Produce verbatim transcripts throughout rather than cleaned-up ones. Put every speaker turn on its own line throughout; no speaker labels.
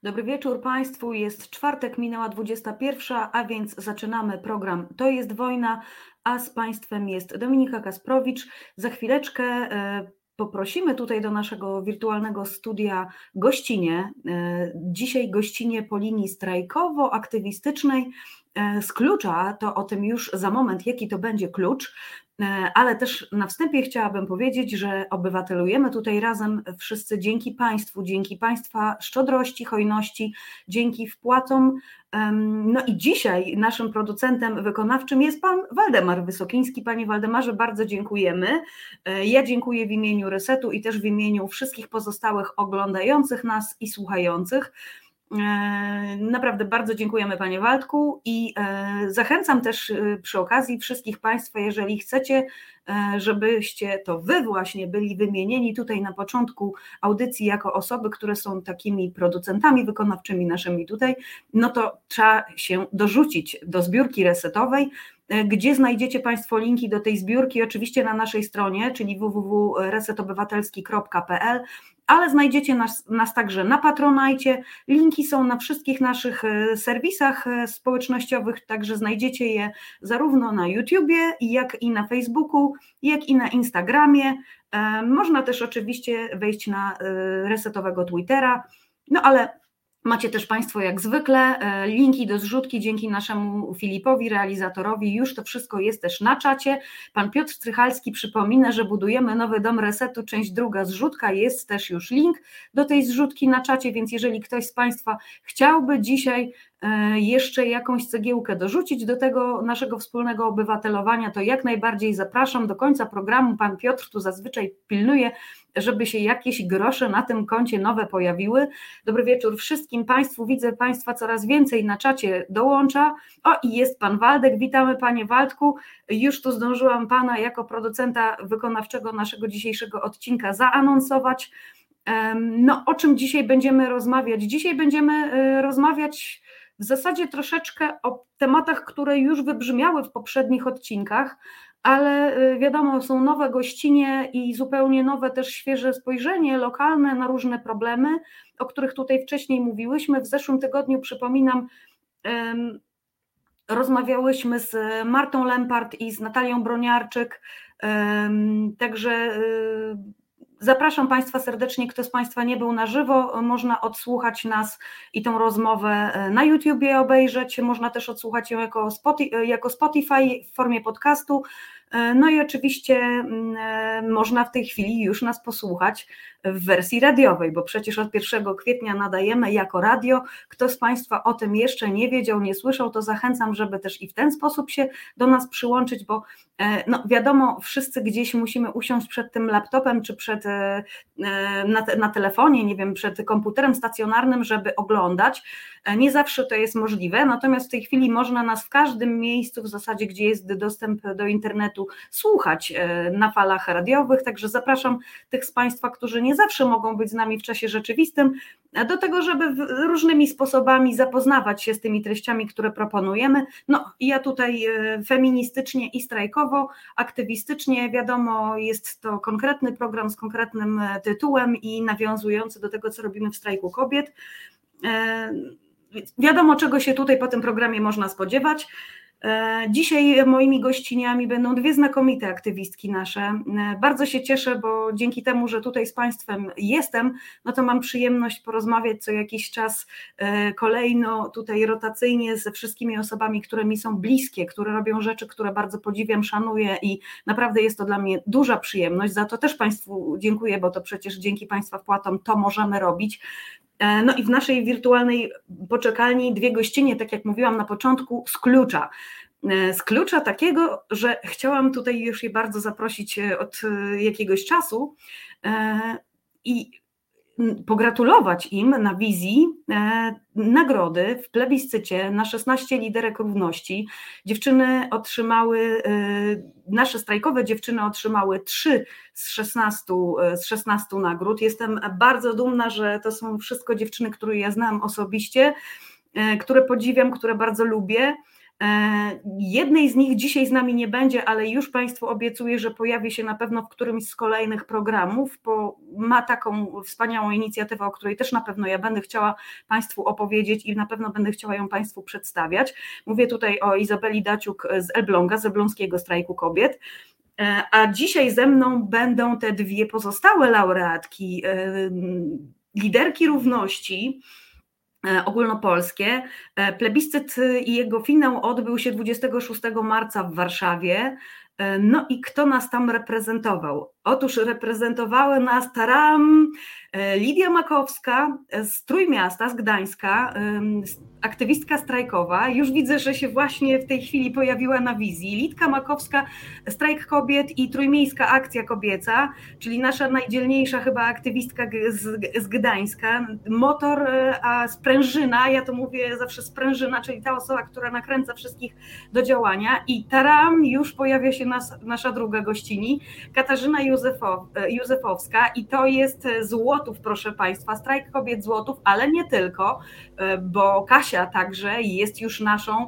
Dobry wieczór Państwu. Jest czwartek, minęła dwudziesta pierwsza, a więc zaczynamy program To jest wojna, a z Państwem jest Dominika Kasprowicz. Za chwileczkę e, poprosimy tutaj do naszego wirtualnego studia gościnie. E, dzisiaj gościnie po linii strajkowo-aktywistycznej e, z klucza, to o tym już za moment, jaki to będzie klucz. Ale też na wstępie chciałabym powiedzieć, że obywatelujemy tutaj razem wszyscy dzięki Państwu, dzięki Państwa szczodrości, hojności, dzięki wpłatom. No i dzisiaj naszym producentem wykonawczym jest Pan Waldemar Wysokiński. Panie Waldemarze, bardzo dziękujemy. Ja dziękuję w imieniu Resetu i też w imieniu wszystkich pozostałych oglądających nas i słuchających. Naprawdę bardzo dziękujemy Panie Waldku i zachęcam też przy okazji wszystkich Państwa, jeżeli chcecie, żebyście to Wy właśnie byli wymienieni tutaj na początku audycji jako osoby, które są takimi producentami wykonawczymi naszymi tutaj, no to trzeba się dorzucić do zbiórki resetowej. Gdzie znajdziecie Państwo linki do tej zbiórki? Oczywiście na naszej stronie, czyli w w w kropka reset obywatelski kropka p l, ale znajdziecie nas, nas także na Patronite. Linki są na wszystkich naszych serwisach społecznościowych, także znajdziecie je zarówno na YouTubie, jak i na Facebooku, jak i na Instagramie. Można też oczywiście wejść na resetowego Twittera, no ale macie też Państwo jak zwykle linki do zrzutki dzięki naszemu Filipowi, realizatorowi. Już to wszystko jest też na czacie. Pan Piotr Strychalski przypomina, że budujemy nowy dom Resetu, część druga zrzutka. Jest też już link do tej zrzutki na czacie, więc jeżeli ktoś z Państwa chciałby dzisiaj jeszcze jakąś cegiełkę dorzucić do tego naszego wspólnego obywatelowania, to jak najbardziej zapraszam. Do końca programu pan Piotr tu zazwyczaj pilnuje, żeby się jakieś grosze na tym koncie nowe pojawiły. Dobry wieczór wszystkim Państwu. Widzę Państwa coraz więcej na czacie dołącza. O, i jest Pan Waldek. Witamy Panie Waldku. Już tu zdążyłam Pana jako producenta wykonawczego naszego dzisiejszego odcinka zaanonsować. No, o czym dzisiaj będziemy rozmawiać? Dzisiaj będziemy rozmawiać w zasadzie troszeczkę o tematach, które już wybrzmiały w poprzednich odcinkach, ale wiadomo, są nowe gościnie i zupełnie nowe też świeże spojrzenie lokalne na różne problemy, o których tutaj wcześniej mówiłyśmy. W zeszłym tygodniu, przypominam, rozmawiałyśmy z Martą Lempart i z Natalią Broniarczyk, także zapraszam Państwa serdecznie, kto z Państwa nie był na żywo, można odsłuchać nas i tą rozmowę na YouTubie obejrzeć, można też odsłuchać ją jako Spotify, jako Spotify w formie podcastu, no i oczywiście można w tej chwili już nas posłuchać w wersji radiowej, bo przecież od pierwszego kwietnia nadajemy jako radio. Kto z Państwa o tym jeszcze nie wiedział, nie słyszał, to zachęcam, żeby też i w ten sposób się do nas przyłączyć, bo no wiadomo, wszyscy gdzieś musimy usiąść przed tym laptopem, czy przed na, na telefonie, nie wiem, przed komputerem stacjonarnym, żeby oglądać. Nie zawsze to jest możliwe, natomiast w tej chwili można nas w każdym miejscu w zasadzie, gdzie jest dostęp do internetu, słuchać na falach radiowych, także zapraszam tych z Państwa, którzy nie zawsze mogą być z nami w czasie rzeczywistym, do tego, żeby różnymi sposobami zapoznawać się z tymi treściami, które proponujemy. No ja tutaj feministycznie i strajkowo, aktywistycznie, wiadomo, jest to konkretny program z konkretnym tytułem i nawiązujący do tego, co robimy w Strajku Kobiet. Wiadomo, czego się tutaj po tym programie można spodziewać. Dzisiaj moimi gościniami będą dwie znakomite aktywistki nasze. Bardzo się cieszę, bo dzięki temu, że tutaj z Państwem jestem, no to mam przyjemność porozmawiać co jakiś czas kolejno tutaj rotacyjnie ze wszystkimi osobami, które mi są bliskie, które robią rzeczy, które bardzo podziwiam, szanuję i naprawdę jest to dla mnie duża przyjemność. Za to też Państwu dziękuję, bo to przecież dzięki Państwa wpłatom to możemy robić. No i w naszej wirtualnej poczekalni dwie gościnie, tak jak mówiłam na początku, z klucza. Z klucza takiego, że chciałam tutaj już je bardzo zaprosić od jakiegoś czasu i pogratulować im na wizji nagrody w plebiscycie na szesnaście liderek równości. Dziewczyny otrzymały, nasze strajkowe dziewczyny otrzymały trzy z szesnastu, z szesnastu nagród. Jestem bardzo dumna, że to są wszystko dziewczyny, które ja znam osobiście, które podziwiam, które bardzo lubię. Jednej z nich dzisiaj z nami nie będzie, ale już Państwu obiecuję, że pojawi się na pewno w którymś z kolejnych programów, bo ma taką wspaniałą inicjatywę, o której też na pewno ja będę chciała Państwu opowiedzieć i na pewno będę chciała ją Państwu przedstawiać. Mówię tutaj o Izabeli Daciuk z Elbląga, z Elbląskiego Strajku Kobiet. A dzisiaj ze mną będą te dwie pozostałe laureatki, liderki równości ogólnopolskie. Plebiscyt i jego finał odbył się dwudziestego szóstego marca w Warszawie. No i kto nas tam reprezentował? Otóż reprezentowały nas taram Lidia Makowska z Trójmiasta, z Gdańska, aktywistka strajkowa. Już widzę, że się właśnie w tej chwili pojawiła na wizji. Lidka Makowska, Strajk Kobiet i Trójmiejska Akcja Kobieca, czyli nasza najdzielniejsza chyba aktywistka z, z Gdańska. Motor, a sprężyna, ja to mówię zawsze sprężyna, czyli ta osoba, która nakręca wszystkich do działania. I taram, już pojawia się nas, nasza druga gościni, Katarzyna Józefow, Józefowska, i to jest Złotów, proszę Państwa, Strajk Kobiet Złotów, ale nie tylko, bo Kasia także jest już naszą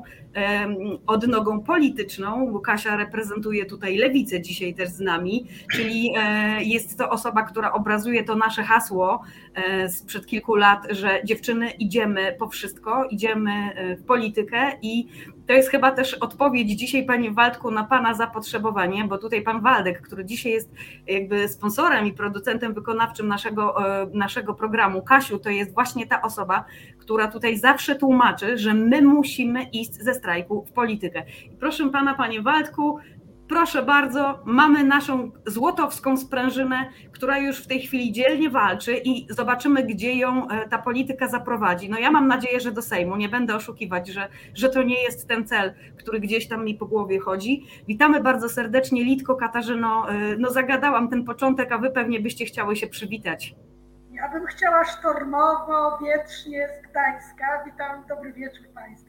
odnogą polityczną, bo Kasia reprezentuje tutaj Lewicę dzisiaj też z nami, czyli jest to osoba, która obrazuje to nasze hasło sprzed kilku lat, że dziewczyny idziemy po wszystko, idziemy w politykę i to jest chyba też odpowiedź dzisiaj, Panie Waldku, na Pana zapotrzebowanie, bo tutaj Pan Waldek, który dzisiaj jest jakby sponsorem i producentem wykonawczym naszego, naszego programu, Kasiu, to jest właśnie ta osoba, która tutaj zawsze tłumaczy, że my musimy iść ze strajku w politykę. I proszę Pana, Panie Waldku, proszę bardzo, mamy naszą złotowską sprężynę, która już w tej chwili dzielnie walczy i zobaczymy, gdzie ją ta polityka zaprowadzi. No ja mam nadzieję, że do Sejmu, nie będę oszukiwać, że, że to nie jest ten cel, który gdzieś tam mi po głowie chodzi. Witamy bardzo serdecznie, Lidko, Katarzyno, no zagadałam ten początek, a Wy pewnie byście chciały się przywitać.
Ja bym chciała sztormowo, wietrznie z Gdańska. Witam, dobry wieczór Państwu.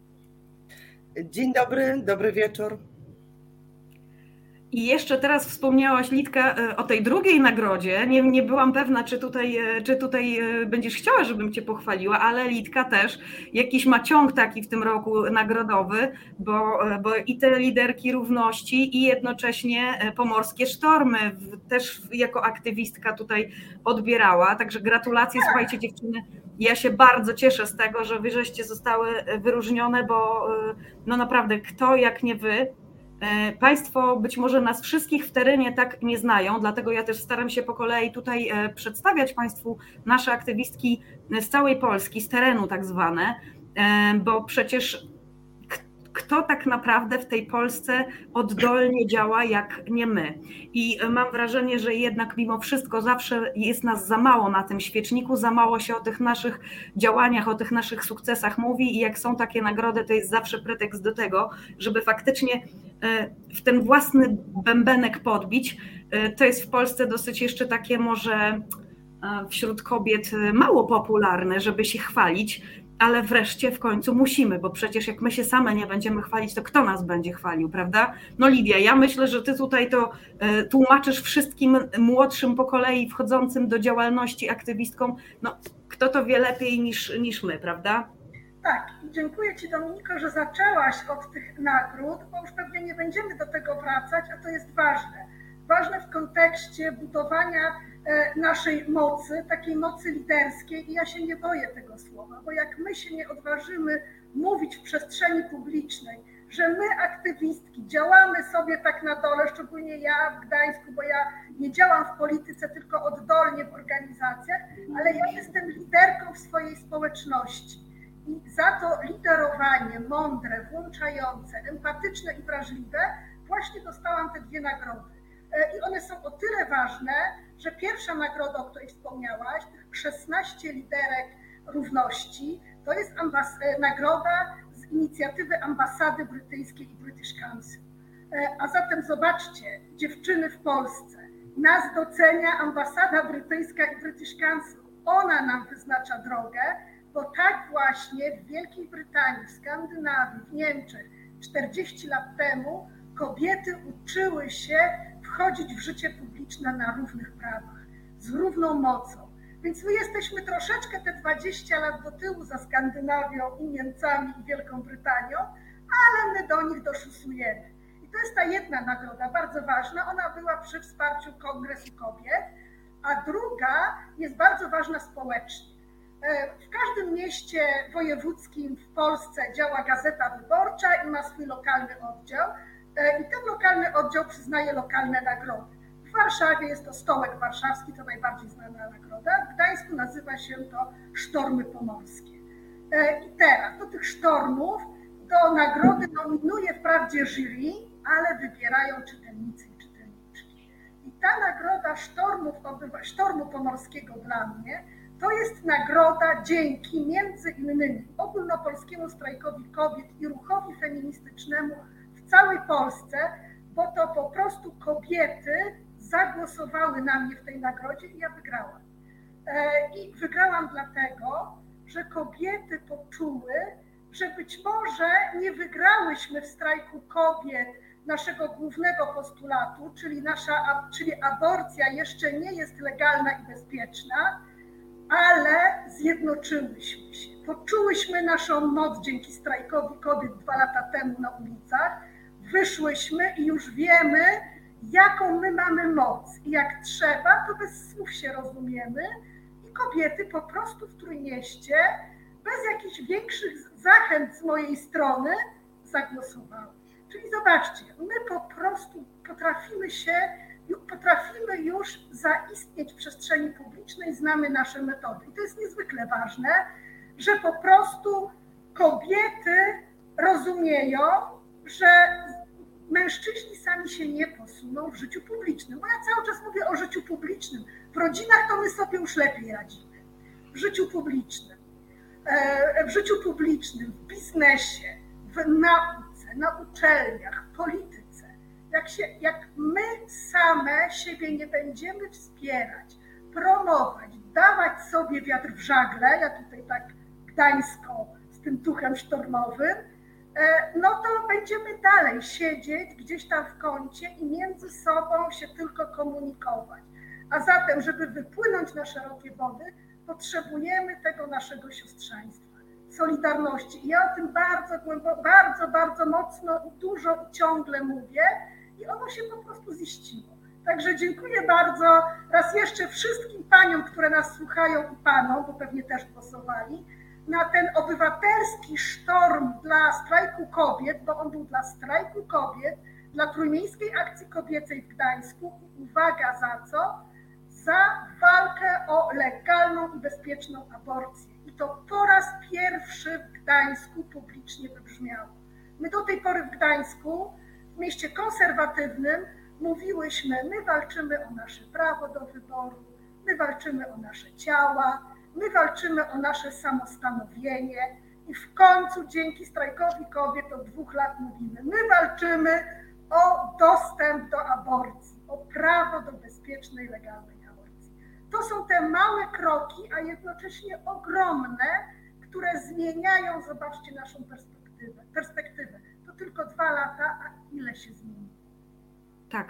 Dzień dobry, dobry wieczór.
I jeszcze teraz wspomniałaś, Lidka, o tej drugiej nagrodzie. Nie, nie byłam pewna, czy tutaj, czy tutaj będziesz chciała, żebym Cię pochwaliła, ale Lidka też jakiś ma ciąg taki w tym roku nagrodowy, bo, bo i te liderki równości i jednocześnie pomorskie sztormy też jako aktywistka tutaj odbierała. Także gratulacje, słuchajcie dziewczyny. Ja się bardzo cieszę z tego, że Wy żeście zostały wyróżnione, bo no naprawdę kto jak nie Wy. Państwo być może nas wszystkich w terenie tak nie znają, dlatego ja też staram się po kolei tutaj przedstawiać Państwu nasze aktywistki z całej Polski, z terenu tak zwane, bo przecież kto tak naprawdę w tej Polsce oddolnie działa jak nie my. I mam wrażenie, że jednak mimo wszystko zawsze jest nas za mało na tym świeczniku, za mało się o tych naszych działaniach, o tych naszych sukcesach mówi i jak są takie nagrody, to jest zawsze pretekst do tego, żeby faktycznie w ten własny bębenek podbić. To jest w Polsce dosyć jeszcze takie może wśród kobiet mało popularne, żeby się chwalić, ale wreszcie w końcu musimy, bo przecież jak my się same nie będziemy chwalić, to kto nas będzie chwalił, prawda? No Lidia, ja myślę, że Ty tutaj to tłumaczysz wszystkim młodszym po kolei wchodzącym do działalności aktywistkom, no kto to wie lepiej niż, niż my, prawda?
Tak, i dziękuję Ci Dominiko, że zaczęłaś od tych nagród, bo już pewnie nie będziemy do tego wracać, a to jest ważne. Ważne w kontekście budowania naszej mocy, takiej mocy liderskiej i ja się nie boję tego słowa, bo jak my się nie odważymy mówić w przestrzeni publicznej, że my aktywistki działamy sobie tak na dole, szczególnie ja w Gdańsku, bo ja nie działam w polityce, tylko oddolnie w organizacjach, ale ja jestem liderką w swojej społeczności i za to liderowanie mądre, włączające, empatyczne i wrażliwe właśnie dostałam te dwie nagrody. I one są o tyle ważne, że pierwsza nagroda, o której wspomniałaś, tych szesnaście liderek równości, to jest ambas- nagroda z inicjatywy ambasady brytyjskiej i British Council. A zatem zobaczcie, dziewczyny w Polsce, nas docenia ambasada brytyjska i British Council. Ona nam wyznacza drogę, bo tak właśnie w Wielkiej Brytanii, w Skandynawii, w Niemczech czterdzieści lat temu kobiety uczyły się wchodzić w życie publiczne na równych prawach, z równą mocą. Więc my jesteśmy troszeczkę te dwadzieścia lat do tyłu za Skandynawią i Niemcami i Wielką Brytanią, ale my do nich doszusujemy. I to jest ta jedna nagroda, bardzo ważna, ona była przy wsparciu Kongresu Kobiet, a druga jest bardzo ważna społecznie. W każdym mieście wojewódzkim w Polsce działa Gazeta Wyborcza i ma swój lokalny oddział i ten lokalny oddział przyznaje lokalne nagrody. W Warszawie jest to Stołek Warszawski, to najbardziej znana nagroda, w Gdańsku nazywa się to Sztormy Pomorskie. I teraz do tych sztormów, do nagrody nominuje wprawdzie jury, ale wybierają czytelnicy i czytelniczki. I ta nagroda Sztormów, Sztormu Pomorskiego dla mnie to jest nagroda dzięki między innymi Ogólnopolskiemu Strajkowi Kobiet i ruchowi feministycznemu w całej Polsce, bo to po prostu kobiety zagłosowały na mnie w tej nagrodzie i ja wygrałam. I wygrałam dlatego, że kobiety poczuły, że być może nie wygrałyśmy w strajku kobiet naszego głównego postulatu, czyli nasza, czyli aborcja jeszcze nie jest legalna i bezpieczna, ale zjednoczyłyśmy się. Poczułyśmy naszą moc dzięki strajkowi kobiet dwa lata temu na ulicach. Wyszłyśmy i już wiemy, jaką my mamy moc. I jak trzeba, to bez słów się rozumiemy. I kobiety po prostu w Trójmieście, bez jakichś większych zachęt z mojej strony, zagłosowały. Czyli zobaczcie, my po prostu potrafimy się Potrafimy już zaistnieć w przestrzeni publicznej, znamy nasze metody. I to jest niezwykle ważne, że po prostu kobiety rozumieją, że mężczyźni sami się nie posuną w życiu publicznym. Bo ja cały czas mówię o życiu publicznym. W rodzinach to my sobie już lepiej radzimy. W życiu publicznym, w życiu publicznym, w biznesie, w nauce, na uczelniach, w polityce. Jak, się, jak my same siebie nie będziemy wspierać, promować, dawać sobie wiatr w żagle, ja tutaj tak gdańsko z tym tuchem sztormowym, no to będziemy dalej siedzieć gdzieś tam w kącie i między sobą się tylko komunikować. A zatem, żeby wypłynąć na szerokie wody, potrzebujemy tego naszego siostrzeństwa, solidarności. I ja o tym bardzo głęboko, bardzo, bardzo mocno i dużo i ciągle mówię, i ono się po prostu ziściło. Także dziękuję bardzo raz jeszcze wszystkim paniom, które nas słuchają i panom, bo pewnie też głosowali, na ten obywatelski sztorm dla strajku kobiet, bo on był dla strajku kobiet, dla Trójmiejskiej Akcji Kobiecej w Gdańsku i uwaga za co? Za walkę o legalną i bezpieczną aborcję. I to po raz pierwszy w Gdańsku publicznie wybrzmiało. My do tej pory w Gdańsku, w mieście konserwatywnym, mówiłyśmy, my walczymy o nasze prawo do wyboru, my walczymy o nasze ciała, my walczymy o nasze samostanowienie i w końcu dzięki strajkowi kobiet od dwóch lat mówimy, my walczymy o dostęp do aborcji, o prawo do bezpiecznej, legalnej aborcji. To są te małe kroki, a jednocześnie ogromne, które zmieniają, zobaczcie, naszą perspektywę. perspektywę. To tylko dwa lata, a ile się zmieni.
Tak.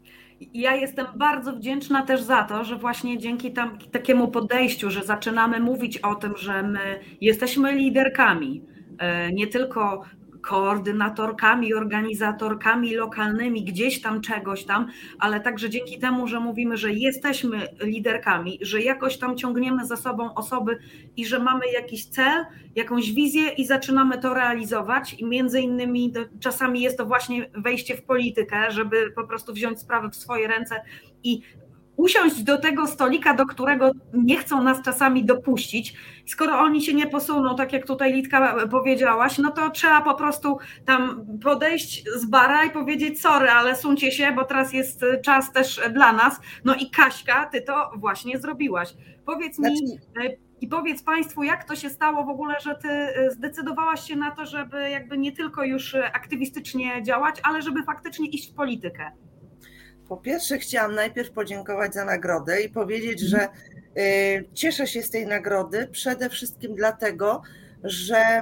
Ja jestem bardzo wdzięczna też za to, że właśnie dzięki tam, takiemu podejściu, że zaczynamy mówić o tym, że my jesteśmy liderkami, nie tylko koordynatorkami, organizatorkami lokalnymi, gdzieś tam czegoś tam, ale także dzięki temu, że mówimy, że jesteśmy liderkami, że jakoś tam ciągniemy za sobą osoby i że mamy jakiś cel, jakąś wizję i zaczynamy to realizować i między innymi to, czasami jest to właśnie wejście w politykę, żeby po prostu wziąć sprawę w swoje ręce i usiąść do tego stolika, do którego nie chcą nas czasami dopuścić. Skoro oni się nie posuną, tak jak tutaj Litka powiedziałaś, no to trzeba po prostu tam podejść z bara i powiedzieć sorry, ale suńcie się, bo teraz jest czas też dla nas. No i Kaśka, ty to właśnie zrobiłaś. Powiedz mi i powiedz Państwu, jak to się stało w ogóle, że ty zdecydowałaś się na to, żeby jakby nie tylko już aktywistycznie działać, ale żeby faktycznie iść w politykę.
Po pierwsze chciałam najpierw podziękować za nagrodę i powiedzieć, że y, cieszę się z tej nagrody przede wszystkim dlatego, że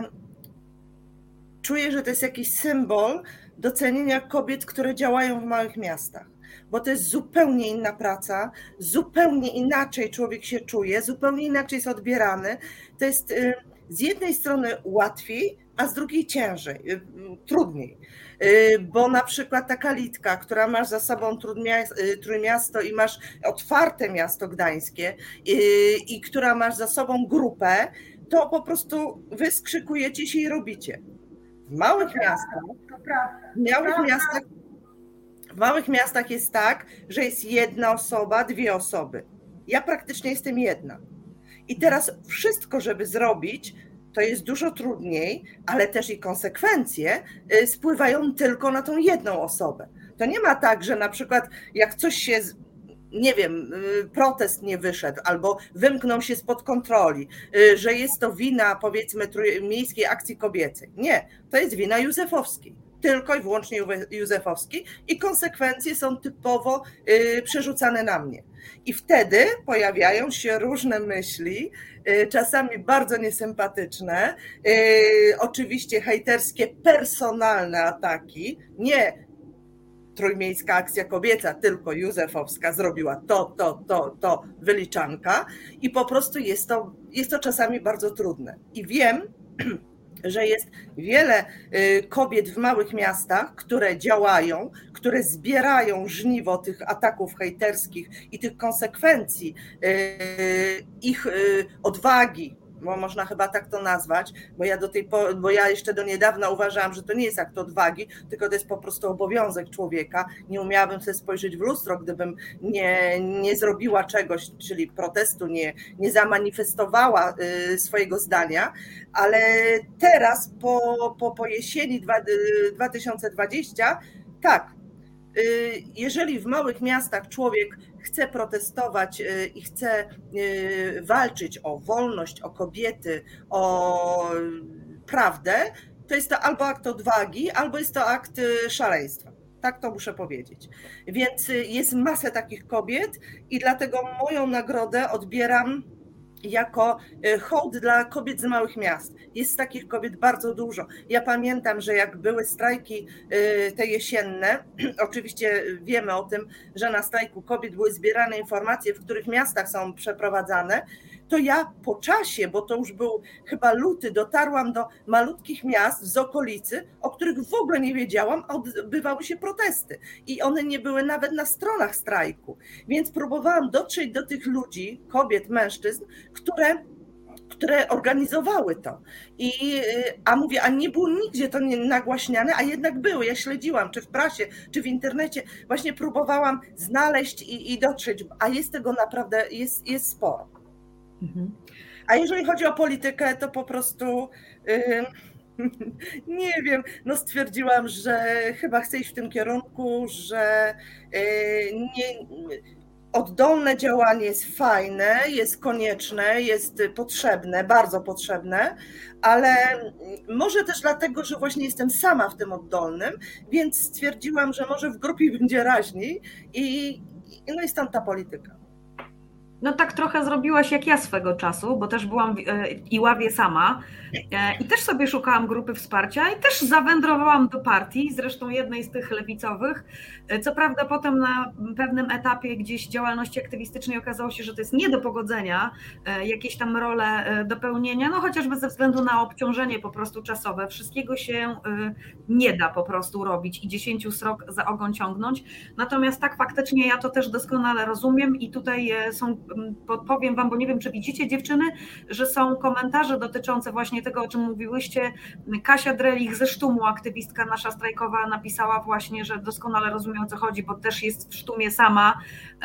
czuję, że to jest jakiś symbol docenienia kobiet, które działają w małych miastach, bo to jest zupełnie inna praca, zupełnie inaczej człowiek się czuje, zupełnie inaczej jest odbierany. To jest y, z jednej strony łatwiej, a z drugiej ciężej, trudniej. Bo na przykład taka Litka, która masz za sobą Trójmiasto i masz otwarte miasto gdańskie i, i która masz za sobą grupę, to po prostu wy skrzykujecie się i robicie. W małych
to
miastach,
to prawda,
w małych
prawda.
miastach, w małych miastach jest tak, że jest jedna osoba, dwie osoby. Ja praktycznie jestem jedna. I teraz wszystko, żeby zrobić, to jest dużo trudniej, ale też i konsekwencje spływają tylko na tą jedną osobę. To nie ma tak, że na przykład jak coś się, nie wiem, protest nie wyszedł albo wymknął się spod kontroli, że jest to wina, powiedzmy, Miejskiej Akcji Kobiecej. Nie, to jest wina Józefowskiej. Tylko i wyłącznie Józefowskiej i konsekwencje są typowo przerzucane na mnie. I wtedy pojawiają się różne myśli, czasami bardzo niesympatyczne, oczywiście hejterskie, personalne ataki, nie Trójmiejska Akcja Kobieca, tylko Józefowska zrobiła to, to, to, to, wyliczanka i po prostu jest to, jest to czasami bardzo trudne. I wiem, że jest wiele kobiet w małych miastach, które działają, które zbierają żniwo tych ataków hejterskich i tych konsekwencji, ich odwagi, bo można chyba tak to nazwać, bo ja, do tej, bo ja jeszcze do niedawna uważałam, że to nie jest akt odwagi, tylko to jest po prostu obowiązek człowieka. Nie umiałabym sobie spojrzeć w lustro, gdybym nie, nie zrobiła czegoś, czyli protestu, nie, nie zamanifestowała swojego zdania, ale teraz po, po, po jesieni dwa tysiące dwudziestej, tak, jeżeli w małych miastach człowiek chce protestować i chce walczyć o wolność, o kobiety, o prawdę, to jest to albo akt odwagi, albo jest to akt szaleństwa. Tak to muszę powiedzieć. Więc jest masę takich kobiet i dlatego moją nagrodę odbieram jako hołd dla kobiet z małych miast. Jest takich kobiet bardzo dużo. Ja pamiętam, że jak były strajki te jesienne, oczywiście wiemy o tym, że na strajku kobiet były zbierane informacje, w których miastach są przeprowadzane, to ja po czasie, bo to już był chyba luty, dotarłam do malutkich miast z okolicy, o których w ogóle nie wiedziałam, a odbywały się protesty. I one nie były nawet na stronach strajku. Więc próbowałam dotrzeć do tych ludzi, kobiet, mężczyzn, które, które organizowały to. I, a mówię, a nie było nigdzie to nie nagłaśniane, a jednak były. Ja śledziłam, czy w prasie, czy w internecie. Właśnie próbowałam znaleźć i, i dotrzeć, a jest tego naprawdę, jest, jest sporo. Mhm. A jeżeli chodzi o politykę, to po prostu yy, nie wiem, no stwierdziłam, że chyba chcę iść w tym kierunku, że yy, nie, oddolne działanie jest fajne, jest konieczne, jest potrzebne, bardzo potrzebne, ale może też dlatego, że właśnie jestem sama w tym oddolnym, więc stwierdziłam, że może w grupie będzie raźniej i, i no i stąd ta polityka.
No tak trochę zrobiłaś jak ja swego czasu, bo też byłam w Iławie sama i też sobie szukałam grupy wsparcia i też zawędrowałam do partii, zresztą jednej z tych lewicowych. Co prawda potem na pewnym etapie gdzieś działalności aktywistycznej okazało się, że to jest nie do pogodzenia, jakieś tam role do pełnienia, no chociażby ze względu na obciążenie po prostu czasowe. Wszystkiego się nie da po prostu robić i dziesięciu srok za ogon ciągnąć. Natomiast tak faktycznie ja to też doskonale rozumiem i tutaj są, podpowiem wam, bo nie wiem, czy widzicie dziewczyny, że są komentarze dotyczące właśnie tego, o czym mówiłyście. Kasia Drelich ze Sztumu, aktywistka nasza strajkowa, napisała właśnie, że doskonale rozumie, o co chodzi, bo też jest w Sztumie sama,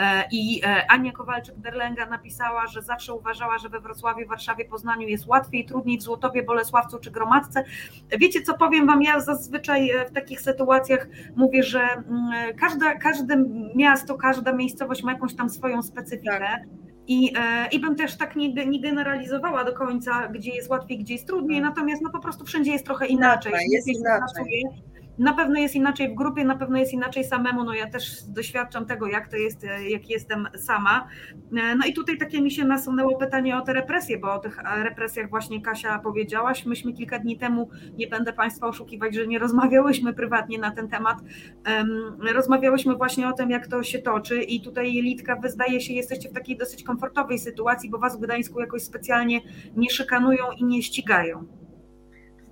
i Ania Kowalczyk-Derlenga napisała, że zawsze uważała, że we Wrocławiu, Warszawie, Poznaniu jest łatwiej, trudniej w Złotowie, Bolesławcu czy Gromadzce. Wiecie co, powiem wam, ja zazwyczaj w takich sytuacjach mówię, że każde, każde miasto, każda miejscowość ma jakąś tam swoją specyfikę. Tak. I, I bym też tak nie, nie generalizowała do końca, gdzie jest łatwiej, gdzie jest trudniej, natomiast no po prostu wszędzie jest trochę inaczej.
Jest inaczej.
Na pewno jest inaczej w grupie, na pewno jest inaczej samemu, no ja też doświadczam tego, jak to jest, jak jestem sama. No i tutaj takie mi się nasunęło pytanie o te represje, bo o tych represjach właśnie Kasia powiedziałaś. Myśmy kilka dni temu, nie będę Państwa oszukiwać, że nie rozmawiałyśmy prywatnie na ten temat, rozmawiałyśmy właśnie o tym, jak to się toczy i tutaj Litka, wy zdaje się, jesteście w takiej dosyć komfortowej sytuacji, bo was w Gdańsku jakoś specjalnie nie szykanują i nie ścigają.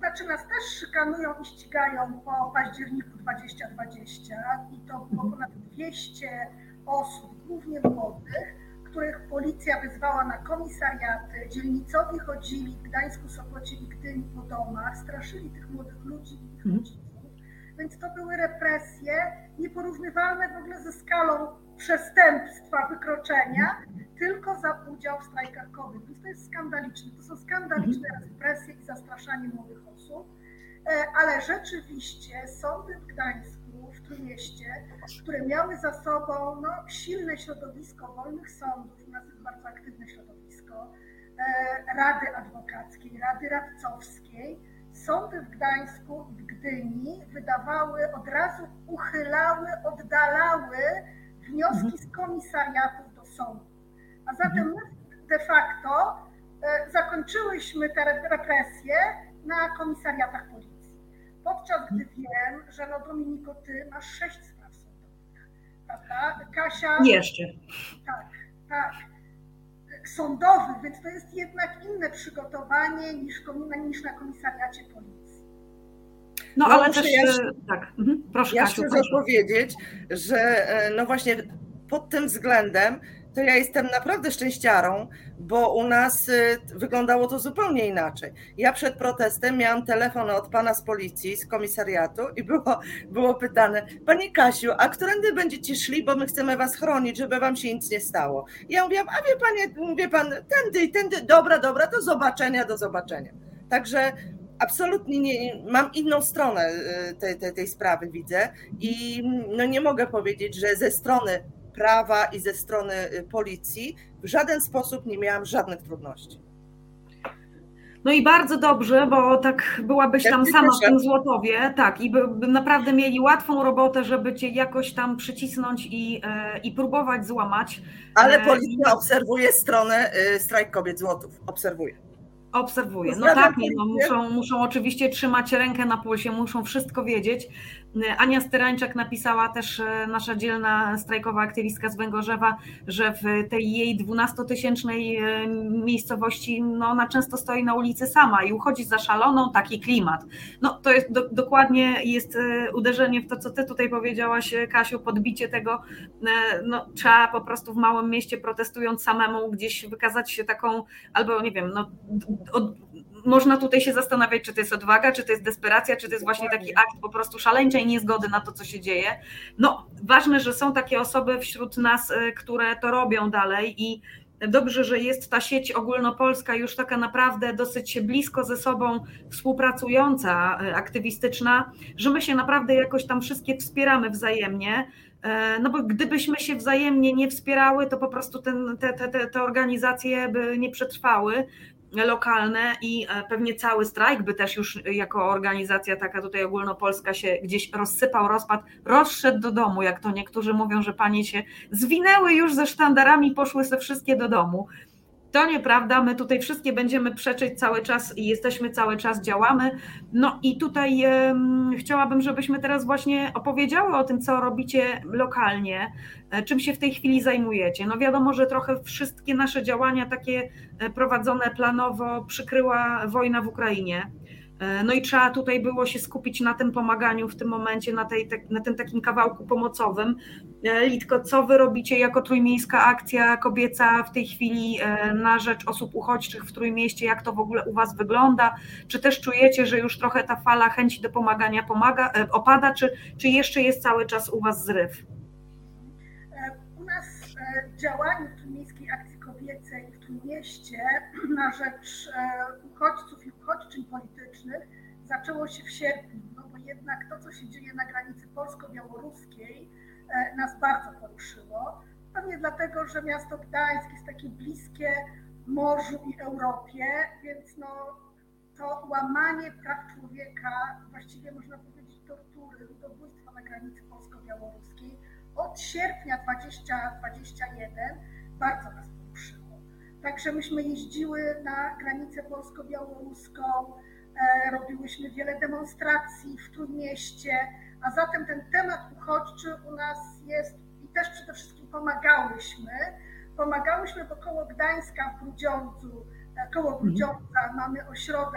znaczy nas też szykanują i ścigają po październiku dwudziestym dwudziestym i to było ponad dwieście osób, głównie młodych, których policja wezwała na komisariaty, dzielnicowi chodzili w Gdańsku, Sopocie i Gdyni po domach, straszyli tych młodych ludzi i ich rodziców, więc to były represje nieporównywalne w ogóle ze skalą przestępstwa, wykroczenia, tylko za udział w strajkach kobiet. Więc to jest skandaliczne. To są skandaliczne represje i zastraszanie młodych osób, ale rzeczywiście sądy w Gdańsku, w Trójmieście, które miały za sobą no, silne środowisko wolnych sądów, u nas jest bardzo aktywne środowisko, Rady Adwokackiej, Rady Radcowskiej, sądy w Gdańsku i w Gdyni wydawały, od razu uchylały, oddalały wnioski z komisariatów do sądu. A zatem my de facto zakończyłyśmy te represje na komisariatach policji. Podczas gdy wiem, że no Dominiko, ty masz sześć spraw sądowych, prawda? Kasia...
Jeszcze.
Tak, tak. Sądowych, więc to jest jednak inne przygotowanie niż, niż na komisariacie policji.
No,
no
ale też,
ja,
tak, mhm. Proszę
ja
Kasiu,
chcę
proszę.
powiedzieć, że no właśnie pod tym względem to ja jestem naprawdę szczęściarą, bo u nas wyglądało to zupełnie inaczej. Ja przed protestem miałam telefon od pana z policji, z komisariatu i było, było pytane: pani Kasiu, a którędy będziecie szli, bo my chcemy was chronić, żeby wam się nic nie stało. I ja mówiłam: a wie panie, wie pan, tędy i tędy, dobra, dobra, do zobaczenia, do zobaczenia. Także absolutnie nie, mam inną stronę tej, tej, tej sprawy, widzę, i no nie mogę powiedzieć, że ze strony prawa i ze strony policji w żaden sposób nie miałam żadnych trudności.
No i bardzo dobrze, bo tak byłabyś
Ja
tam
ci
sama
proszę.
w tym Złotowie, tak, i by, by naprawdę mieli łatwą robotę, żeby cię jakoś tam przycisnąć i, e, i próbować złamać.
Ale
E,
policja obserwuje stronę strajk kobiet Złotów, obserwuje.
Obserwuję. No
Pozdrawiam
tak, nie, no
policję.
muszą, muszą oczywiście trzymać rękę na pulsie, muszą wszystko wiedzieć. Ania Styrańczak napisała też, nasza dzielna strajkowa aktywistka z Węgorzewa, że w tej jej dwunastotysięcznej miejscowości no ona często stoi na ulicy sama i uchodzi za szaloną, taki klimat. No to jest do, dokładnie jest uderzenie w to, co ty tutaj powiedziałaś, Kasiu, podbicie tego, no trzeba po prostu w małym mieście protestując samemu gdzieś wykazać się taką, albo nie wiem, no od, można tutaj się zastanawiać, czy to jest odwaga, czy to jest desperacja, czy to jest właśnie taki akt po prostu szaleńczej niezgody na to, co się dzieje. No, ważne, że są takie osoby wśród nas, które to robią dalej i dobrze, że jest ta sieć ogólnopolska już taka naprawdę dosyć blisko ze sobą współpracująca, aktywistyczna, że my się naprawdę jakoś tam wszystkie wspieramy wzajemnie. No bo gdybyśmy się wzajemnie nie wspierały, to po prostu ten, te, te, te organizacje by nie przetrwały, lokalne, i pewnie cały strajk by też już jako organizacja taka tutaj ogólnopolska się gdzieś rozsypał, rozpadł, rozszedł do domu, jak to niektórzy mówią, że panie się zwinęły już ze sztandarami, poszły se wszystkie do domu. To nieprawda, my tutaj wszystkie będziemy przeczyć cały czas i jesteśmy cały czas, działamy. No i tutaj um, chciałabym, żebyśmy teraz właśnie opowiedziały o tym, co robicie lokalnie, czym się w tej chwili zajmujecie. No wiadomo, że trochę wszystkie nasze działania takie prowadzone planowo przykryła wojna w Ukrainie. No i trzeba tutaj było się skupić na tym pomaganiu w tym momencie, na, tej, na tym takim kawałku pomocowym. Litko, co wy robicie jako Trójmiejska Akcja Kobieca w tej chwili na rzecz osób uchodźczych w Trójmieście? Jak to w ogóle u was wygląda? Czy też czujecie, że już trochę ta fala chęci do pomagania pomaga, opada, czy, czy jeszcze jest cały czas u was zryw?
U nas działanie Trójmiejskiej Akcji Kobiecej w Trójmieście na rzecz uchodźców i uchodźczyń politycznych zaczęło się w sierpniu, no bo jednak to, co się dzieje na granicy polsko-białoruskiej, nas bardzo poruszyło. Pewnie dlatego, że miasto Gdańsk jest takie bliskie morzu i Europie, więc no, to łamanie praw człowieka, właściwie można powiedzieć tortury, ludobójstwa na granicy polsko-białoruskiej od sierpnia dwa tysiące dwudziestego pierwszego bardzo nas poruszyło. Także myśmy jeździły na granicę polsko-białoruską, e, robiłyśmy wiele demonstracji w Trójmieście, a zatem ten temat uchodźczy u nas jest i też przede wszystkim pomagałyśmy. Pomagałyśmy, bo koło Gdańska w Grudziądzu, koło Grudziądza mamy ośrodek w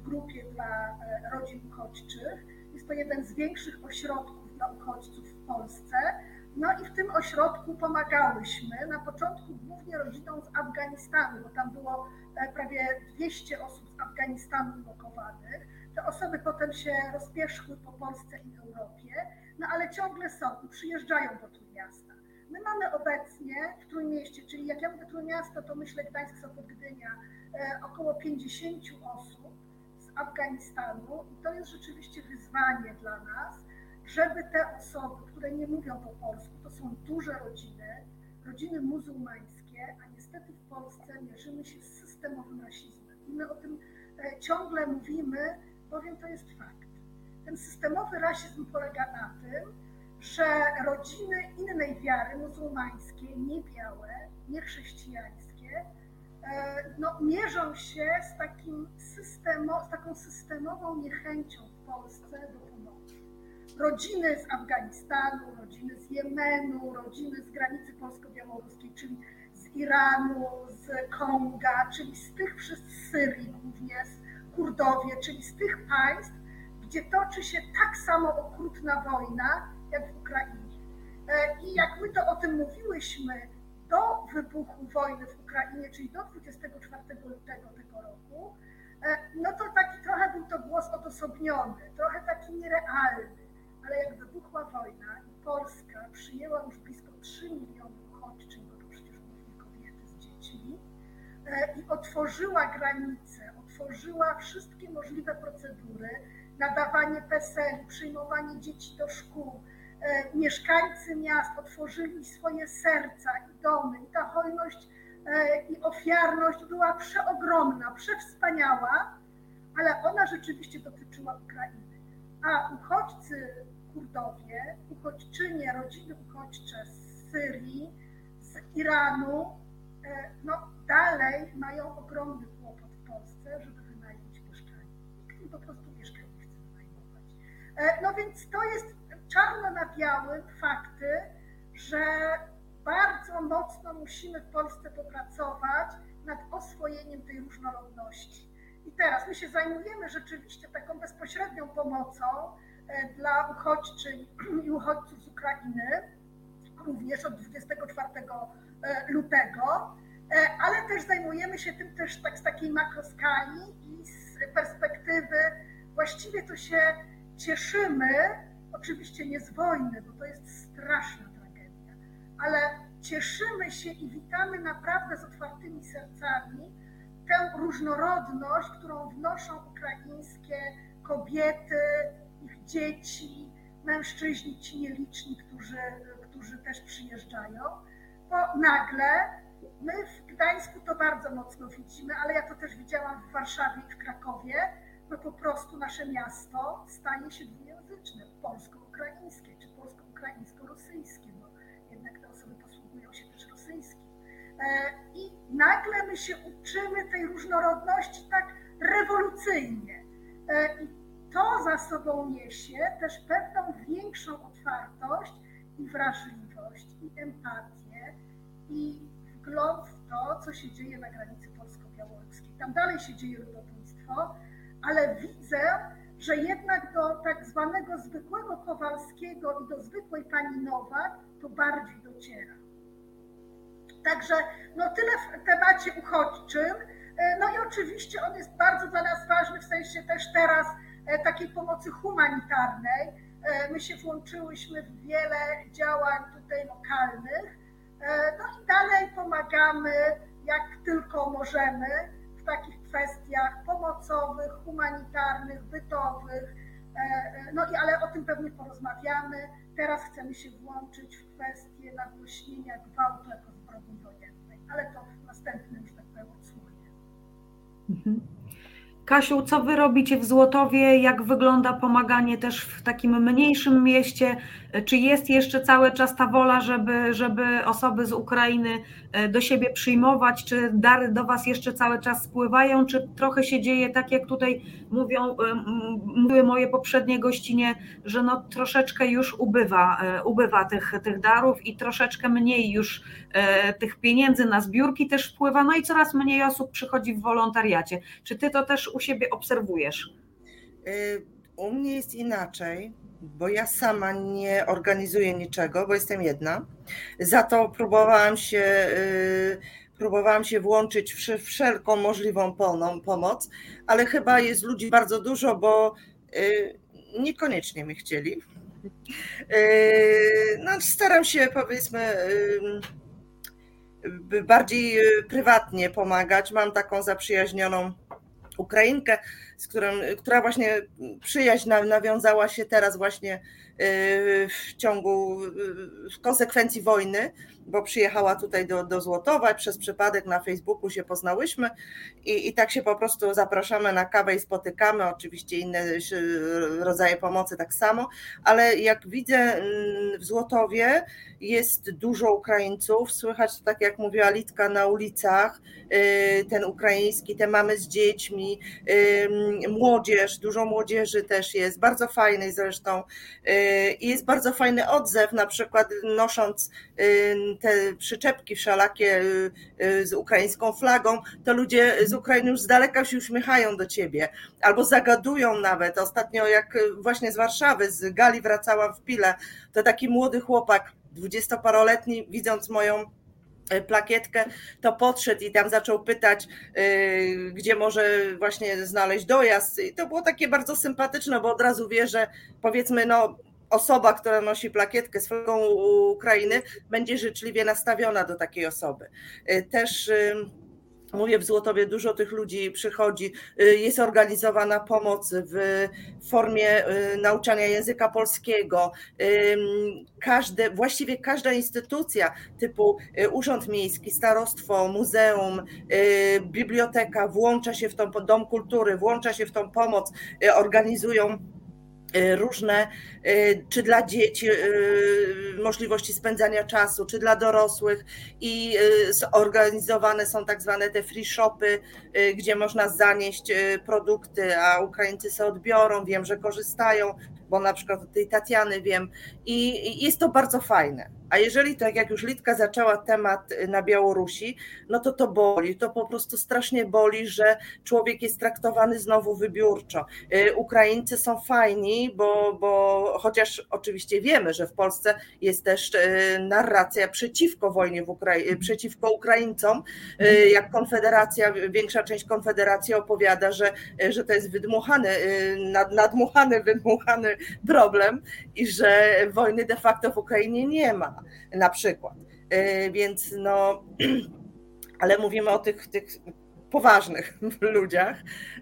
grupie dla rodzin uchodźczych. Jest to jeden z większych ośrodków dla uchodźców w Polsce. No i w tym ośrodku pomagałyśmy na początku głównie rodzinom z Afganistanu, bo tam było prawie dwieście osób z Afganistanu ulokowanych. Te osoby potem się rozpierzchły po Polsce i Europie, no ale ciągle są i przyjeżdżają do Trójmiasta. My mamy obecnie w Trójmieście, czyli jak ja mówię Trójmiasto, to myślę Gdańsk, Sopot, Gdynia, około pięćdziesiąt osób z Afganistanu i to jest rzeczywiście wyzwanie dla nas, żeby te osoby, które nie mówią po polsku, to są duże rodziny, rodziny muzułmańskie, a niestety w Polsce mierzymy się z systemowym rasizmem. I my o tym ciągle mówimy, bowiem to jest fakt. Ten systemowy rasizm polega na tym, że rodziny innej wiary, muzułmańskie, niebiałe, niechrześcijańskie, no, mierzą się z, takim systemo, z taką systemową niechęcią w Polsce do pomocy. Rodziny z Afganistanu, rodziny z Jemenu, rodziny z granicy polsko-białoruskiej, czyli z Iranu, z Konga, czyli z tych wszystkich, z Syrii głównie, z Kurdowie, czyli z tych państw, gdzie toczy się tak samo okrutna wojna, jak w Ukrainie. I jak my to o tym mówiłyśmy do wybuchu wojny w Ukrainie, czyli do dwudziestego czwartego lutego tego roku, no to taki trochę był to głos odosobniony, trochę taki nierealny, ale jak wybuchła wojna i Polska przyjęła już blisko trzy miliony uchodźczyń, bo to przecież głównie kobiety z dziećmi, i otworzyła granice, otworzyła wszystkie możliwe procedury, nadawanie PESEL-u, przyjmowanie dzieci do szkół, mieszkańcy miast otworzyli swoje serca i domy i ta hojność i ofiarność była przeogromna, przewspaniała, ale ona rzeczywiście dotyczyła Ukrainy. A uchodźcy Kurdowie, uchodźczynie, rodziny uchodźcze z Syrii, z Iranu, no dalej mają ogromny kłopot w Polsce, żeby wynająć mieszkanie. Nikt im po prostu mieszkań nie chce wynajmować. No więc to jest czarno na białym fakty, że bardzo mocno musimy w Polsce popracować nad oswojeniem tej różnorodności. I teraz my się zajmujemy rzeczywiście taką bezpośrednią pomocą dla uchodźczyń i uchodźców z Ukrainy, również od dwudziestego czwartego lutego, ale też zajmujemy się tym też tak z takiej makroskali i z perspektywy, właściwie to się cieszymy, oczywiście nie z wojny, bo to jest straszna tragedia, ale cieszymy się i witamy naprawdę z otwartymi sercami tę różnorodność, którą wnoszą ukraińskie kobiety, ich dzieci, mężczyźni, ci nieliczni, którzy, którzy też przyjeżdżają, bo nagle my w Gdańsku to bardzo mocno widzimy, ale ja to też widziałam w Warszawie i w Krakowie, no po prostu nasze miasto staje się dwujęzyczne, polsko-ukraińskie czy polsko-ukraińsko-rosyjskie, bo jednak te osoby posługują się też rosyjskim. I nagle my się uczymy tej różnorodności tak rewolucyjnie. I to za sobą niesie też pewną większą otwartość i wrażliwość, i empatię, i wgląd w to, co się dzieje na granicy polsko-białoruskiej. Tam dalej się dzieje ludobójstwo, ale widzę, że jednak do tak zwanego zwykłego Kowalskiego i do zwykłej pani Nowak to bardziej dociera. Także no tyle w temacie uchodźczym. No i oczywiście on jest bardzo dla nas ważny w sensie też teraz takiej pomocy humanitarnej. My się włączyłyśmy w wiele działań tutaj lokalnych. No i dalej pomagamy jak tylko możemy w takich kwestiach pomocowych, humanitarnych, bytowych. No i ale o tym pewnie porozmawiamy. Teraz chcemy się włączyć w kwestię nagłośnienia gwałtu jako zbrodni wojennej, ale to w następnym, że tak powiem, odsłonie.
Mhm. Kasiu, co wy robicie w Złotowie? Jak wygląda pomaganie też w takim mniejszym mieście? Czy jest jeszcze cały czas ta wola, żeby, żeby osoby z Ukrainy do siebie przyjmować? Czy dary do was jeszcze cały czas spływają? Czy trochę się dzieje tak, jak tutaj mówią, mówiły moje poprzednie gościnie, że no troszeczkę już ubywa, ubywa tych, tych darów i troszeczkę mniej już tych pieniędzy na zbiórki też wpływa, no i coraz mniej osób przychodzi w wolontariacie. Czy ty to też u siebie obserwujesz?
U mnie jest inaczej, bo ja sama nie organizuję niczego, bo jestem jedna. Za to próbowałam się, próbowałam się włączyć w wszelką możliwą pomoc, ale chyba jest ludzi bardzo dużo, bo niekoniecznie mi chcieli. No, staram się, powiedzmy, bardziej prywatnie pomagać. Mam taką zaprzyjaźnioną Ukrainkę, z którą, która właśnie przyjaźń nawiązała się teraz właśnie w ciągu, w konsekwencji wojny, bo przyjechała tutaj do, do Złotowa, przez przypadek na Facebooku się poznałyśmy i, i tak się po prostu zapraszamy na kawę i spotykamy, oczywiście inne rodzaje pomocy tak samo, ale jak widzę w Złotowie jest dużo Ukraińców, słychać, tak jak mówiła Litka, na ulicach, ten ukraiński, te mamy z dziećmi, młodzież, dużo młodzieży też jest, bardzo fajnej zresztą i jest bardzo fajny odzew, na przykład nosząc te przyczepki wszelakie z ukraińską flagą, to ludzie z Ukrainy już z daleka się uśmiechają do ciebie, albo zagadują nawet. Ostatnio jak właśnie z Warszawy, z gali wracałam w Pile, to taki młody chłopak, dwudziestoparoletni, widząc moją plakietkę, to podszedł i tam zaczął pytać, gdzie może właśnie znaleźć dojazd. I to było takie bardzo sympatyczne, bo od razu wie, że powiedzmy, no osoba, która nosi plakietkę z flagą Ukrainy, będzie życzliwie nastawiona do takiej osoby. Też mówię, w Złotowie dużo tych ludzi przychodzi, jest organizowana pomoc w formie nauczania języka polskiego. Każde, właściwie każda instytucja typu Urząd Miejski, Starostwo, Muzeum, biblioteka włącza się w tą, Dom Kultury, włącza się w tą pomoc, organizują różne, czy dla dzieci możliwości spędzania czasu, czy dla dorosłych i zorganizowane są tak zwane te free shopy, gdzie można zanieść produkty, a Ukraińcy sobie odbiorą, wiem, że korzystają, bo na przykład od tej Tatiany wiem i jest to bardzo fajne. A jeżeli tak jak już Litka zaczęła temat na Białorusi, no to to boli, to po prostu strasznie boli, że człowiek jest traktowany znowu wybiórczo. Ukraińcy są fajni, bo, bo chociaż oczywiście wiemy, że w Polsce jest też narracja przeciwko wojnie w Ukrai- przeciwko Ukraińcom, jak Konfederacja, większa część Konfederacji opowiada, że, że to jest wydmuchany, nad, nadmuchany, wydmuchany problem i że wojny de facto w Ukrainie nie ma. Na przykład, więc no, ale mówimy o tych, tych poważnych ludziach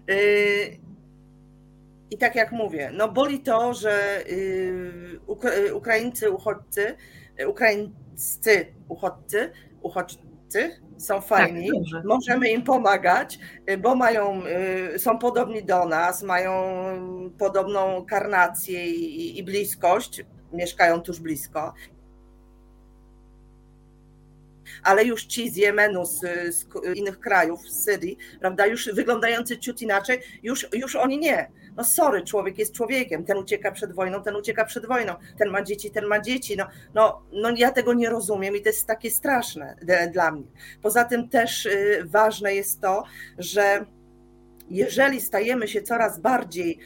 i tak jak mówię, no boli to, że Ukraińcy uchodźcy, ukraińscy uchodźcy, uchodźcy są fajni, tak, możemy im pomagać, bo mają, są podobni do nas, mają podobną karnację i, i bliskość, mieszkają tuż blisko. Ale już ci z Jemenu, z, z innych krajów, z Syrii, prawda, już wyglądający ciut inaczej, już, już oni nie. No sorry, człowiek jest człowiekiem, ten ucieka przed wojną, ten ucieka przed wojną, ten ma dzieci, ten ma dzieci, no, no, no ja tego nie rozumiem i to jest takie straszne dla mnie. Poza tym też ważne jest to, że jeżeli stajemy się coraz bardziej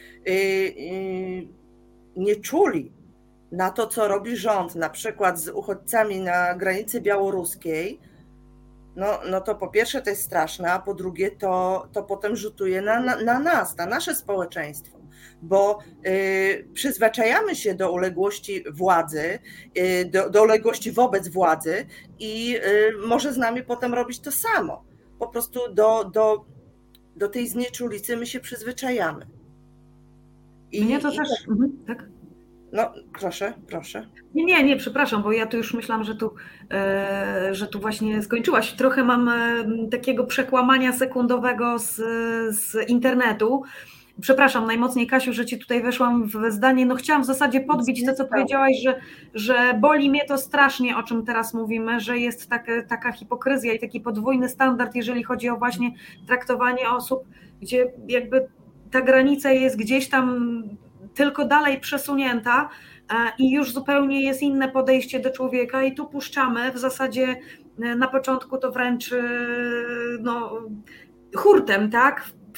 nieczuli na to, co robi rząd, na przykład z uchodźcami na granicy białoruskiej, no, no to po pierwsze to jest straszne, a po drugie to, to potem rzutuje na, na, na nas, na nasze społeczeństwo, bo y, przyzwyczajamy się do uległości władzy, y, do, do uległości wobec władzy i y, może z nami potem robić to samo. Po prostu do, do, do tej znieczulicy my się przyzwyczajamy.
I, Mnie to i też, to... mhm, tak.
No, proszę, proszę.
Nie, nie, nie, przepraszam, bo ja tu już myślałam, że tu, e, że tu właśnie skończyłaś. Trochę mam e, takiego przekłamania sekundowego z, z internetu. Przepraszam najmocniej, Kasiu, że ci tutaj weszłam w zdanie. No chciałam w zasadzie podbić to, co powiedziałaś, że, że boli mnie to strasznie, o czym teraz mówimy, że jest taka, taka hipokryzja i taki podwójny standard, jeżeli chodzi o właśnie traktowanie osób, gdzie jakby ta granica jest gdzieś tam tylko dalej przesunięta i już zupełnie jest inne podejście do człowieka i tu puszczamy w zasadzie na początku to wręcz no, hurtem, tak?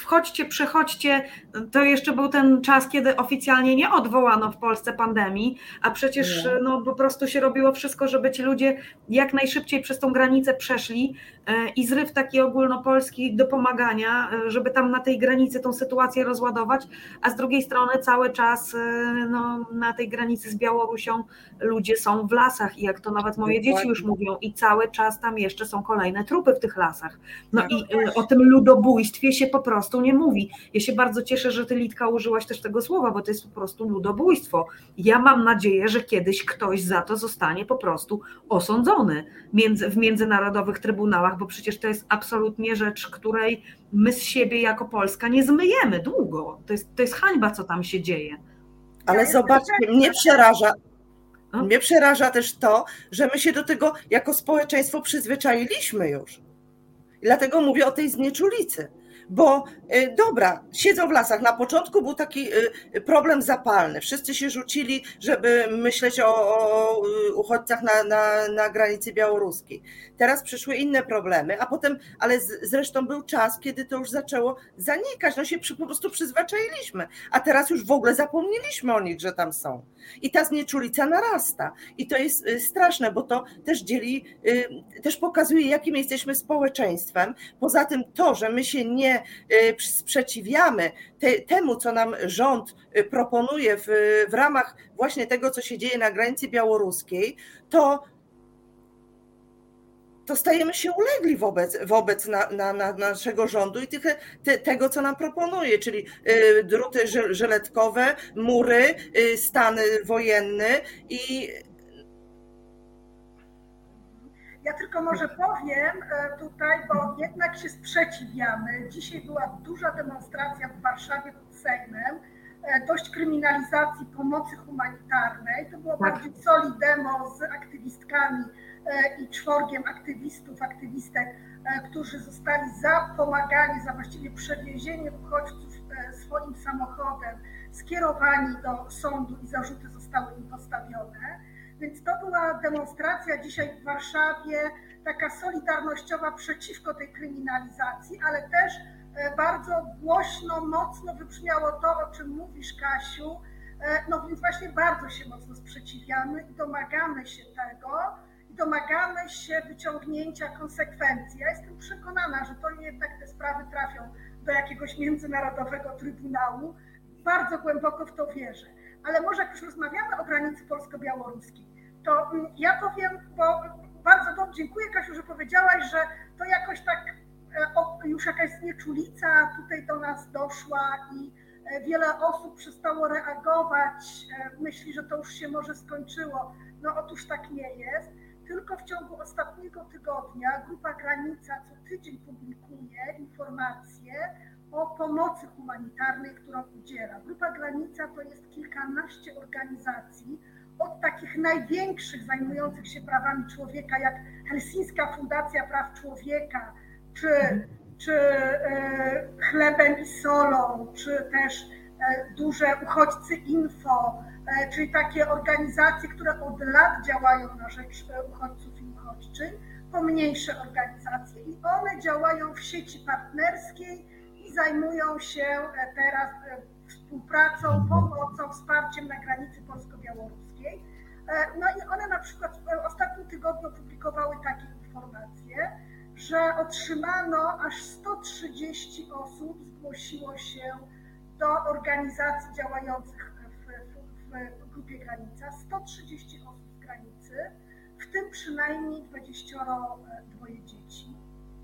wchodźcie, przechodźcie, to jeszcze był ten czas, kiedy oficjalnie nie odwołano w Polsce pandemii, a przecież
Nie.
no, po prostu się robiło wszystko, żeby ci ludzie jak najszybciej przez tą granicę przeszli i zryw taki ogólnopolski do pomagania, żeby tam na tej granicy tą sytuację rozładować, a z drugiej strony cały czas no, na tej granicy z Białorusią ludzie są w lasach i jak to nawet moje
Dokładnie.
dzieci już mówią i cały czas tam jeszcze są kolejne trupy w tych lasach. No
Tak.
i o tym ludobójstwie się po prostu nie mówi. Ja się bardzo cieszę, że ty, Litka, użyłaś też tego słowa, bo to jest po prostu ludobójstwo. Ja mam nadzieję, że kiedyś ktoś za to zostanie po prostu osądzony między, w międzynarodowych trybunałach, bo przecież to jest absolutnie rzecz, której my z siebie jako Polska nie zmyjemy długo. To jest, to jest hańba, co tam się dzieje.
Ale zobaczcie, mnie przeraża,
No.
mnie przeraża też to, że my się do tego jako społeczeństwo przyzwyczailiśmy już. I dlatego mówię o tej znieczulicy. Bo y, dobra, siedzą w lasach. Na początku był taki y, problem zapalny. Wszyscy się rzucili, żeby myśleć o, o uchodźcach na, na, na granicy białoruskiej. Teraz przyszły inne problemy, a potem, ale z, zresztą był czas, kiedy to już zaczęło zanikać. No się przy, po prostu przyzwyczailiśmy. A teraz już w ogóle zapomnieliśmy o nich, że tam są. I ta znieczulica narasta. I to jest y, straszne, bo to też dzieli, y, też pokazuje, jakim jesteśmy społeczeństwem. Poza tym to, że my się nie sprzeciwiamy te, temu, co nam rząd proponuje w, w ramach właśnie tego, co się dzieje na granicy białoruskiej, to, to stajemy się ulegli wobec, wobec na, na, na naszego rządu i tych, te, tego, co nam proponuje, czyli druty żyletkowe, mury, stan wojenny i
Ja tylko może powiem tutaj, bo jednak się sprzeciwiamy. Dzisiaj była duża demonstracja w Warszawie pod Sejmem, dość kryminalizacji pomocy humanitarnej. To było
Tak.
bardziej solidemo z aktywistkami i czworgiem aktywistów, aktywistek, którzy zostali za pomaganie, za właściwie przewiezienie uchodźców swoim samochodem, skierowani do sądu i zarzuty zostały im postawione. Więc to była demonstracja dzisiaj w Warszawie, taka solidarnościowa przeciwko tej kryminalizacji, ale też bardzo głośno, mocno wybrzmiało to, o czym mówisz, Kasiu. No więc właśnie bardzo się mocno sprzeciwiamy i domagamy się tego, i domagamy się wyciągnięcia konsekwencji. Ja jestem przekonana, że to jednak te sprawy trafią do jakiegoś międzynarodowego trybunału. Bardzo głęboko w to wierzę. Ale może jak już rozmawiamy o granicy polsko-białoruskiej, to ja powiem, bo bardzo dobrze, dziękuję, Kasiu, że powiedziałaś, że to jakoś tak już jakaś znieczulica tutaj do nas doszła i wiele osób przestało reagować, myśli, że to już się może skończyło. No otóż tak nie jest. Tylko w ciągu ostatniego tygodnia Grupa Granica co tydzień publikuje informacje o pomocy humanitarnej, którą udziela. Grupa Granica to jest kilkanaście organizacji, od takich największych zajmujących się prawami człowieka, jak Helsińska Fundacja Praw Człowieka, czy, czy e, Chlebem i Solą, czy też e, duże Uchodźcy Info, e, czyli takie organizacje, które od lat działają na rzecz uchodźców i uchodźczyń, po mniejsze organizacje i one działają w sieci partnerskiej i zajmują się teraz współpracą, pomocą, wsparciem na granicy polsko-białoruskiej. No i one na przykład w ostatnim tygodniu opublikowały takie informacje, że otrzymano aż sto trzydzieści osób zgłosiło się do organizacji działających w, w, w Grupie Granica, sto trzydzieści osób z granicy, w tym przynajmniej dwadzieścia dwa dzieci.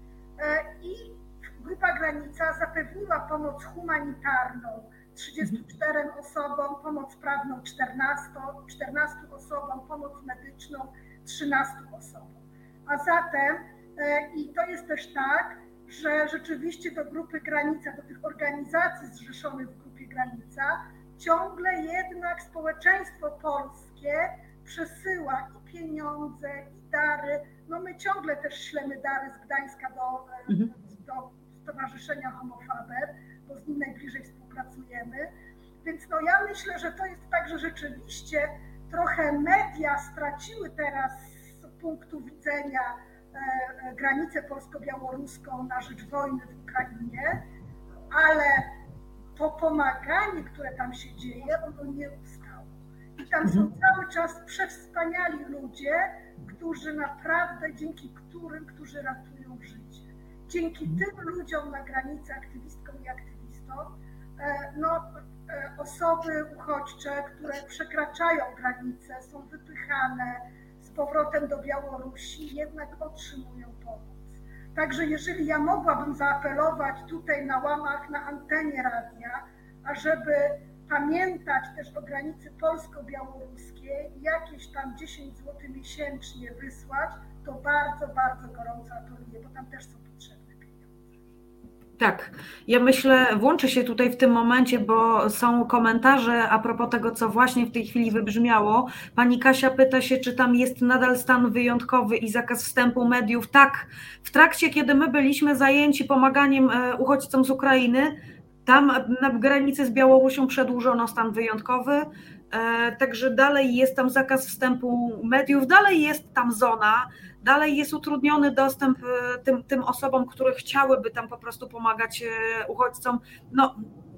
I Grupa Granica zapewniła pomoc humanitarną trzydziestu czterem osobom, pomoc prawną czternastu osobom, pomoc medyczną trzynastu osobom. A zatem, i to jest też tak, że rzeczywiście do Grupy Granica, do tych organizacji zrzeszonych w Grupie Granica, ciągle jednak społeczeństwo polskie przesyła i pieniądze, i dary. No my ciągle też ślemy dary z Gdańska do, mhm. do Stowarzyszenia Homo Faber, bo z nim najbliżej współpracujemy. Więc no ja myślę, że to jest tak, że rzeczywiście trochę media straciły teraz z punktu widzenia e, granicę polsko-białoruską na rzecz wojny w Ukrainie, ale pomaganie, które tam się dzieje, ono nie ustało. I tam są cały czas przewspaniali ludzie, którzy naprawdę, dzięki którym, którzy ratują życie. Dzięki tym ludziom na granicy, aktywistkom i aktywistom, no, osoby uchodźcze, które przekraczają granicę, są wypychane z powrotem do Białorusi, jednak otrzymują pomoc. Także jeżeli ja mogłabym zaapelować tutaj na łamach, na antenie radia, ażeby pamiętać też o granicy polsko-białoruskiej, jakieś tam dziesięć złotych miesięcznie wysłać, to bardzo, bardzo gorąco apeluję, bo tam też są potrzebne pieniądze.
Tak, ja myślę, włączę się tutaj w tym momencie, bo są komentarze a propos tego, co właśnie w tej chwili wybrzmiało. Pani Kasia pyta się, czy tam jest nadal stan wyjątkowy i zakaz wstępu mediów. Tak, w trakcie, kiedy my byliśmy zajęci pomaganiem uchodźcom z Ukrainy, tam na granicy z Białorusią przedłużono stan wyjątkowy, także dalej jest tam zakaz wstępu mediów, dalej jest tam zona, dalej jest utrudniony dostęp tym, tym osobom, które chciałyby tam po prostu pomagać uchodźcom. No,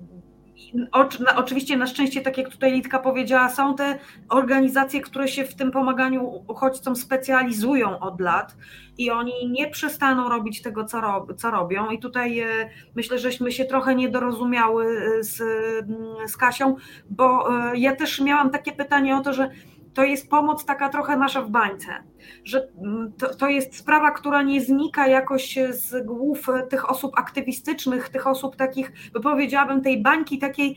oczywiście na szczęście, tak jak tutaj Litka powiedziała, są te organizacje, które się w tym pomaganiu uchodźcom specjalizują od lat i oni nie przestaną robić tego, co, rob, co robią. I tutaj myślę, żeśmy się trochę niedorozumiały z, z Kasią, bo ja też miałam takie pytanie o to, że to jest pomoc taka trochę nasza w bańce, że to, to jest sprawa, która nie znika jakoś z głów tych osób aktywistycznych, tych osób takich, by powiedziałabym, tej bańki takiej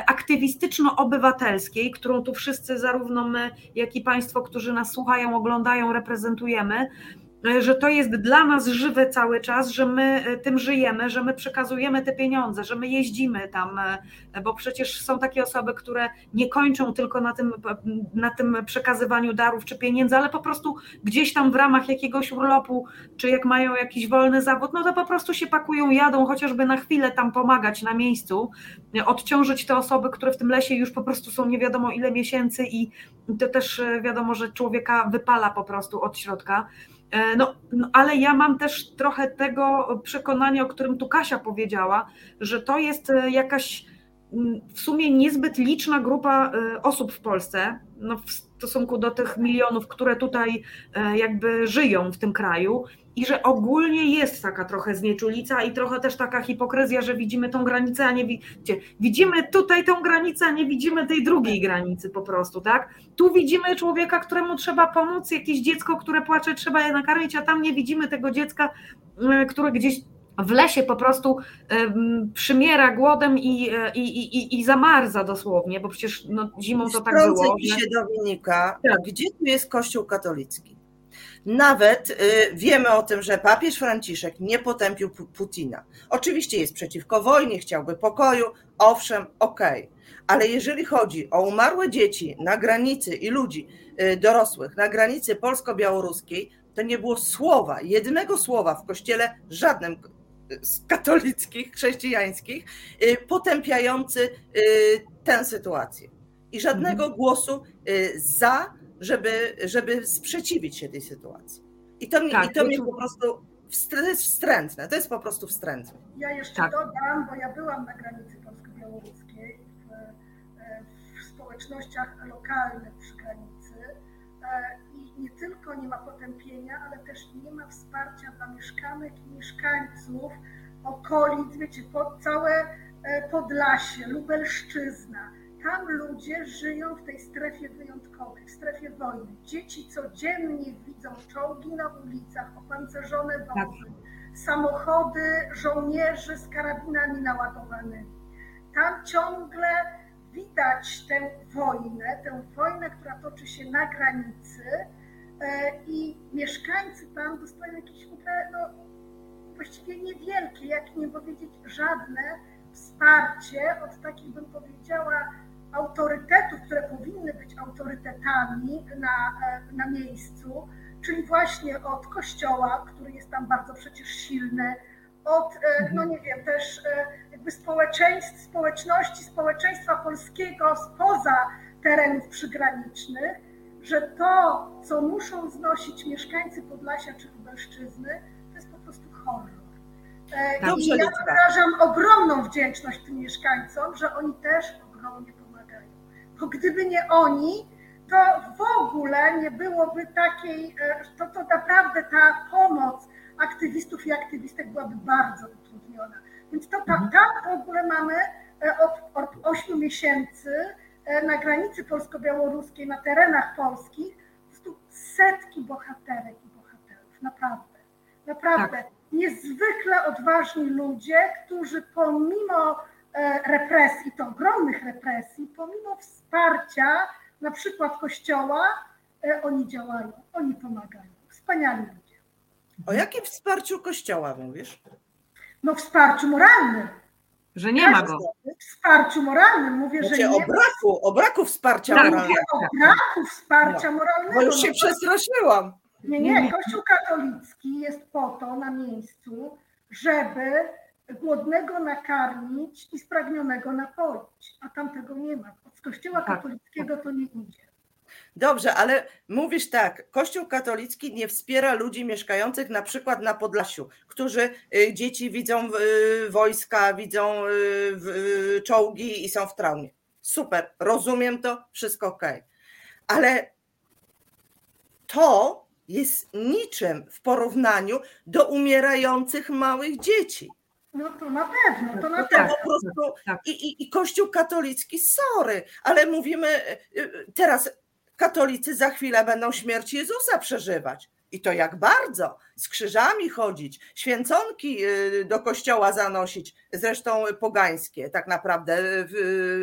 aktywistyczno-obywatelskiej, którą tu wszyscy, zarówno my, jak i Państwo, którzy nas słuchają, oglądają, reprezentujemy, że to jest dla nas żywe cały czas, że my tym żyjemy, że my przekazujemy te pieniądze, że my jeździmy tam, bo przecież są takie osoby, które nie kończą tylko na tym, na tym przekazywaniu darów czy pieniędzy, ale po prostu gdzieś tam w ramach jakiegoś urlopu, czy jak mają jakiś wolny zawód, no to po prostu się pakują, jadą chociażby na chwilę tam pomagać na miejscu, odciążyć te osoby, które w tym lesie już po prostu są nie wiadomo ile miesięcy i to też wiadomo, że człowieka wypala po prostu od środka. No, no, ale ja mam też trochę tego przekonania, o którym tu Kasia powiedziała, że to jest jakaś w sumie niezbyt liczna grupa osób w Polsce, no w stosunku do tych milionów, które tutaj jakby żyją w tym kraju i że ogólnie jest taka trochę znieczulica i trochę też taka hipokryzja, że widzimy tą granicę, a nie widzicie. Widzimy tutaj tą granicę, a nie widzimy tej drugiej granicy po prostu, tak? Tu widzimy człowieka, któremu trzeba pomóc, jakieś dziecko, które płacze, trzeba je nakarmić, a tam nie widzimy tego dziecka, które gdzieś w lesie po prostu um, przymiera głodem i, i, i, i zamarza dosłownie, bo przecież no, zimą to tak było.
Wtrącę się, Dominika, tak. Gdzie tu jest Kościół katolicki? Nawet y, wiemy o tym, że papież Franciszek nie potępił Putina. Oczywiście jest przeciwko wojnie, chciałby pokoju, owszem, okej. Okay. Ale jeżeli chodzi o umarłe dzieci na granicy i ludzi y, dorosłych na granicy polsko-białoruskiej, to nie było słowa, jednego słowa w kościele, żadnym z katolickich, chrześcijańskich, y, potępiający y, tę sytuację. I żadnego mhm. głosu y, za, żeby, żeby sprzeciwić się tej sytuacji. I to, mnie, tak, i to mnie po prostu to jest wstrętne, to jest po prostu wstrętne.
Ja jeszcze tak. dodam, bo ja byłam na granicy polsko-białoruskiej w, w społecznościach lokalnych przy granicy i nie tylko nie ma potępienia, ale też nie ma wsparcia dla mieszkanek i mieszkańców okolic, wiecie, po całe Podlasie, Lubelszczyzna. Tam ludzie żyją w tej strefie wyjątkowej, w strefie wojny. Dzieci codziennie widzą czołgi na ulicach, opancerzone wozy, tak. samochody żołnierzy z karabinami naładowanymi. Tam ciągle widać tę wojnę, tę wojnę, która toczy się na granicy i mieszkańcy tam dostają jakieś no, właściwie niewielkie, jak nie powiedzieć żadne wsparcie od takich, bym powiedziała, autorytetów, które powinny być autorytetami na, na miejscu, czyli właśnie od kościoła, który jest tam bardzo przecież silny, od, no nie wiem, też jakby społeczeństw, społeczności, społeczeństwa polskiego spoza terenów przygranicznych, że to, co muszą znosić mieszkańcy Podlasia czy Lubelszczyzny, to jest po prostu horror. I ja wyrażam ogromną wdzięczność tym mieszkańcom, że oni też ogromnie pomagają. Bo gdyby nie oni, to w ogóle nie byłoby takiej, to, to naprawdę ta pomoc aktywistów i aktywistek byłaby bardzo utrudniona. Więc to tam, tam w ogóle mamy od, od ośmiu miesięcy na granicy polsko-białoruskiej, na terenach polskich, po prostu setki bohaterek i bohaterów, naprawdę, naprawdę. Tak. Niezwykle odważni ludzie, którzy pomimo represji, to ogromnych represji, pomimo wsparcia na przykład Kościoła, oni działają, oni pomagają. Wspaniali ludzie.
O jakim wsparciu Kościoła mówisz?
No wsparciu moralnym.
Że nie ma go.
Wsparciu moralnym, mówię,
znaczy,
że nie
o braku, o braku wsparcia
tak,
moralnego.
O braku wsparcia no, moralnego.
Bo już się przestraszyłam.
Nie, nie, Kościół katolicki jest po to na miejscu, żeby głodnego nakarmić i spragnionego napoić, a tam tego nie ma. Od Kościoła katolickiego to nie idzie.
Dobrze, ale mówisz tak, Kościół katolicki nie wspiera ludzi mieszkających na przykład na Podlasiu, którzy dzieci widzą wojska, widzą czołgi i są w traumie. Super, rozumiem to, wszystko okej. Ale to jest niczym w porównaniu do umierających małych dzieci.
No to na pewno, to na
to
pewno.
Po prostu, i, i, I Kościół katolicki, sorry, ale mówimy teraz, katolicy za chwilę będą śmierć Jezusa przeżywać. I to jak bardzo, z krzyżami chodzić, święconki do kościoła zanosić, zresztą pogańskie tak naprawdę w,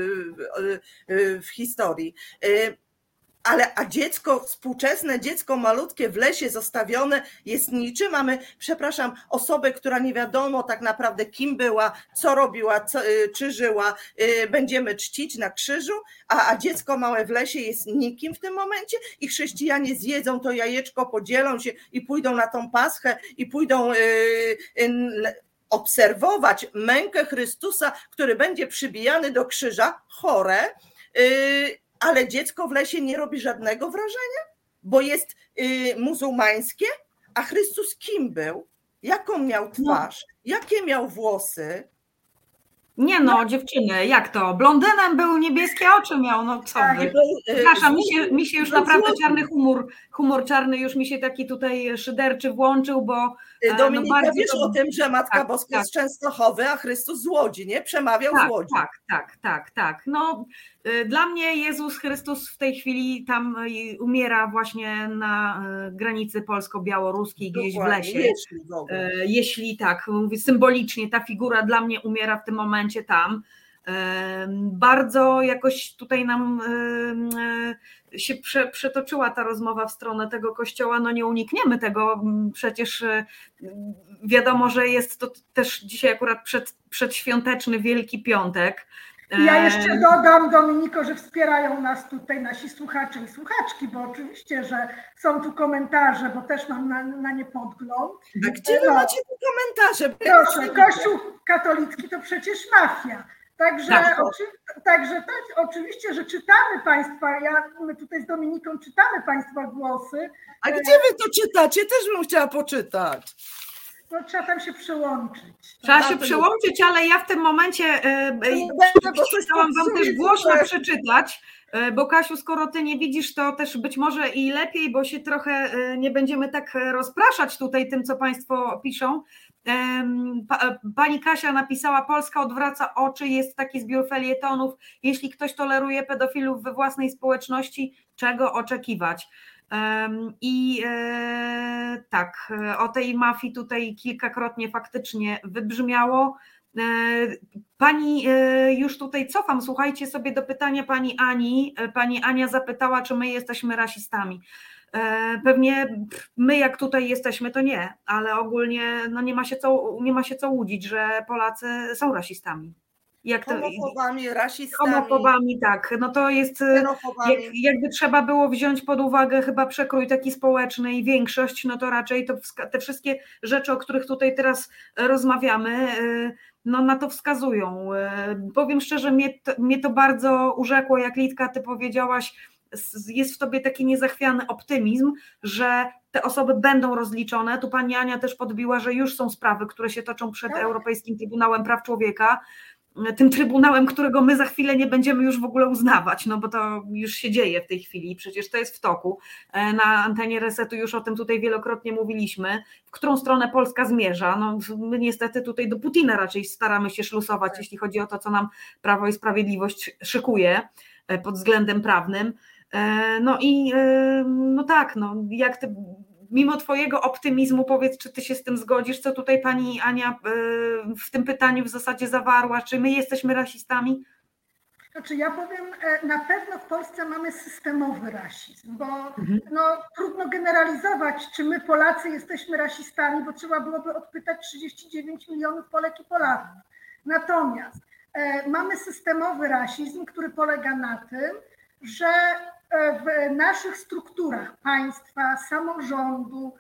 w, w historii. Ale a dziecko, współczesne dziecko malutkie w lesie zostawione jest niczym. Mamy, przepraszam, osobę, która nie wiadomo tak naprawdę kim była, co robiła, co, czy żyła, będziemy czcić na krzyżu, a, a dziecko małe w lesie jest nikim w tym momencie i chrześcijanie zjedzą to jajeczko, podzielą się i pójdą na tą paschę i pójdą yy, yy, obserwować mękę Chrystusa, który będzie przybijany do krzyża, chore, yy, ale dziecko w lesie nie robi żadnego wrażenia, bo jest y, muzułmańskie, a Chrystus kim był? Jaką miał twarz? No. Jakie miał włosy?
Nie no, no, dziewczyny, jak to? Blondynem był, niebieskie oczy miał, no co wy? Przepraszam, mi się, mi się już naprawdę czarny humor, humor czarny już mi się taki tutaj szyderczy włączył, bo...
Dominika,
no
wiesz
to...
o tym, że Matka tak, Boska tak. z Częstochowy, a Chrystus z Łodzi, nie? Przemawiał
tak,
z Łodzi.
Tak, tak, tak, tak. No, dla mnie Jezus Chrystus w tej chwili tam umiera właśnie na granicy polsko-białoruskiej, gdzieś w lesie.
Jeśli, w ogóle.
Jeśli tak, mówię symbolicznie, ta figura dla mnie umiera w tym momencie tam. Bardzo jakoś tutaj nam się prze, przetoczyła ta rozmowa w stronę tego kościoła, no nie unikniemy tego, przecież wiadomo, że jest to też dzisiaj akurat przed, przedświąteczny Wielki Piątek.
Ja jeszcze dodam, Dominiko, że wspierają nas tutaj nasi słuchacze i słuchaczki, bo oczywiście, że są tu komentarze, bo też mam na, na nie podgląd.
A gdzie wy macie te komentarze?
Proszę, Kościół katolicki to przecież mafia. Także, tak. oczy, także tak, oczywiście, że czytamy Państwa, ja, my tutaj z Dominiką czytamy Państwa głosy.
A gdzie wy to czytacie? Też bym chciała poczytać.
No, trzeba tam się przyłączyć.
Trzeba się przyłączyć, ale ja w tym momencie chciałam wam też głośno przeczytać, bo Kasiu, skoro ty nie widzisz, to też być może i lepiej, bo się trochę nie będziemy tak rozpraszać tutaj tym, co Państwo piszą. Pani Kasia napisała: Polska odwraca oczy, jest taki zbiór felietonów. Jeśli ktoś toleruje pedofilów we własnej społeczności, czego oczekiwać? I tak, o tej mafii tutaj kilkakrotnie faktycznie wybrzmiało. Pani, już tutaj cofam, słuchajcie sobie do pytania pani Ani. Pani Ania zapytała, czy my jesteśmy rasistami. Pewnie my jak tutaj jesteśmy, to nie, ale ogólnie no nie ma się co, nie ma się co łudzić, że Polacy są rasistami. Jak to,
homofobami, rasistami.
Homofobami, tak. No to jest, jak, jakby trzeba było wziąć pod uwagę chyba przekrój taki społeczny i większość, no to raczej to te wszystkie rzeczy, o których tutaj teraz rozmawiamy, no na to wskazują. Powiem szczerze, mnie to, mnie to bardzo urzekło, jak Litka, ty powiedziałaś, jest w tobie taki niezachwiany optymizm, że te osoby będą rozliczone. Tu pani Ania też podbiła, że już są sprawy, które się toczą przed
Tak.
Europejskim Trybunałem Praw Człowieka, tym trybunałem, którego my za chwilę nie będziemy już w ogóle uznawać, no bo to już się dzieje w tej chwili, przecież to jest w toku. Na antenie Resetu już o tym tutaj wielokrotnie mówiliśmy, w którą stronę Polska zmierza. No, my niestety tutaj do Putina raczej staramy się szlusować,
Tak.
jeśli chodzi o to, co nam Prawo i Sprawiedliwość szykuje pod względem prawnym. No i no tak, no jak ty, mimo twojego optymizmu, powiedz, czy ty się z tym zgodzisz, co tutaj pani Ania w tym pytaniu w zasadzie zawarła, czy my jesteśmy rasistami?
Znaczy ja powiem, na pewno w Polsce mamy systemowy rasizm, bo mhm. no, trudno generalizować, czy my Polacy jesteśmy rasistami, bo trzeba byłoby odpytać trzydzieści dziewięć milionów Polek i Polaków. Natomiast e, mamy systemowy rasizm, który polega na tym, że w naszych strukturach państwa, samorządu,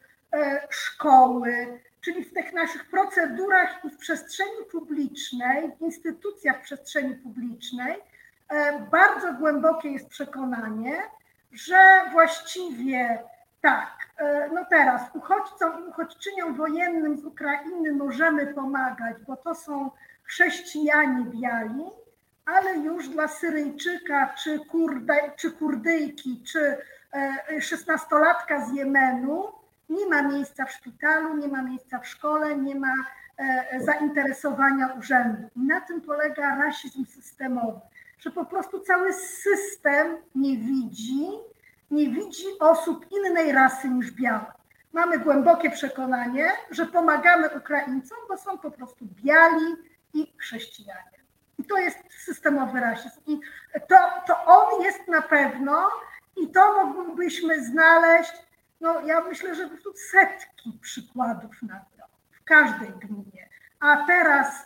szkoły, czyli w tych naszych procedurach i w przestrzeni publicznej, w instytucjach przestrzeni publicznej, bardzo głębokie jest przekonanie, że właściwie tak, no teraz uchodźcom i uchodźczyniom wojennym z Ukrainy możemy pomagać, bo to są chrześcijanie biali, ale już dla Syryjczyka, czy, Kurde, czy Kurdyjki, czy szesnastolatka z Jemenu nie ma miejsca w szpitalu, nie ma miejsca w szkole, nie ma zainteresowania urzędu. I na tym polega rasizm systemowy, że po prostu cały system nie widzi, nie widzi osób innej rasy niż białe. Mamy głębokie przekonanie, że pomagamy Ukraińcom, bo są po prostu biali i chrześcijanie. I to jest systemowy rasizm. I to, to on jest na pewno i to moglibyśmy znaleźć, no ja myślę, że tu setki przykładów na to w każdej gminie. A teraz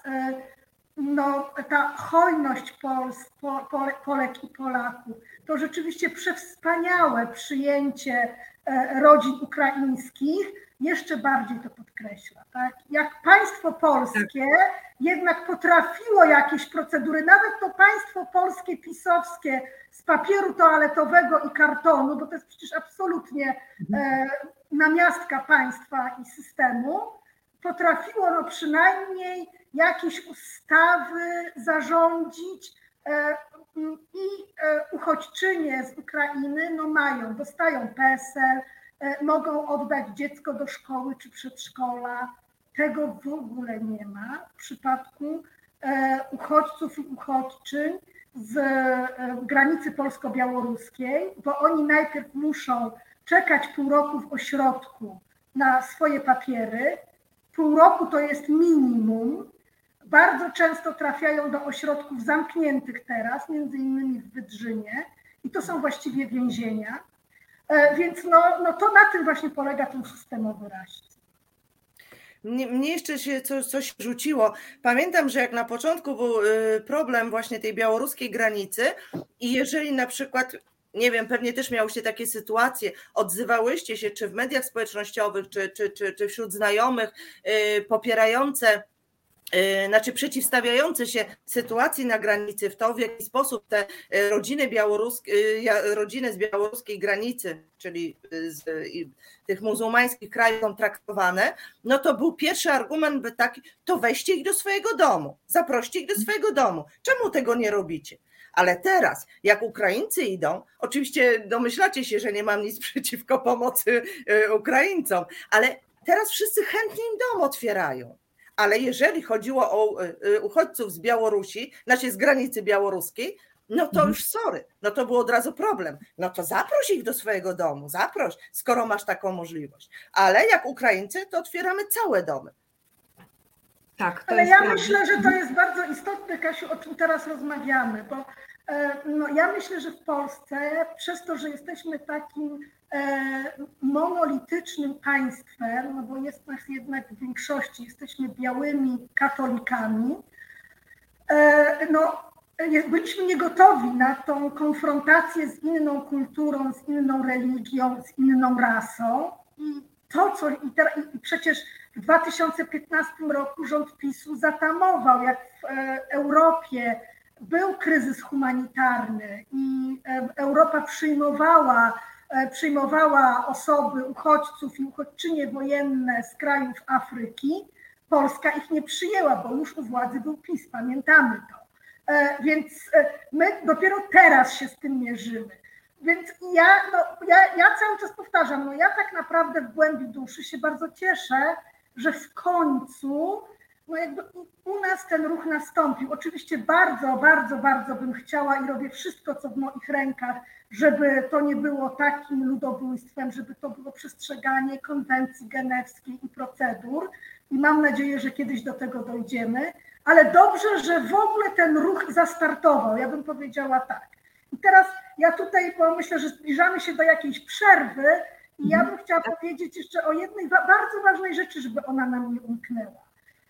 no, ta hojność Pols, po, Polek i Polaków, to rzeczywiście przewspaniałe przyjęcie rodzin ukraińskich jeszcze bardziej to podkreśla. Tak? Jak państwo polskie jednak potrafiło jakieś procedury, nawet to państwo polskie pisowskie z papieru toaletowego i kartonu, bo to jest przecież absolutnie e, namiastka państwa i systemu, potrafiło no przynajmniej jakieś ustawy zarządzić e, i e, uchodźczynie z Ukrainy no mają, dostają PESEL, e, mogą oddać dziecko do szkoły czy przedszkola. Tego w ogóle nie ma w przypadku e, uchodźców i uchodźczyń z e, granicy polsko-białoruskiej, bo oni najpierw muszą czekać pół roku w ośrodku na swoje papiery. Pół roku to jest minimum. Bardzo często trafiają do ośrodków zamkniętych teraz, między innymi w Wydrzynie, i to są właściwie więzienia. E, więc no, no to na tym właśnie polega ten systemowy rasizm.
Mnie, mnie jeszcze się coś, coś rzuciło. Pamiętam, że jak na początku był problem właśnie tej białoruskiej granicy i jeżeli na przykład, nie wiem, pewnie też miałyście takie sytuacje, odzywałyście się czy w mediach społecznościowych, czy, czy, czy, czy wśród znajomych popierające, znaczy przeciwstawiające się sytuacji na granicy, w to, w jaki sposób te rodziny białoruskie, rodziny z białoruskiej granicy, czyli z tych muzułmańskich krajów są traktowane, no to był pierwszy argument by taki, to weźcie ich do swojego domu, zaproście ich do swojego domu. Czemu tego nie robicie? Ale teraz, jak Ukraińcy idą, oczywiście domyślacie się, że nie mam nic przeciwko pomocy Ukraińcom, ale teraz wszyscy chętnie im dom otwierają. Ale jeżeli chodziło o uchodźców z Białorusi, znaczy z granicy białoruskiej, no to już sorry, no to był od razu problem. No to zaproś ich do swojego domu, zaproś, skoro masz taką możliwość. Ale jak Ukraińcy, to otwieramy całe domy.
Tak, to Ale ja prawda. Myślę, że to jest bardzo istotne, Kasiu, o czym teraz rozmawiamy, bo no, ja myślę, że w Polsce przez to, że jesteśmy takim monolitycznym państwem, no bo jest nas jednak w większości, jesteśmy białymi katolikami, no byliśmy niegotowi na tą konfrontację z inną kulturą, z inną religią, z inną rasą i to, co i, teraz, i przecież w dwa tysiące piętnastym roku rząd PiSu zatamował, jak w Europie był kryzys humanitarny i Europa przyjmowała, przyjmowała osoby, uchodźców i uchodźczynie wojenne z krajów Afryki, Polska ich nie przyjęła, bo już u władzy był PiS, pamiętamy to. Więc my dopiero teraz się z tym mierzymy. Więc ja, no, ja, ja cały czas powtarzam, no ja tak naprawdę w głębi duszy się bardzo cieszę, że w końcu no jakby u nas ten ruch nastąpił. Oczywiście bardzo, bardzo, bardzo bym chciała i robię wszystko, co w moich rękach, żeby to nie było takim ludobójstwem, żeby to było przestrzeganie konwencji genewskiej i procedur. I mam nadzieję, że kiedyś do tego dojdziemy. Ale dobrze, że w ogóle ten ruch zastartował. Ja bym powiedziała tak. I teraz ja tutaj, bo myślę, że zbliżamy się do jakiejś przerwy i ja bym chciała powiedzieć jeszcze o jednej bardzo ważnej rzeczy, żeby ona nam nie umknęła.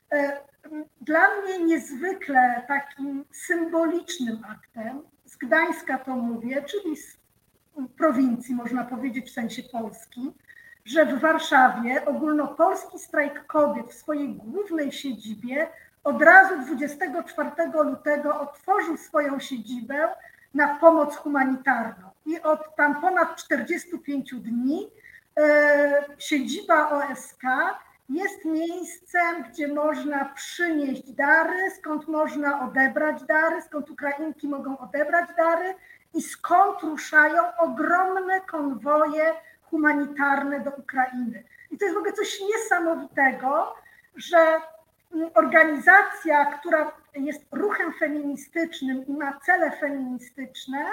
Dla mnie niezwykle takim symbolicznym aktem, z Gdańska to mówię, czyli z prowincji, można powiedzieć w sensie Polski, że w Warszawie ogólnopolski strajk kobiet w swojej głównej siedzibie od razu dwudziestego czwartego lutego otworzył swoją siedzibę na pomoc humanitarną. I od tam ponad czterdziestu pięciu dni e, siedziba O S K jest miejscem, gdzie można przynieść dary, skąd można odebrać dary, skąd Ukrainki mogą odebrać dary i skąd ruszają ogromne konwoje humanitarne do Ukrainy. I to jest w ogóle coś niesamowitego, że organizacja, która jest ruchem feministycznym i ma cele feministyczne,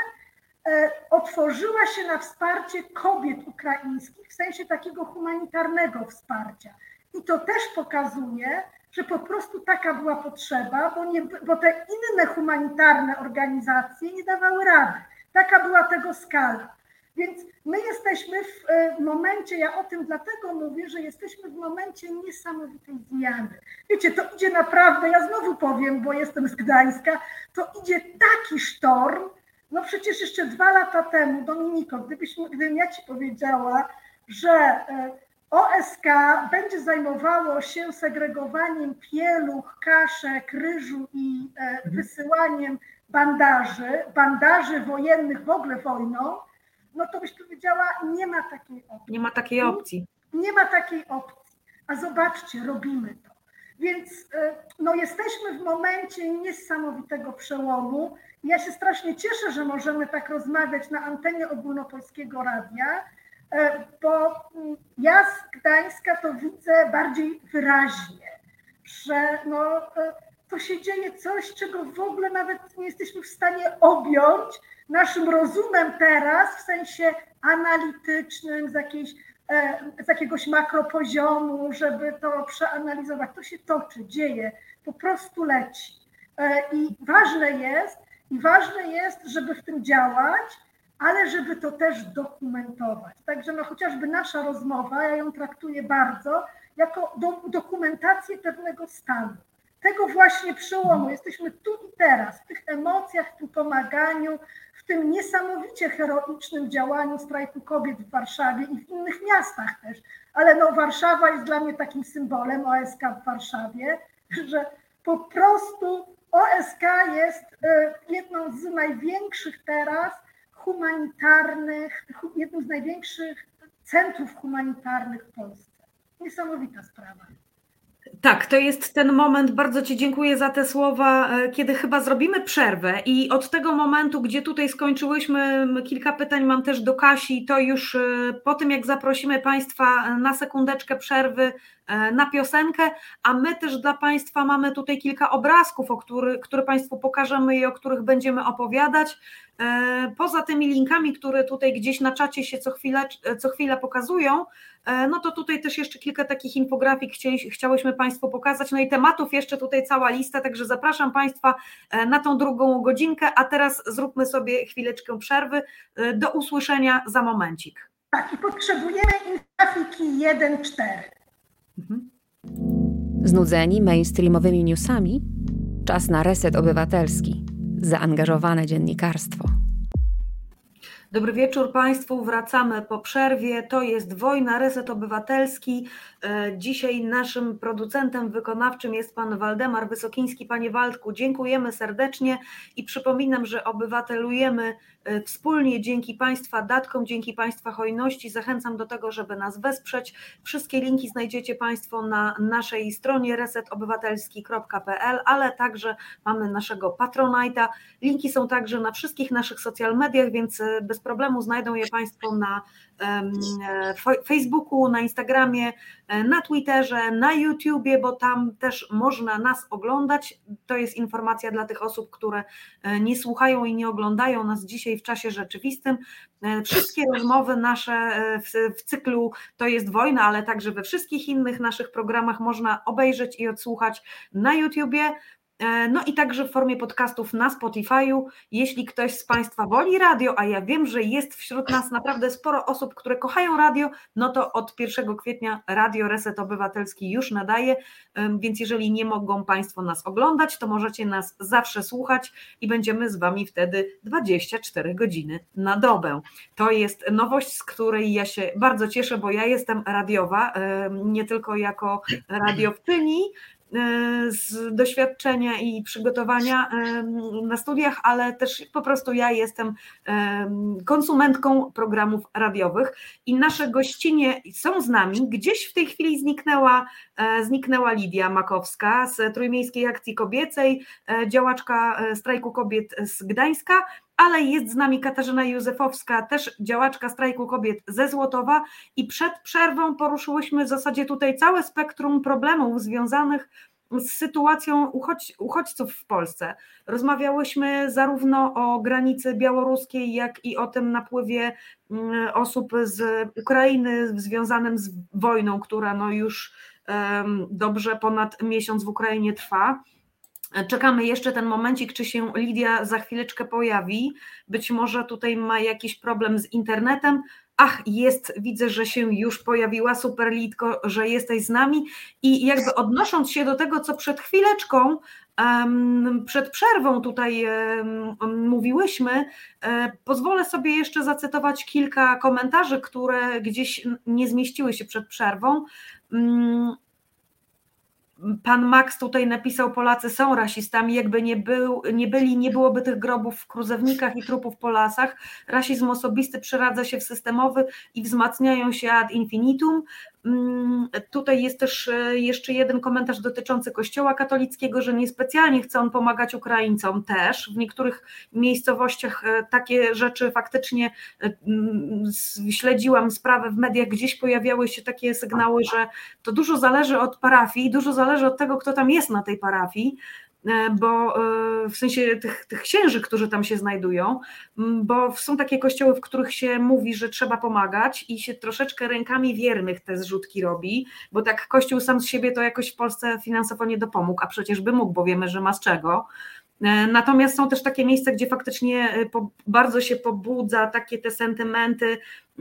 otworzyła się na wsparcie kobiet ukraińskich w sensie takiego humanitarnego wsparcia. I to też pokazuje, że po prostu taka była potrzeba, bo, nie, bo te inne humanitarne organizacje nie dawały rady. Taka była tego skala. Więc my jesteśmy w momencie, ja o tym dlatego mówię, że jesteśmy w momencie niesamowitej zmiany. Wiecie, to idzie naprawdę, ja znowu powiem, bo jestem z Gdańska, to idzie taki sztorm. No przecież jeszcze dwa lata temu, Dominiko, gdybyśmy, gdybym ja ci powiedziała, że O S K będzie zajmowało się segregowaniem pieluch, kaszek, ryżu i wysyłaniem bandaży, bandaży wojennych w ogóle wojną, no to byś powiedziała, nie ma takiej opcji.
Nie ma takiej opcji.
Nie, nie ma takiej opcji. A zobaczcie, robimy to. Więc no, jesteśmy w momencie niesamowitego przełomu. Ja się strasznie cieszę, że możemy tak rozmawiać na antenie Ogólnopolskiego Radia, bo ja z Gdańska to widzę bardziej wyraźnie, że no, to się dzieje coś, czego w ogóle nawet nie jesteśmy w stanie objąć naszym rozumem teraz, w sensie analitycznym, z, jakiejś, z jakiegoś makropoziomu, żeby to przeanalizować. To się toczy, dzieje, po prostu leci. I ważne jest, i ważne jest, żeby w tym działać, ale żeby to też dokumentować. Także no chociażby nasza rozmowa, ja ją traktuję bardzo jako do, dokumentację pewnego stanu. Tego właśnie przełomu. Jesteśmy tu i teraz, w tych emocjach, w tym pomaganiu, w tym niesamowicie heroicznym działaniu strajku kobiet w Warszawie i w innych miastach też. Ale no Warszawa jest dla mnie takim symbolem, O S K w Warszawie, że po prostu O S K jest jedną z największych teraz humanitarnych, jednym z największych centrów humanitarnych w Polsce. Niesamowita sprawa.
Tak, to jest ten moment, bardzo Ci dziękuję za te słowa, kiedy chyba zrobimy przerwę i od tego momentu, gdzie tutaj skończyłyśmy, kilka pytań mam też do Kasi, to już po tym jak zaprosimy Państwa na sekundeczkę przerwy na piosenkę, a my też dla Państwa mamy tutaj kilka obrazków, o który, które Państwu pokażemy i o których będziemy opowiadać. Poza tymi linkami, które tutaj gdzieś na czacie się co chwilę, co chwilę pokazują, no to tutaj też jeszcze kilka takich infografik chcieli, chciałyśmy Państwu pokazać, no i tematów jeszcze tutaj cała lista, także zapraszam Państwa na tą drugą godzinkę, a teraz zróbmy sobie chwileczkę przerwy, do usłyszenia za momencik.
Tak, i potrzebujemy infografiki jeden cztery.
Mhm. Znudzeni mainstreamowymi newsami? Czas na reset obywatelski. Zaangażowane dziennikarstwo.
Dobry wieczór Państwu, wracamy po przerwie. To jest Wojna, Reset Obywatelski. Dzisiaj naszym producentem wykonawczym jest pan Waldemar Wysokiński. Panie Waldku, dziękujemy serdecznie i przypominam, że obywatelujemy wspólnie dzięki Państwa datkom, dzięki Państwa hojności. Zachęcam do tego, żeby nas wesprzeć. Wszystkie linki znajdziecie Państwo na naszej stronie reset obywatelski kropka p l, ale także mamy naszego Patronite'a. Linki są także na wszystkich naszych social mediach, więc bez problemu znajdą je Państwo na Facebooku, na Instagramie, na Twitterze, na YouTubie, bo tam też można nas oglądać. To jest informacja dla tych osób, które nie słuchają i nie oglądają nas dzisiaj w czasie rzeczywistym. Wszystkie rozmowy nasze w cyklu To jest wojna, ale także we wszystkich innych naszych programach można obejrzeć i odsłuchać na YouTubie. No i także w formie podcastów na Spotify'u. Jeśli ktoś z Państwa woli radio, a ja wiem, że jest wśród nas naprawdę sporo osób, które kochają radio, no to od pierwszego kwietnia Radio Reset Obywatelski już nadaje, więc jeżeli nie mogą Państwo nas oglądać, to możecie nas zawsze słuchać i będziemy z Wami wtedy dwadzieścia cztery godziny na dobę. To jest nowość, z której ja się bardzo cieszę, bo ja jestem radiowa, nie tylko jako radiowczyni, z doświadczenia i przygotowania na studiach, ale też po prostu ja jestem konsumentką programów radiowych i nasze gościnie są z nami. Gdzieś w tej chwili zniknęła, zniknęła Lidia Makowska z Trójmiejskiej Akcji Kobiecej, działaczka strajku kobiet z Gdańska, ale jest z nami Katarzyna Józefowska, też działaczka strajku kobiet ze Złotowa i przed przerwą poruszyłyśmy w zasadzie tutaj całe spektrum problemów związanych z sytuacją uchodź, uchodźców w Polsce. Rozmawiałyśmy zarówno o granicy białoruskiej, jak i o tym napływie osób z Ukrainy związanym z wojną, która no już um, dobrze ponad miesiąc w Ukrainie trwa. Czekamy jeszcze ten momencik, czy się Lidia za chwileczkę pojawi. Być może tutaj ma jakiś problem z internetem. Ach, jest, widzę, że się już pojawiła, super Lidko, że jesteś z nami i jakby odnosząc się do tego, co przed chwileczką, um, przed przerwą tutaj um, mówiłyśmy, um, pozwolę sobie jeszcze zacytować kilka komentarzy, które gdzieś nie zmieściły się przed przerwą. Um, Pan Max tutaj napisał, Polacy są rasistami, jakby nie, był, nie byli, nie byłoby tych grobów w kruzewnikach i trupów po lasach. Rasizm osobisty przeradza się w systemowy i wzmacniają się ad infinitum. Tutaj jest też jeszcze jeden komentarz dotyczący Kościoła katolickiego, że niespecjalnie chce on pomagać Ukraińcom też. W niektórych miejscowościach takie rzeczy faktycznie, śledziłam sprawę w mediach, gdzieś pojawiały się takie sygnały, że to dużo zależy od parafii, dużo zależy od tego, kto tam jest na tej parafii, bo w sensie tych, tych księży, którzy tam się znajdują, bo są takie kościoły, w których się mówi, że trzeba pomagać i się troszeczkę rękami wiernych te zrzutki robi, bo tak kościół sam z siebie to jakoś w Polsce finansowo nie dopomógł, a przecież by mógł, bo wiemy, że ma z czego. Natomiast są też takie miejsca, gdzie faktycznie bardzo się pobudza takie te sentymenty.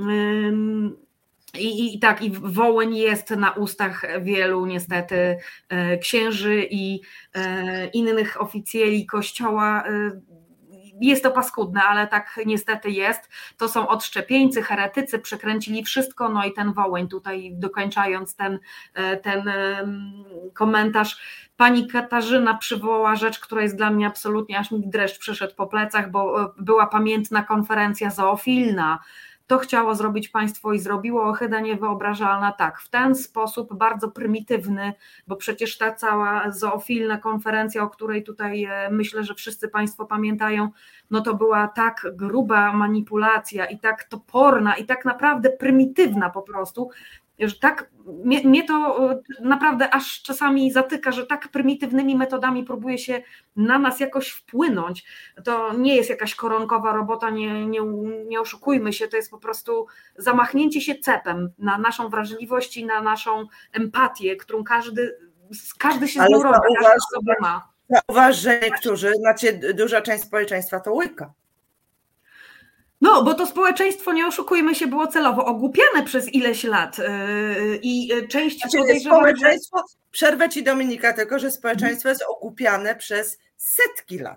I, I tak, i Wołyń jest na ustach wielu niestety księży i innych oficjeli kościoła. Jest to paskudne, ale tak niestety jest. To są odszczepieńcy, heretycy, przekręcili wszystko, no i ten Wołyń tutaj dokończając ten, ten komentarz. Pani Katarzyna przywołała rzecz, która jest dla mnie absolutnie, aż mi dreszcz przeszedł po plecach, bo była pamiętna konferencja zoofilna. To chciało zrobić państwo i zrobiło, ohyda niewyobrażalna, tak, w ten sposób bardzo prymitywny, bo przecież ta cała zoofilna konferencja, o której tutaj myślę, że wszyscy państwo pamiętają, no to była tak gruba manipulacja i tak toporna i tak naprawdę prymitywna po prostu, że tak, mnie, mnie to naprawdę aż czasami zatyka, że tak prymitywnymi metodami próbuje się na nas jakoś wpłynąć. To nie jest jakaś koronkowa robota, nie, nie, nie oszukujmy się, to jest po prostu zamachnięcie się cepem na naszą wrażliwość i na naszą empatię, którą każdy, każdy się z nią robi, każdy sobie ma.
Zauważ, że niektórzy, znaczy duża część społeczeństwa to łyka.
No, bo to społeczeństwo, nie oszukujmy się, było celowo ogłupiane przez ileś lat i część
znaczy,
podejrzewa,
społeczeństwo, przerwę ci Dominika, tylko że społeczeństwo jest ogłupiane przez setki lat.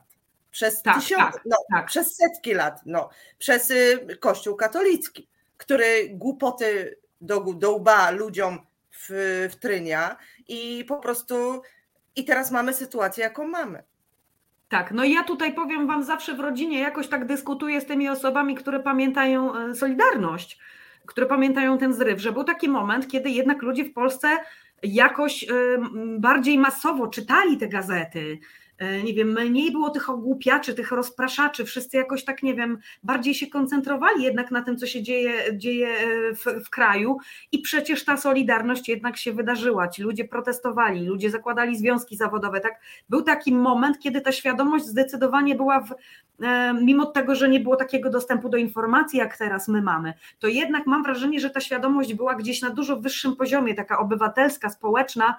przez
Tak,
tysiące,
tak,
no,
tak.
przez setki lat, no, przez Kościół katolicki, który głupoty do, do łba ludziom w, wtrynia i po prostu i teraz mamy sytuację, jaką mamy.
Tak, no i ja tutaj powiem wam, zawsze w rodzinie jakoś tak dyskutuję z tymi osobami, które pamiętają Solidarność, które pamiętają ten zryw, że był taki moment, kiedy jednak ludzie w Polsce jakoś bardziej masowo czytali te gazety. Nie wiem, mniej było tych ogłupiaczy, tych rozpraszaczy, wszyscy jakoś tak, nie wiem, bardziej się koncentrowali jednak na tym, co się dzieje, dzieje w, w kraju i przecież ta solidarność jednak się wydarzyła, ci ludzie protestowali, ludzie zakładali związki zawodowe, tak? Był taki moment, kiedy ta świadomość zdecydowanie była w, mimo tego, że nie było takiego dostępu do informacji, jak teraz my mamy, to jednak mam wrażenie, że ta świadomość była gdzieś na dużo wyższym poziomie, taka obywatelska, społeczna.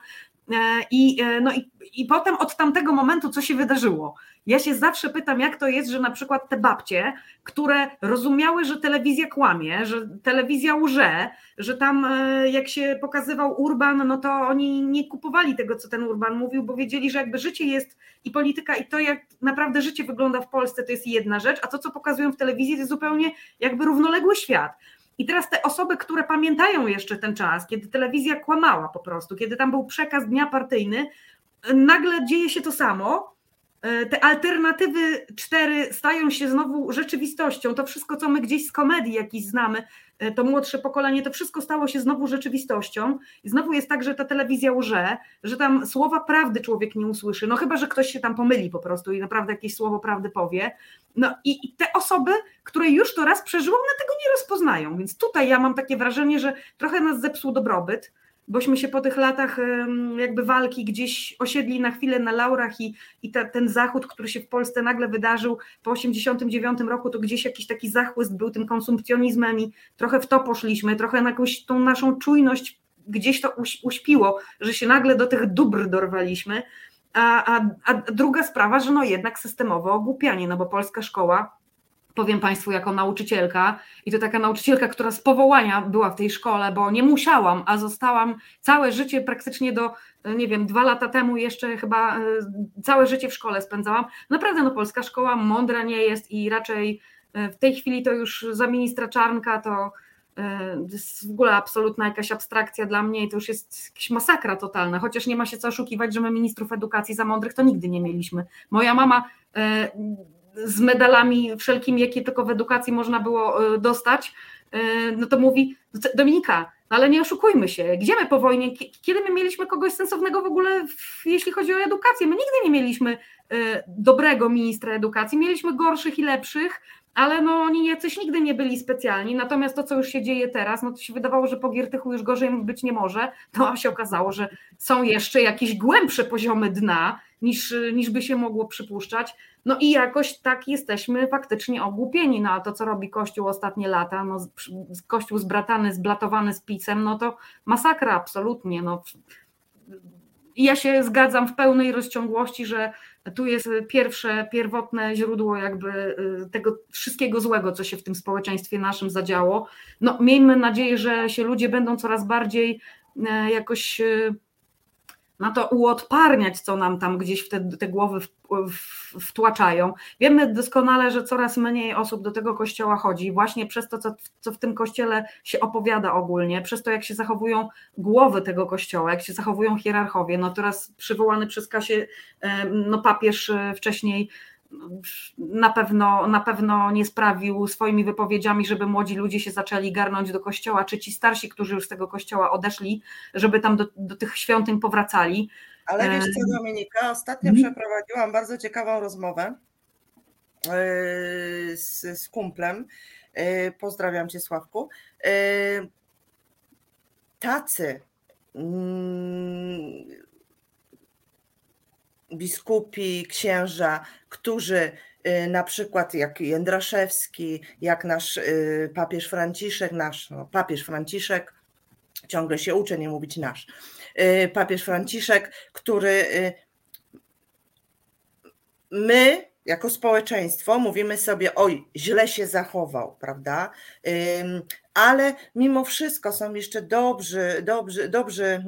I, no i, i potem od tamtego momentu, co się wydarzyło? Ja się zawsze pytam, jak to jest, że na przykład te babcie, które rozumiały, że telewizja kłamie, że telewizja łże, że tam jak się pokazywał Urban, no to oni nie kupowali tego, co ten Urban mówił, bo wiedzieli, że jakby życie jest i polityka i to, jak naprawdę życie wygląda w Polsce, to jest jedna rzecz, a to, co pokazują w telewizji, to jest zupełnie jakby równoległy świat. I teraz te osoby, które pamiętają jeszcze ten czas, kiedy telewizja kłamała po prostu, kiedy tam był przekaz dnia partyjny, nagle dzieje się to samo. Te alternatywy cztery stają się znowu rzeczywistością. To wszystko, co my gdzieś z komedii jakiś znamy, to młodsze pokolenie, to wszystko stało się znowu rzeczywistością. I znowu jest tak, że ta telewizja łże, że tam słowa prawdy człowiek nie usłyszy. No chyba, że ktoś się tam pomyli po prostu i naprawdę jakieś słowo prawdy powie. No i, i te osoby, które już to raz przeżyły, one tego nie rozpoznają. Więc tutaj ja mam takie wrażenie, że trochę nas zepsuł dobrobyt, bośmy się po tych latach jakby walki gdzieś osiedli na chwilę na laurach i, i ta, ten zachód, który się w Polsce nagle wydarzył po osiemdziesiątym dziewiątym roku, to gdzieś jakiś taki zachłyst był tym konsumpcjonizmem i trochę w to poszliśmy, trochę na jakąś tą naszą czujność gdzieś to uśpiło, że się nagle do tych dóbr dorwaliśmy, a, a, a druga sprawa, że no jednak systemowe ogłupianie, no bo polska szkoła, powiem Państwu jako nauczycielka i to taka nauczycielka, która z powołania była w tej szkole, bo nie musiałam, a zostałam całe życie praktycznie do, nie wiem, dwa lata temu jeszcze chyba całe życie w szkole spędzałam. Naprawdę no polska szkoła mądra nie jest i raczej w tej chwili to już za ministra Czarnka to jest w ogóle absolutna jakaś abstrakcja dla mnie i to już jest jakaś masakra totalna, chociaż nie ma się co oszukiwać, że my ministrów edukacji za mądrych to nigdy nie mieliśmy. Moja mama z medalami wszelkimi, jakie tylko w edukacji można było dostać, no to mówi, Dominika, no ale nie oszukujmy się, gdzie my po wojnie, kiedy my mieliśmy kogoś sensownego w ogóle, jeśli chodzi o edukację? My nigdy nie mieliśmy dobrego ministra edukacji, mieliśmy gorszych i lepszych, ale no oni jacyś nigdy nie byli specjalni, natomiast to, co już się dzieje teraz, no to się wydawało, że po Giertychu już gorzej być nie może, no a się okazało, że są jeszcze jakieś głębsze poziomy dna, niż, niż by się mogło przypuszczać, no i jakoś tak jesteśmy faktycznie ogłupieni, no a to, co robi Kościół ostatnie lata, no Kościół zbratany, zblatowany z PiS-em, no to masakra absolutnie, no. Ja się zgadzam w pełnej rozciągłości, że tu jest pierwsze, pierwotne źródło jakby tego wszystkiego złego, co się w tym społeczeństwie naszym zadziało. No miejmy nadzieję, że się ludzie będą coraz bardziej jakoś na to uodparniać, co nam tam gdzieś w te, te głowy w, w, wtłaczają. Wiemy doskonale, że coraz mniej osób do tego kościoła chodzi, właśnie przez to, co, co w tym kościele się opowiada ogólnie, przez to, jak się zachowują głowy tego kościoła, jak się zachowują hierarchowie. No teraz przywołany przez Kasię no, papież wcześniej na pewno, na pewno nie sprawił swoimi wypowiedziami, żeby młodzi ludzie się zaczęli garnąć do kościoła, czy ci starsi, którzy już z tego kościoła odeszli, żeby tam do, do tych świątyń powracali.
Ale wiesz co, Dominika, ostatnio hmm. przeprowadziłam bardzo ciekawą rozmowę z, z kumplem. Pozdrawiam Cię, Sławku. Tacy biskupi, księża, którzy na przykład jak Jędraszewski, jak nasz papież Franciszek, nasz no, papież Franciszek, ciągle się uczę nie mówić nasz, papież Franciszek, który my jako społeczeństwo mówimy sobie, oj, źle się zachował, prawda? Ale mimo wszystko są jeszcze dobrzy, dobrzy, dobrzy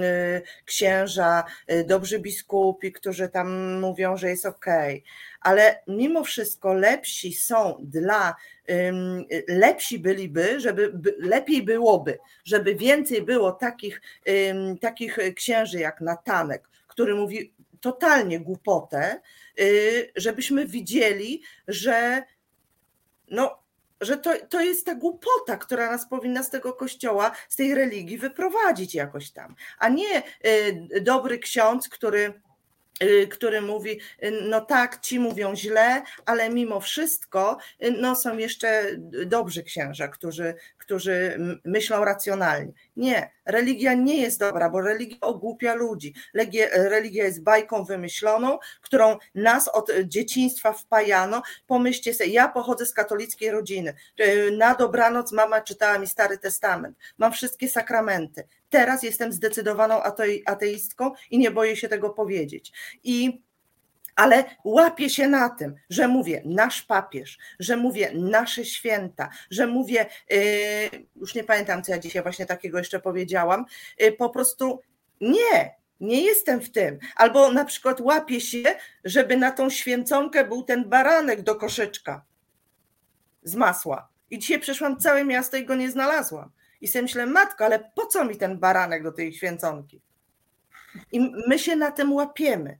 księża, dobrzy biskupi, którzy tam mówią, że jest okej. Ale mimo wszystko lepsi są dla, lepsi byliby, żeby lepiej byłoby, żeby więcej było takich, takich księży jak Natanek, który mówi totalnie głupotę, żebyśmy widzieli, że, no, że to, to jest ta głupota, która nas powinna z tego kościoła, z tej religii wyprowadzić jakoś tam, a nie dobry ksiądz, który który mówi, no tak, ci mówią źle, ale mimo wszystko no są jeszcze dobrzy księża, którzy, którzy myślą racjonalnie. Nie, religia nie jest dobra, bo religia ogłupia ludzi. Religia, religia jest bajką wymyśloną, którą nas od dzieciństwa wpajano. Pomyślcie sobie, ja pochodzę z katolickiej rodziny. Na dobranoc mama czytała mi Stary Testament. Mam wszystkie sakramenty. Teraz jestem zdecydowaną ateistką i nie boję się tego powiedzieć. I, ale łapię się na tym, że mówię nasz papież, że mówię nasze święta, że mówię, yy, już nie pamiętam, co ja dzisiaj właśnie takiego jeszcze powiedziałam, yy, po prostu nie, nie jestem w tym. Albo na przykład łapię się, żeby na tą święconkę był ten baranek do koszyczka z masła. I dzisiaj przeszłam całe miasto i go nie znalazłam. I sobie myślę, matko, ale po co mi ten baranek do tej święconki? I my się na tym łapiemy.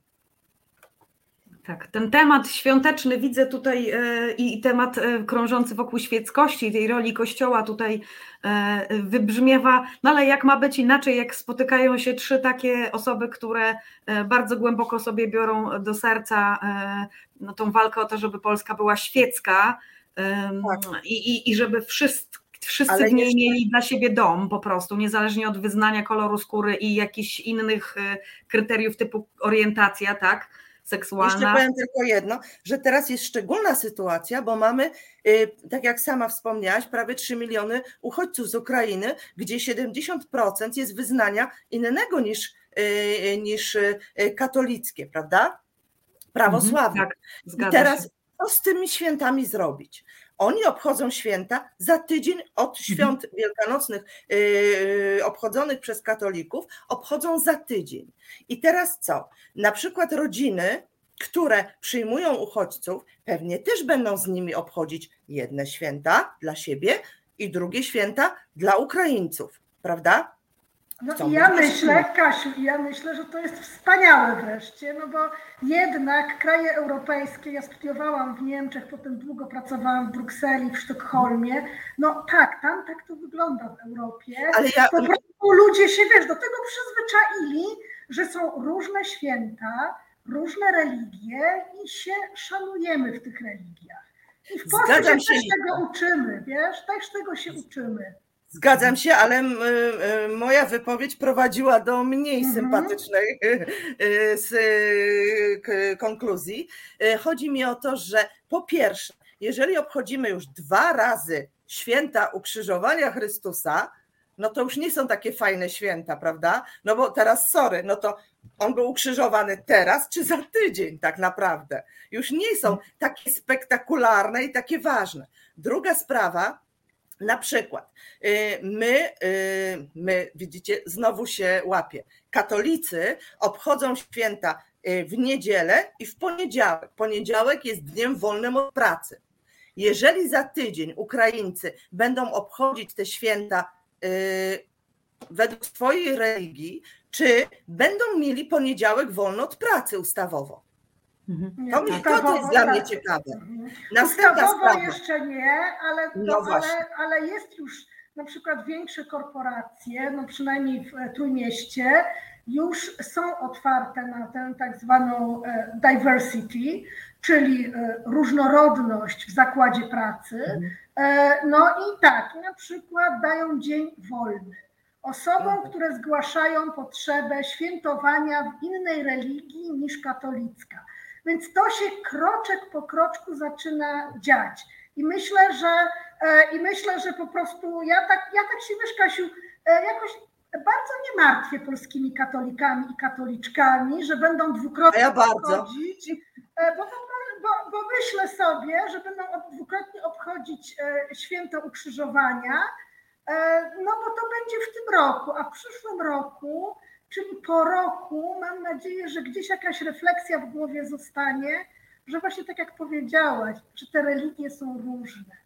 Tak, ten temat świąteczny widzę tutaj i temat krążący wokół świeckości, tej roli Kościoła tutaj wybrzmiewa, no ale jak ma być inaczej, jak spotykają się trzy takie osoby, które bardzo głęboko sobie biorą do serca no, tą walkę o to, żeby Polska była świecka tak. i, i, i żeby wszyscy Wszyscy ale w niej jeszcze... mieli dla siebie dom po prostu, niezależnie od wyznania, koloru skóry i jakichś innych kryteriów typu orientacja, tak, seksualna.
Jeszcze powiem tylko jedno, że teraz jest szczególna sytuacja, bo mamy, tak jak sama wspomniałaś, prawie trzy miliony uchodźców z Ukrainy, gdzie siedemdziesiąt procent jest wyznania innego niż, niż katolickie, prawda? Prawosławne. Mhm, tak, zgadza I teraz się. Co z tymi świętami zrobić? Oni obchodzą święta za tydzień od świąt wielkanocnych yy, obchodzonych przez katolików, obchodzą za tydzień. I teraz co? Na przykład rodziny, które przyjmują uchodźców, pewnie też będą z nimi obchodzić jedne święta dla siebie i drugie święta dla Ukraińców, prawda?
No i ja myślę, Kasiu, ja myślę, że to jest wspaniałe wreszcie, no bo jednak kraje europejskie, ja studiowałam w Niemczech, potem długo pracowałam w Brukseli, w Sztokholmie, no tak, tam tak to wygląda w Europie. Ale ja... Po prostu ludzie się, wiesz, do tego przyzwyczaili, że są różne święta, różne religie i się szanujemy w tych religiach. I w Polsce się też tego uczymy, wiesz, też tego się uczymy.
Zgadzam się, ale moja wypowiedź prowadziła do mniej mhm. sympatycznej konkluzji. Chodzi mi o to, że po pierwsze, jeżeli obchodzimy już dwa razy święta ukrzyżowania Chrystusa, no to już nie są takie fajne święta, prawda? No bo teraz, sorry, no to on był ukrzyżowany teraz czy za tydzień tak naprawdę. Już nie są takie spektakularne i takie ważne. Druga sprawa, na przykład my, my, widzicie, znowu się łapie. Katolicy obchodzą święta w niedzielę i w poniedziałek. Poniedziałek jest dniem wolnym od pracy. Jeżeli za tydzień Ukraińcy będą obchodzić te święta według swojej religii, czy będą mieli poniedziałek wolny od pracy ustawowo? To, mi, to, to jest dla mnie ciekawe.
Ustawowo jeszcze nie, ale, to, no ale, ale jest już na przykład większe korporacje, no przynajmniej w Trójmieście, już są otwarte na tę tak zwaną diversity, czyli różnorodność w zakładzie pracy. No i tak, na przykład dają dzień wolny osobom, które zgłaszają potrzebę świętowania w innej religii niż katolicka. Więc to się kroczek po kroczku zaczyna dziać. I myślę, że i myślę, że po prostu ja tak, ja tak się, wiesz, Kasiu, jakoś bardzo nie martwię polskimi katolikami i katoliczkami, że będą dwukrotnie
ja bardzo.
chodzić, bo, bo, bo myślę sobie, że będą dwukrotnie obchodzić święto Ukrzyżowania, no bo to będzie w tym roku, a w przyszłym roku, czyli po roku, mam nadzieję, że gdzieś jakaś refleksja w głowie zostanie, że właśnie tak jak powiedziałaś, że te religie są różne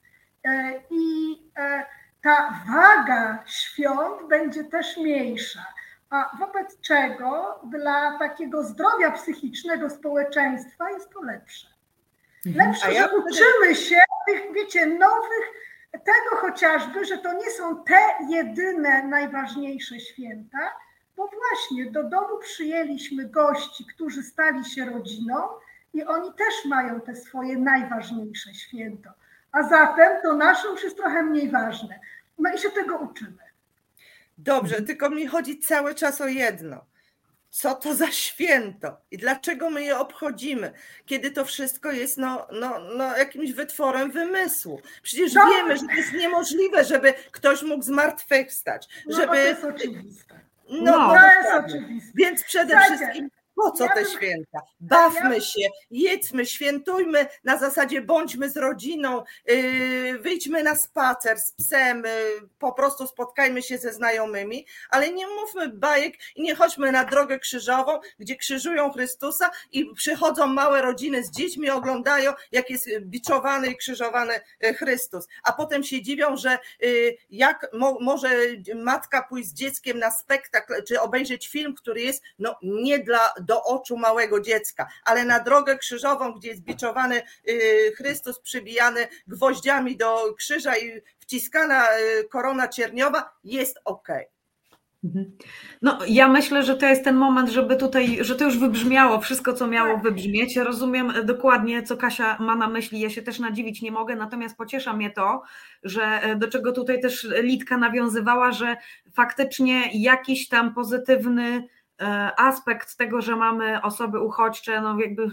i ta waga świąt będzie też mniejsza, a wobec czego dla takiego zdrowia psychicznego społeczeństwa jest to lepsze. Lepsze,
ja
że uczymy się tych, wiecie, nowych, tego chociażby, że to nie są te jedyne najważniejsze święta, bo właśnie do domu przyjęliśmy gości, którzy stali się rodziną i oni też mają te swoje najważniejsze święto. A zatem to nasze już jest trochę mniej ważne. No i się tego uczymy.
Dobrze, tylko mi chodzi cały czas o jedno. Co to za święto i dlaczego my je obchodzimy, kiedy to wszystko jest no, no, no jakimś wytworem wymysłu. Przecież
Dobrze.
wiemy, że to jest niemożliwe, żeby ktoś mógł zmartwychwstać.
No
żeby...
to jest oczywiste.
No,
No,
no
to jest
dokładnie.
oczywiste.
Więc przede
Słuchajcie,
wszystkim po co
ja
te
bym-
święta? Bawmy
ja-
się, jedzmy, świętujmy na zasadzie bądźmy z rodziną, yy, wyjdźmy na spacer z psem, yy, po prostu spotkajmy się ze znajomymi, ale nie mówmy bajek i nie chodźmy na drogę krzyżową, gdzie krzyżują Chrystusa i przychodzą małe rodziny z dziećmi, oglądają jak jest biczowany i krzyżowany Chrystus, a potem się dziwią, że yy, jak mo, może matka pójść z dzieckiem na spektakl, czy obejrzeć film, który jest no nie dla do oczu małego dziecka, ale na drogę krzyżową, gdzie jest biczowany Chrystus, przybijany gwoździami do krzyża i wciskana korona cierniowa, jest okej.
No, ja myślę, że to jest ten moment, żeby tutaj, że to już wybrzmiało wszystko, co miało wybrzmieć. Rozumiem dokładnie, co Kasia ma na myśli. Ja się też nadziwić nie mogę, natomiast pociesza mnie to, że do czego tutaj też Litka nawiązywała, że faktycznie jakiś tam pozytywny aspekt tego, że mamy osoby uchodźcze, no jakby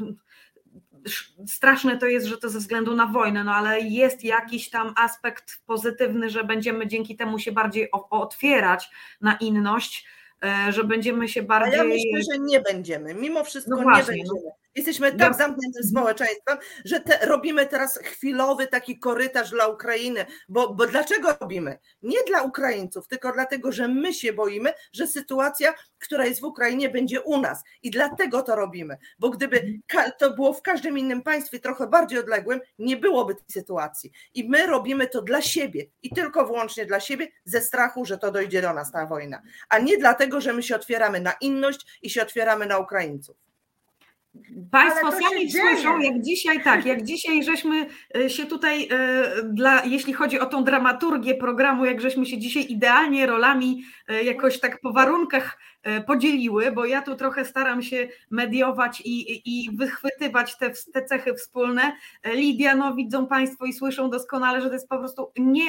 straszne to jest, że to ze względu na wojnę, no ale jest jakiś tam aspekt pozytywny, że będziemy dzięki temu się bardziej otwierać na inność, że będziemy się bardziej...
A ja myślę, że nie będziemy, mimo wszystko
no właśnie,
nie będziemy.
No.
Jesteśmy tak ja... zamkniętym społeczeństwem, że te, robimy teraz chwilowy taki korytarz dla Ukrainy, bo, bo dlaczego robimy? Nie dla Ukraińców, tylko dlatego, że my się boimy, że sytuacja, która jest w Ukrainie, będzie u nas i dlatego to robimy, bo gdyby to było w każdym innym państwie trochę bardziej odległym, nie byłoby tej sytuacji i my robimy to dla siebie i tylko wyłącznie dla siebie ze strachu, że to dojdzie do nas ta wojna, a nie dlatego, że my się otwieramy na inność i się otwieramy na Ukraińców.
Państwo sami słyszą, jak dzisiaj, tak, jak dzisiaj żeśmy się tutaj, dla, jeśli chodzi o tą dramaturgię programu, jak żeśmy się dzisiaj idealnie rolami jakoś tak po warunkach podzieliły, bo ja tu trochę staram się mediować i, i wychwytywać te, te cechy wspólne. Lidia, no widzą Państwo i słyszą doskonale, że to jest po prostu nie...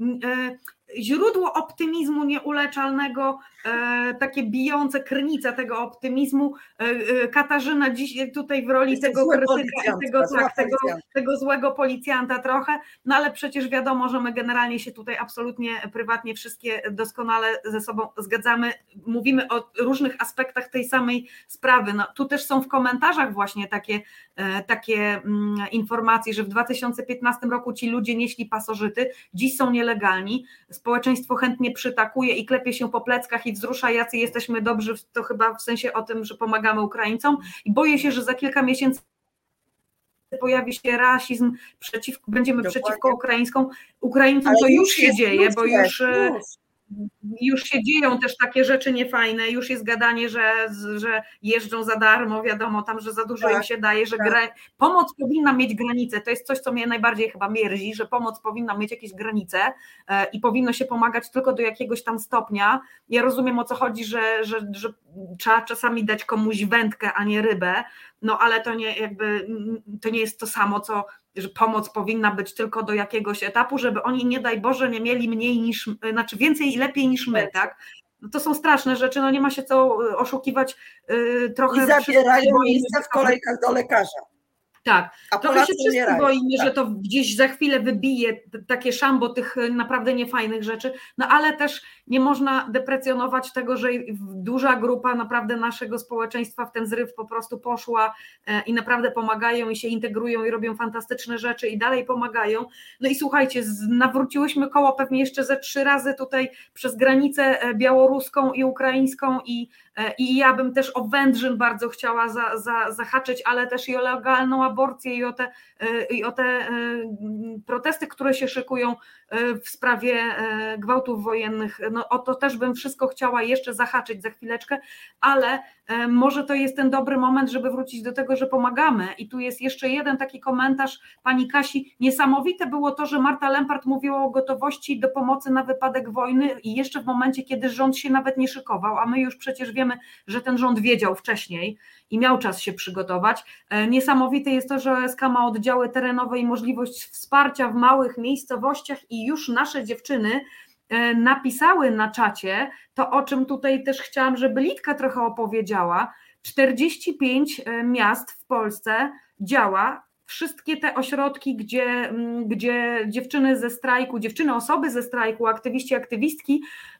źródło optymizmu nieuleczalnego, takie bijące krnice tego optymizmu. Katarzyna dziś tutaj w roli Jesteś tego krytyka i tego, tak, tego, tego złego policjanta trochę, no ale przecież wiadomo, że my generalnie się tutaj absolutnie prywatnie wszystkie doskonale ze sobą zgadzamy, mówimy o różnych aspektach tej samej sprawy. No, tu też są w komentarzach właśnie takie, takie informacje, że w dwa tysiące piętnastym roku ci ludzie nieśli pasożyty, dziś są nielegalni, społeczeństwo chętnie przytakuje i klepie się po pleckach i wzrusza, jacy jesteśmy dobrzy, to chyba w sensie o tym, że pomagamy Ukraińcom i boję się, że za kilka miesięcy pojawi się rasizm, przeciw, będziemy Dokładnie. przeciwko Ukraińską. Ukraińcom Ale to już się jest, dzieje, już bo już, już już się dzieją też takie rzeczy niefajne, już jest gadanie, że, że jeżdżą za darmo, wiadomo tam, że za dużo tak, im się daje, że tak. gra... pomoc powinna mieć granice, to jest coś, co mnie najbardziej chyba mierzi, że pomoc powinna mieć jakieś granice e, i powinno się pomagać tylko do jakiegoś tam stopnia. Ja rozumiem, o co chodzi, że, że, że trzeba czasami dać komuś wędkę, a nie rybę, no ale to nie jakby to nie jest to samo, co że pomoc powinna być tylko do jakiegoś etapu, żeby oni nie daj Boże nie mieli mniej niż, znaczy więcej i lepiej niż my, tak? No to są straszne rzeczy, no nie ma się co oszukiwać yy, trochę.
I zabierają miejsca w kolejkach do lekarza.
Tak, a trochę się wszyscy umierają. boimy, tak. że to gdzieś za chwilę wybije takie szambo tych naprawdę niefajnych rzeczy, no ale też nie można deprecjonować tego, że duża grupa naprawdę naszego społeczeństwa w ten zryw po prostu poszła i naprawdę pomagają i się integrują i robią fantastyczne rzeczy i dalej pomagają. No i słuchajcie, nawróciłyśmy koło pewnie jeszcze ze trzy razy tutaj przez granicę białoruską i ukraińską i, i ja bym też o Wędrzyn bardzo chciała za, za, zahaczyć, ale też i o legalną aborcję i o te, i o te protesty, które się szykują w sprawie gwałtów wojennych. No o to też bym wszystko chciała jeszcze zahaczyć za chwileczkę, ale może to jest ten dobry moment, żeby wrócić do tego, że pomagamy. I tu jest jeszcze jeden taki komentarz pani Kasi. Niesamowite było to, że Marta Lempart mówiła o gotowości do pomocy na wypadek wojny i jeszcze w momencie, kiedy rząd się nawet nie szykował, a my już przecież wiemy, że ten rząd wiedział wcześniej i miał czas się przygotować. Niesamowite jest to, że O S K ma oddziały terenowe i możliwość wsparcia w małych miejscowościach i już nasze dziewczyny napisały na czacie to, o czym tutaj też chciałam, żeby Litka trochę opowiedziała. czterdzieści pięć miast w Polsce działa. Wszystkie te ośrodki, gdzie, gdzie dziewczyny ze strajku, dziewczyny, osoby ze strajku, aktywiści, aktywistki,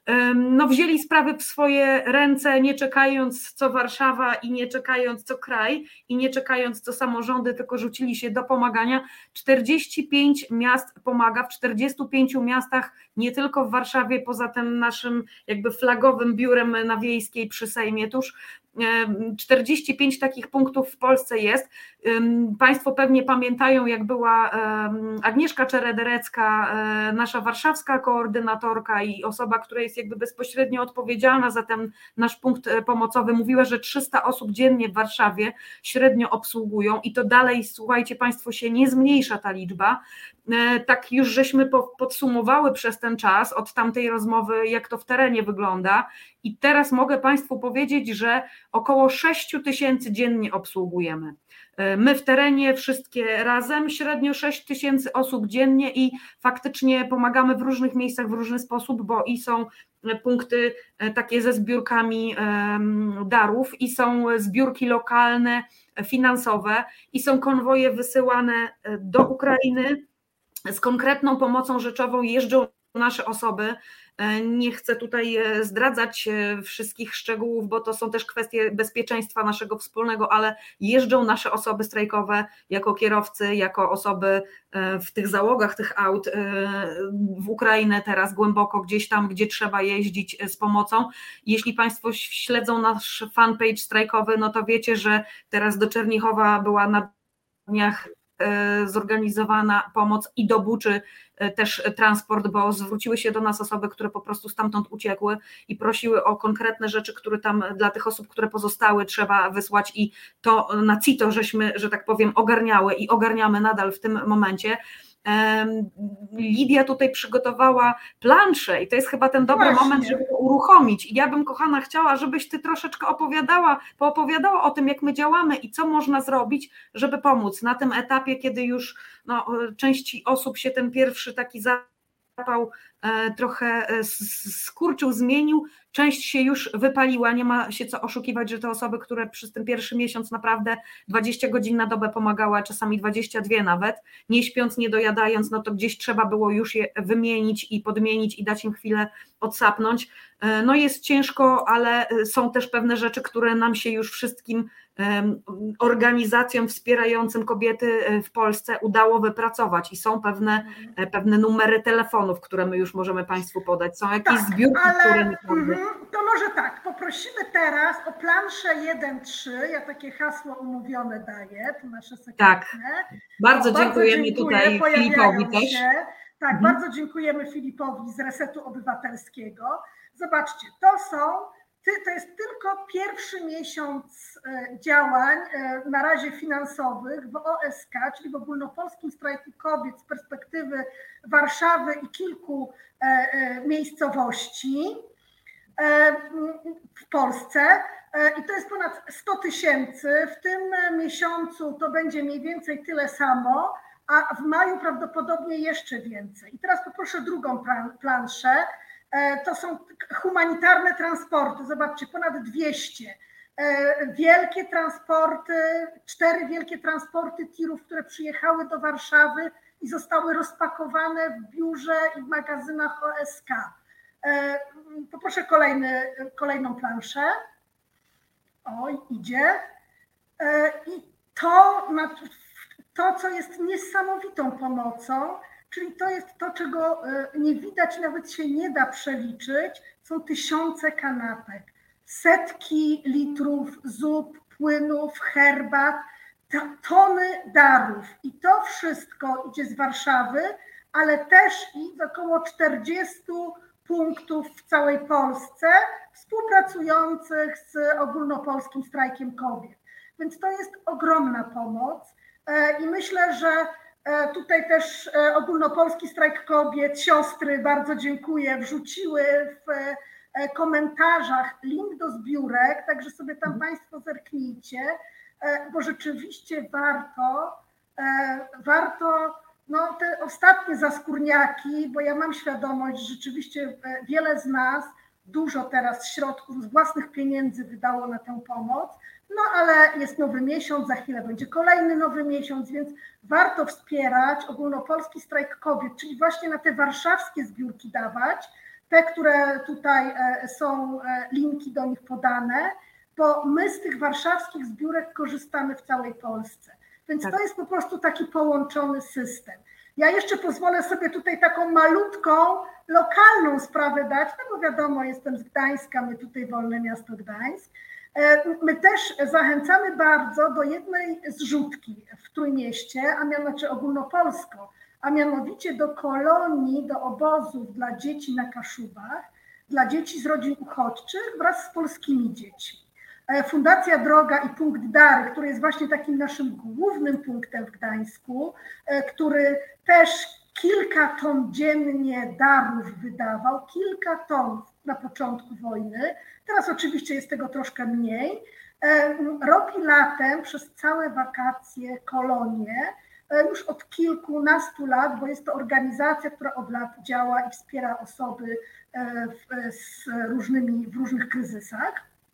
no wzięli sprawy w swoje ręce, nie czekając co Warszawa i nie czekając co kraj i nie czekając co samorządy, tylko rzucili się do pomagania. czterdzieści pięć miast pomaga, w czterdziestu pięciu miastach, nie tylko w Warszawie, poza tym naszym jakby flagowym biurem na Wiejskiej przy Sejmie tuż, czterdzieści pięć takich punktów w Polsce jest. Państwo pewnie pamiętają, jak była Agnieszka Czerederecka, nasza warszawska koordynatorka i osoba, która jest jakby bezpośrednio odpowiedzialna za ten nasz punkt pomocowy, mówiła, że trzysta osób dziennie w Warszawie średnio obsługują i to dalej, słuchajcie Państwo, się nie zmniejsza ta liczba. Tak już żeśmy podsumowały przez ten czas od tamtej rozmowy, jak to w terenie wygląda i teraz mogę Państwu powiedzieć, że około sześć tysięcy dziennie obsługujemy. My w terenie wszystkie razem średnio sześć tysięcy osób dziennie i faktycznie pomagamy w różnych miejscach w różny sposób, bo i są punkty takie ze zbiórkami darów i są zbiórki lokalne, finansowe i są konwoje wysyłane do Ukrainy z konkretną pomocą rzeczową, jeżdżą nasze osoby. Nie chcę tutaj zdradzać wszystkich szczegółów, bo to są też kwestie bezpieczeństwa naszego wspólnego, ale jeżdżą nasze osoby strajkowe jako kierowcy, jako osoby w tych załogach tych aut w Ukrainę teraz głęboko gdzieś tam, gdzie trzeba jeździć z pomocą. Jeśli Państwo śledzą nasz fanpage strajkowy, no to wiecie, że teraz do Czernichowa była na dniach zorganizowana pomoc i do Buczy też transport, bo zwróciły się do nas osoby, które po prostu stamtąd uciekły i prosiły o konkretne rzeczy, które tam dla tych osób, które pozostały, trzeba wysłać i to na CITO żeśmy, że tak powiem, ogarniały i ogarniamy nadal w tym momencie. Lidia tutaj przygotowała planszę i to jest chyba ten dobry
Właśnie.
moment, żeby to uruchomić. I ja bym, kochana, chciała, żebyś ty troszeczkę opowiadała, poopowiadała o tym, jak my działamy i co można zrobić, żeby pomóc na tym etapie, kiedy już no, części osób się ten pierwszy taki zapał trochę skurczył, zmienił, część się już wypaliła, nie ma się co oszukiwać, że te osoby, które przez ten pierwszy miesiąc naprawdę dwadzieścia godzin na dobę pomagały, a czasami dwadzieścia dwie nawet, nie śpiąc, nie dojadając, no to gdzieś trzeba było już je wymienić i podmienić i dać im chwilę odsapnąć. No jest ciężko, ale są też pewne rzeczy, które nam się już wszystkim organizacjom wspierającym kobiety w Polsce udało wypracować i są pewne, pewne numery telefonów, które my już możemy Państwu podać. Są jakieś
Tak,
zbiórki,
ale,
które naprawdę...
To może tak, poprosimy teraz o planszę jeden trzy, ja takie hasło umówione daję, to nasze sekretne.
Tak, bardzo
o,
dziękujemy
bardzo dziękuję,
tutaj Filipowi też.
Się. Tak,
mhm.
bardzo dziękujemy Filipowi z Resetu Obywatelskiego. Zobaczcie, to są, to jest tylko pierwszy miesiąc działań, na razie finansowych w O S K, czyli w Ogólnopolskim Strajku Kobiet z perspektywy Warszawy i kilku miejscowości w Polsce i to jest ponad sto tysięcy. W tym miesiącu to będzie mniej więcej tyle samo, a w maju prawdopodobnie jeszcze więcej. I teraz poproszę drugą planszę. To są humanitarne transporty, zobaczcie, ponad dwieście. Wielkie transporty, cztery wielkie transporty tirów, które przyjechały do Warszawy i zostały rozpakowane w biurze i w magazynach O S K. Poproszę kolejny, kolejną planszę. O, idzie. I to, to, co jest niesamowitą pomocą, czyli to jest to, czego nie widać, nawet się nie da przeliczyć, są tysiące kanapek, setki litrów zup, płynów, herbat, tony darów. I to wszystko idzie z Warszawy, ale też i z około czterdziestu punktów w całej Polsce współpracujących z ogólnopolskim strajkiem kobiet. Więc to jest ogromna pomoc i myślę, że tutaj też ogólnopolski strajk kobiet, siostry, bardzo dziękuję, wrzuciły w komentarzach link do zbiórek, także sobie tam Państwo zerknijcie, bo rzeczywiście warto, warto no te ostatnie zaskórniaki, bo ja mam świadomość, że rzeczywiście wiele z nas dużo teraz środków z własnych pieniędzy wydało na tę pomoc, no ale jest nowy miesiąc, za chwilę będzie kolejny nowy miesiąc, więc warto wspierać ogólnopolski strajk kobiet, czyli właśnie na te warszawskie zbiórki dawać, te, które tutaj są linki do nich podane, bo my z tych warszawskich zbiórek korzystamy w całej Polsce. Więc tak. To jest po prostu taki połączony system. Ja jeszcze pozwolę sobie tutaj taką malutką, lokalną sprawę dać, no bo wiadomo, jestem z Gdańska, my tutaj Wolne Miasto Gdańsk. My też zachęcamy bardzo do jednej zrzutki w Trójmieście, a mianowicie ogólnopolsko, a mianowicie do kolonii, do obozów dla dzieci na Kaszubach, dla dzieci z rodzin uchodźczych wraz z polskimi dziećmi. Fundacja Droga i Punkt Dary, który jest właśnie takim naszym głównym punktem w Gdańsku, który też kilka ton dziennie darów wydawał, kilka ton na początku wojny, teraz oczywiście jest tego troszkę mniej, robi latem przez całe wakacje kolonie, już od kilkunastu lat, bo jest to organizacja, która od lat działa i wspiera osoby z różnymi, w różnych kryzysach.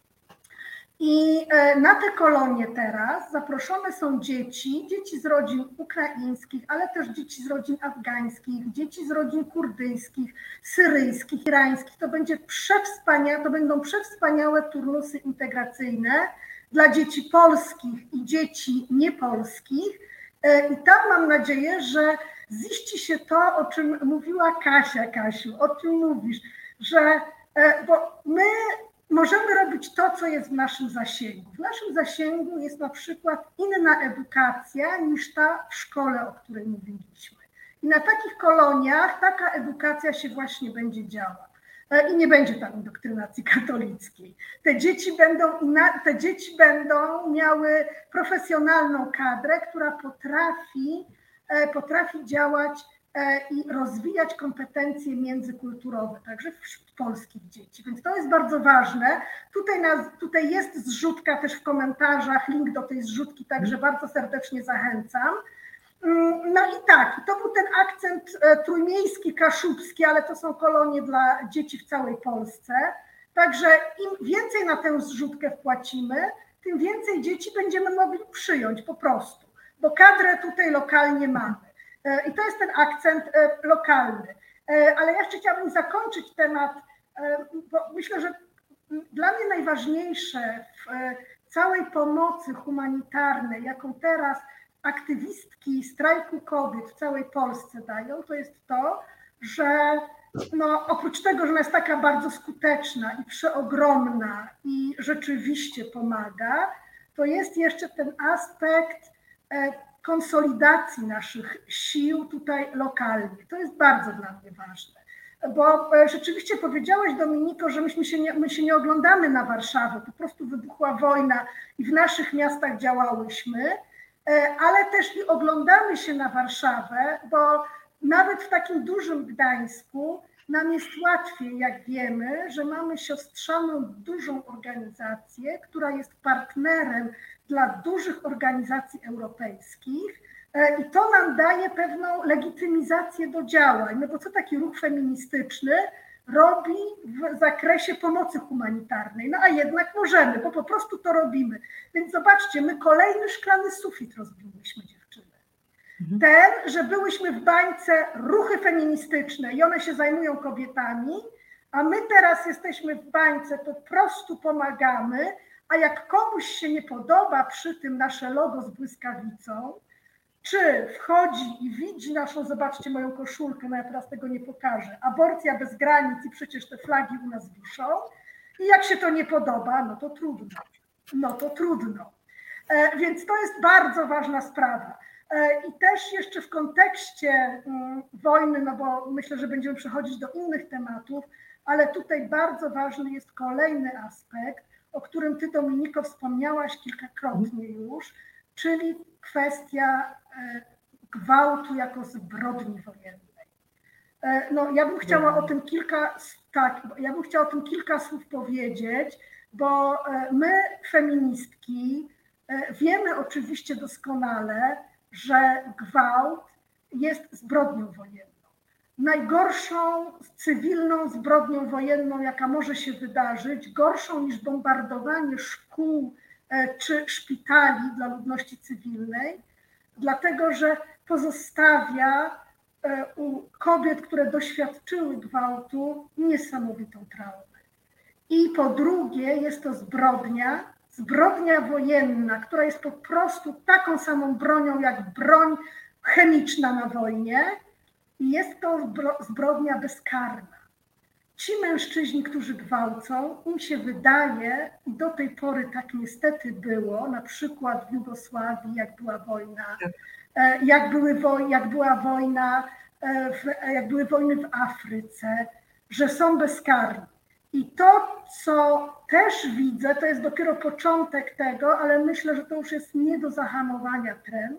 I na te kolonie teraz zaproszone są dzieci, dzieci z rodzin ukraińskich, ale też dzieci z rodzin afgańskich, dzieci z rodzin kurdyjskich, syryjskich, irańskich. To będzie przewspaniałe, to będą przewspaniałe turnusy integracyjne dla dzieci polskich i dzieci niepolskich. I tam mam nadzieję, że ziści się to, o czym mówiła Kasia, Kasiu, o czym mówisz, że bo my możemy robić to, co jest w naszym zasięgu. W naszym zasięgu jest na przykład inna edukacja niż ta w szkole, o której mówiliśmy. I na takich koloniach taka edukacja się właśnie będzie działa. I nie będzie tam indoktrynacji katolickiej. Te dzieci będą, te dzieci będą miały profesjonalną kadrę, która potrafi, potrafi działać i rozwijać kompetencje międzykulturowe, także wśród polskich dzieci. Więc to jest bardzo ważne. Tutaj, nas, tutaj jest zrzutka też w komentarzach, link do tej zrzutki, także bardzo serdecznie zachęcam. No i tak, to był ten akcent trójmiejski, kaszubski, ale to są kolonie dla dzieci w całej Polsce. Także im więcej na tę zrzutkę wpłacimy, tym więcej dzieci będziemy mogli przyjąć po prostu, bo kadrę tutaj lokalnie mamy. I to jest ten akcent lokalny. Ale ja jeszcze chciałabym zakończyć temat, bo myślę, że dla mnie najważniejsze w całej pomocy humanitarnej, jaką teraz aktywistki strajku kobiet w całej Polsce dają, to jest to, że no, oprócz tego, że ona jest taka bardzo skuteczna i przeogromna i rzeczywiście pomaga, to jest jeszcze ten aspekt konsolidacji naszych sił tutaj lokalnie. To jest bardzo dla mnie ważne, bo rzeczywiście powiedziałaś, Dominiko, że myśmy się nie, my się nie oglądamy na Warszawę, po prostu wybuchła wojna i w naszych miastach działałyśmy, ale też i oglądamy się na Warszawę, bo nawet w takim dużym Gdańsku nam jest łatwiej, jak wiemy, że mamy siostrzaną dużą organizację, która jest partnerem dla dużych organizacji europejskich i to nam daje pewną legitymizację do działań, no bo co taki ruch feministyczny robi w zakresie pomocy humanitarnej, no a jednak możemy, bo po prostu to robimy. Więc zobaczcie, my kolejny szklany sufit rozbiliśmy, dziewczyny. Ten, że byłyśmy w bańce ruchy feministyczne i one się zajmują kobietami, A my teraz jesteśmy w bańce, po prostu pomagamy, a jak komuś się nie podoba przy tym nasze logo z błyskawicą, czy wchodzi i widzi naszą, zobaczcie moją koszulkę, no ja teraz tego nie pokażę, aborcja bez granic i przecież te flagi u nas wiszą, i jak się to nie podoba, no to trudno, no to trudno. E, więc to jest bardzo ważna sprawa. E, I też jeszcze w kontekście um, wojny, no bo myślę, że będziemy przechodzić do innych tematów, ale tutaj bardzo ważny jest kolejny aspekt, o którym ty, Dominiko, wspomniałaś kilkakrotnie już, czyli kwestia e, gwałtu jako zbrodni wojennej. E, no, ja bym chciała o tym kilka, tak, ja bym chciała o tym kilka słów powiedzieć, bo e, my, feministki, e, wiemy oczywiście doskonale, że gwałt jest zbrodnią wojenną. Najgorszą cywilną zbrodnią wojenną, jaka może się wydarzyć, gorszą niż bombardowanie szkół czy szpitali dla ludności cywilnej, dlatego że pozostawia u kobiet, które doświadczyły gwałtu, niesamowitą traumę. I po drugie jest to zbrodnia, zbrodnia wojenna, która jest po prostu taką samą bronią jak broń chemiczna na wojnie, i jest to zbrodnia bezkarna. Ci mężczyźni, którzy gwałcą, im się wydaje, i do tej pory tak niestety było, na przykład w Jugosławii, jak była wojna, jak, były woj, jak była wojna, jak były wojny w Afryce, że są bezkarni. I to, co też widzę, to jest dopiero początek tego, ale myślę, że to już jest nie do zahamowania trend,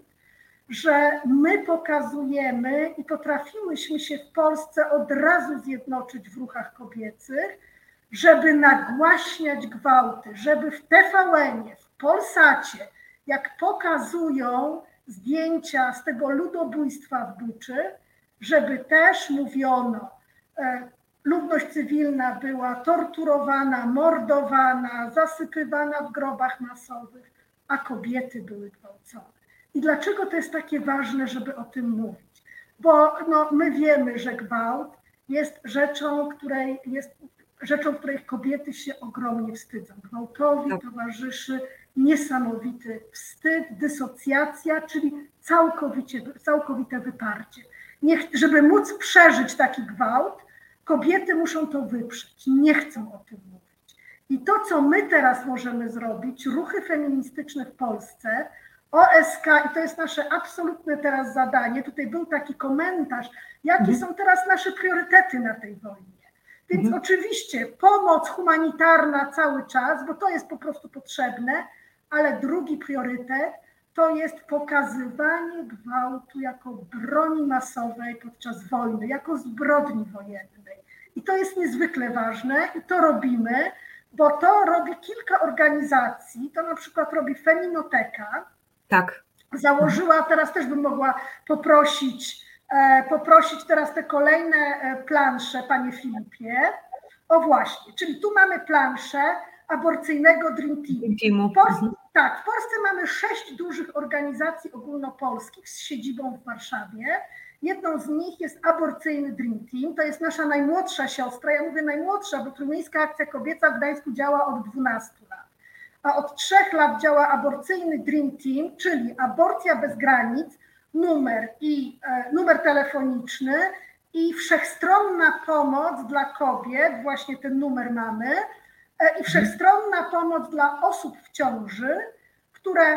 że my pokazujemy i potrafiłyśmy się w Polsce od razu zjednoczyć w ruchach kobiecych, żeby nagłaśniać gwałty, żeby w T V N-ie, w Polsacie, jak pokazują zdjęcia z tego ludobójstwa w Buczy, żeby też mówiono, e, ludność cywilna była torturowana, mordowana, zasypywana w grobach masowych, a kobiety były gwałcone. I dlaczego to jest takie ważne, żeby o tym mówić? Bo no, my wiemy, że gwałt jest rzeczą, której jest rzeczą, której kobiety się ogromnie wstydzą. Gwałtowi towarzyszy niesamowity wstyd, dysocjacja, czyli całkowicie, całkowite wyparcie. Niech, żeby móc przeżyć taki gwałt, kobiety muszą to wyprzeć, nie chcą o tym mówić. I to, co my teraz możemy zrobić, ruchy feministyczne w Polsce, O S K, i to jest nasze absolutne teraz zadanie, tutaj był taki komentarz, jakie mhm. są teraz nasze priorytety na tej wojnie. Więc mhm. oczywiście pomoc humanitarna cały czas, bo to jest po prostu potrzebne, ale drugi priorytet to jest pokazywanie gwałtu jako broni masowej podczas wojny, jako zbrodni wojennej. I to jest niezwykle ważne i to robimy, bo to robi kilka organizacji, to na przykład robi Feminoteka.
Tak.
Założyła, teraz też bym mogła poprosić, e, poprosić teraz te kolejne plansze, panie Filipie. O właśnie, czyli tu mamy planszę aborcyjnego Dream Teamu. W Polsce, tak, w Polsce mamy sześć dużych organizacji ogólnopolskich z siedzibą w Warszawie. Jedną z nich jest aborcyjny Dream Team, to jest nasza najmłodsza siostra, ja mówię najmłodsza, bo Trójmiejska Akcja Kobieca w Gdańsku działa od dwunastu lat. A od trzech lat działa aborcyjny Dream Team, czyli Aborcja bez granic, numer i e, numer telefoniczny i wszechstronna pomoc dla kobiet, właśnie ten numer mamy, e, i wszechstronna pomoc dla osób w ciąży, które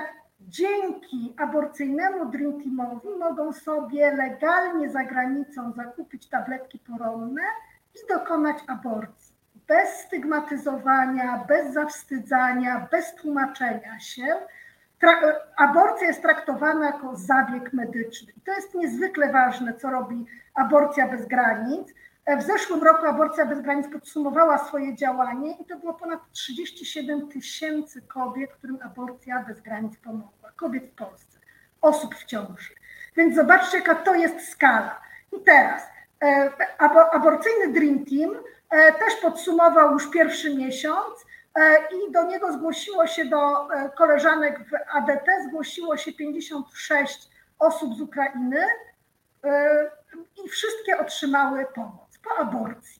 dzięki aborcyjnemu Dream Teamowi mogą sobie legalnie za granicą zakupić tabletki poronne i dokonać aborcji. Bez stygmatyzowania, bez zawstydzania, bez tłumaczenia się. Aborcja jest traktowana jako zabieg medyczny. I to jest niezwykle ważne, co robi Aborcja bez granic. W zeszłym roku Aborcja bez granic podsumowała swoje działanie i to było ponad trzydzieści siedem tysięcy kobiet, którym Aborcja bez granic pomogła. Kobiet w Polsce, osób w ciąży. Więc zobaczcie, jaka to jest skala. I teraz aborcyjny Dream Team też podsumował już pierwszy miesiąc i do niego zgłosiło się, do koleżanek w A D T zgłosiło się pięćdziesiąt sześć osób z Ukrainy i wszystkie otrzymały pomoc po aborcję.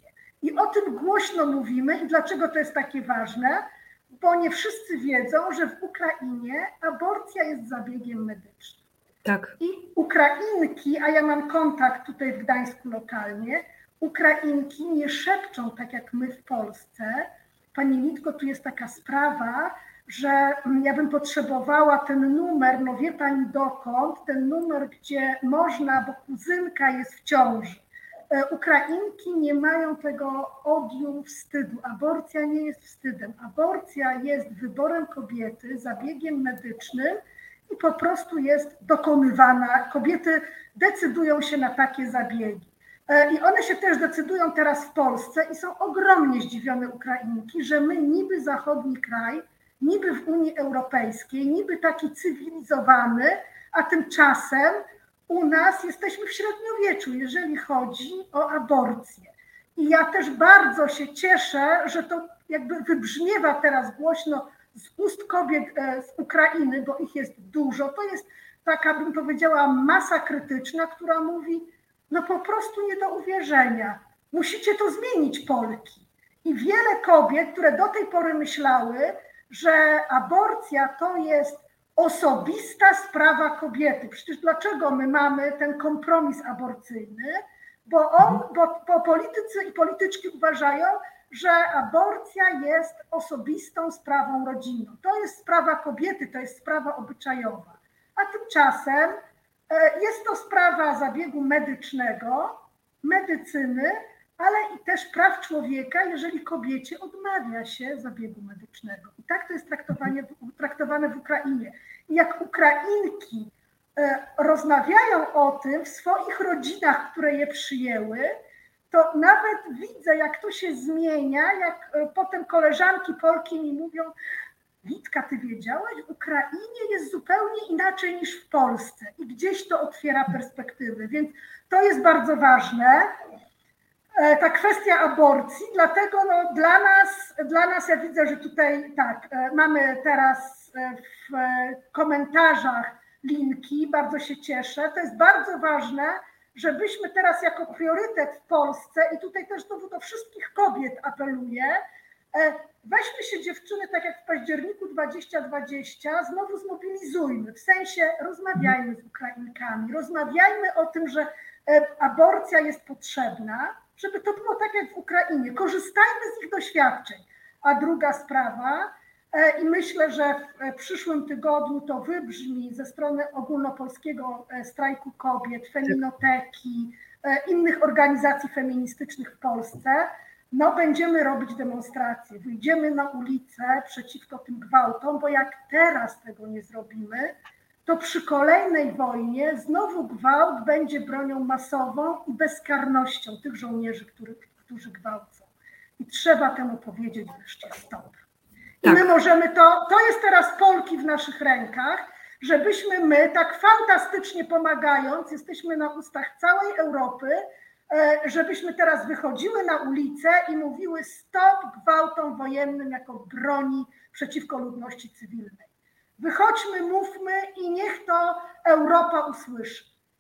I o tym głośno mówimy. I dlaczego to jest takie ważne? Bo nie wszyscy wiedzą, że w Ukrainie aborcja jest zabiegiem medycznym.
Tak.
I Ukrainki, a ja mam kontakt tutaj w Gdańsku lokalnie, Ukrainki nie szepczą tak jak my w Polsce. Pani Litko, tu jest taka sprawa, że ja bym potrzebowała ten numer, no wie pani dokąd, ten numer, gdzie można, bo kuzynka jest w ciąży. Ukrainki nie mają tego odium wstydu. Aborcja nie jest wstydem. Aborcja jest wyborem kobiety, zabiegiem medycznym i po prostu jest dokonywana. Kobiety decydują się na takie zabiegi. I one się też decydują teraz w Polsce i są ogromnie zdziwione Ukrainki, że my niby zachodni kraj, niby w Unii Europejskiej, niby taki cywilizowany, a tymczasem u nas jesteśmy w średniowieczu, jeżeli chodzi o aborcję. I ja też bardzo się cieszę, że to jakby wybrzmiewa teraz głośno z ust kobiet z Ukrainy, bo ich jest dużo. To jest taka, bym powiedziała, masa krytyczna, która mówi, no po prostu nie do uwierzenia. Musicie to zmienić, Polki. I wiele kobiet, które do tej pory myślały, że aborcja to jest osobista sprawa kobiety. Przecież dlaczego my mamy ten kompromis aborcyjny? Bo, on, bo, bo politycy i polityczki uważają, że aborcja jest osobistą sprawą rodzinną. To jest sprawa kobiety, to jest sprawa obyczajowa. A tymczasem jest to sprawa zabiegu medycznego, medycyny, ale i też praw człowieka, jeżeli kobiecie odmawia się zabiegu medycznego. I tak to jest traktowane, traktowane w Ukrainie. I jak Ukrainki rozmawiają o tym w swoich rodzinach, które je przyjęły, to nawet widzę, jak to się zmienia, jak potem koleżanki Polki mi mówią, Witka, ty wiedziałaś, w Ukrainie jest zupełnie inaczej niż w Polsce i gdzieś to otwiera perspektywy, więc to jest bardzo ważne. Ta kwestia aborcji, dlatego no, dla nas, dla nas ja widzę, że tutaj tak, mamy teraz w komentarzach linki, bardzo się cieszę. To jest bardzo ważne, żebyśmy teraz jako priorytet w Polsce i tutaj też znowu do wszystkich kobiet apeluję, weźmy się dziewczyny, tak jak w październiku dwudziestym dwudziestym, znowu zmobilizujmy, w sensie rozmawiajmy z Ukrainkami, rozmawiajmy o tym, że aborcja jest potrzebna, żeby to było tak jak w Ukrainie. Korzystajmy z ich doświadczeń. A druga sprawa, i myślę, że w przyszłym tygodniu to wybrzmi ze strony ogólnopolskiego strajku kobiet, feminoteki, innych organizacji feministycznych w Polsce, no będziemy robić demonstracje, wyjdziemy na ulicę przeciwko tym gwałtom, bo jak teraz tego nie zrobimy, to przy kolejnej wojnie znowu gwałt będzie bronią masową i bezkarnością tych żołnierzy, którzy, którzy gwałcą. I trzeba temu powiedzieć wreszcie stop. I tak. My możemy to, to jest teraz Polki w naszych rękach, żebyśmy my tak fantastycznie pomagając, jesteśmy na ustach całej Europy, żebyśmy teraz wychodziły na ulicę i mówiły stop gwałtom wojennym jako broni przeciwko ludności cywilnej. Wychodźmy, mówmy i niech to Europa usłyszy.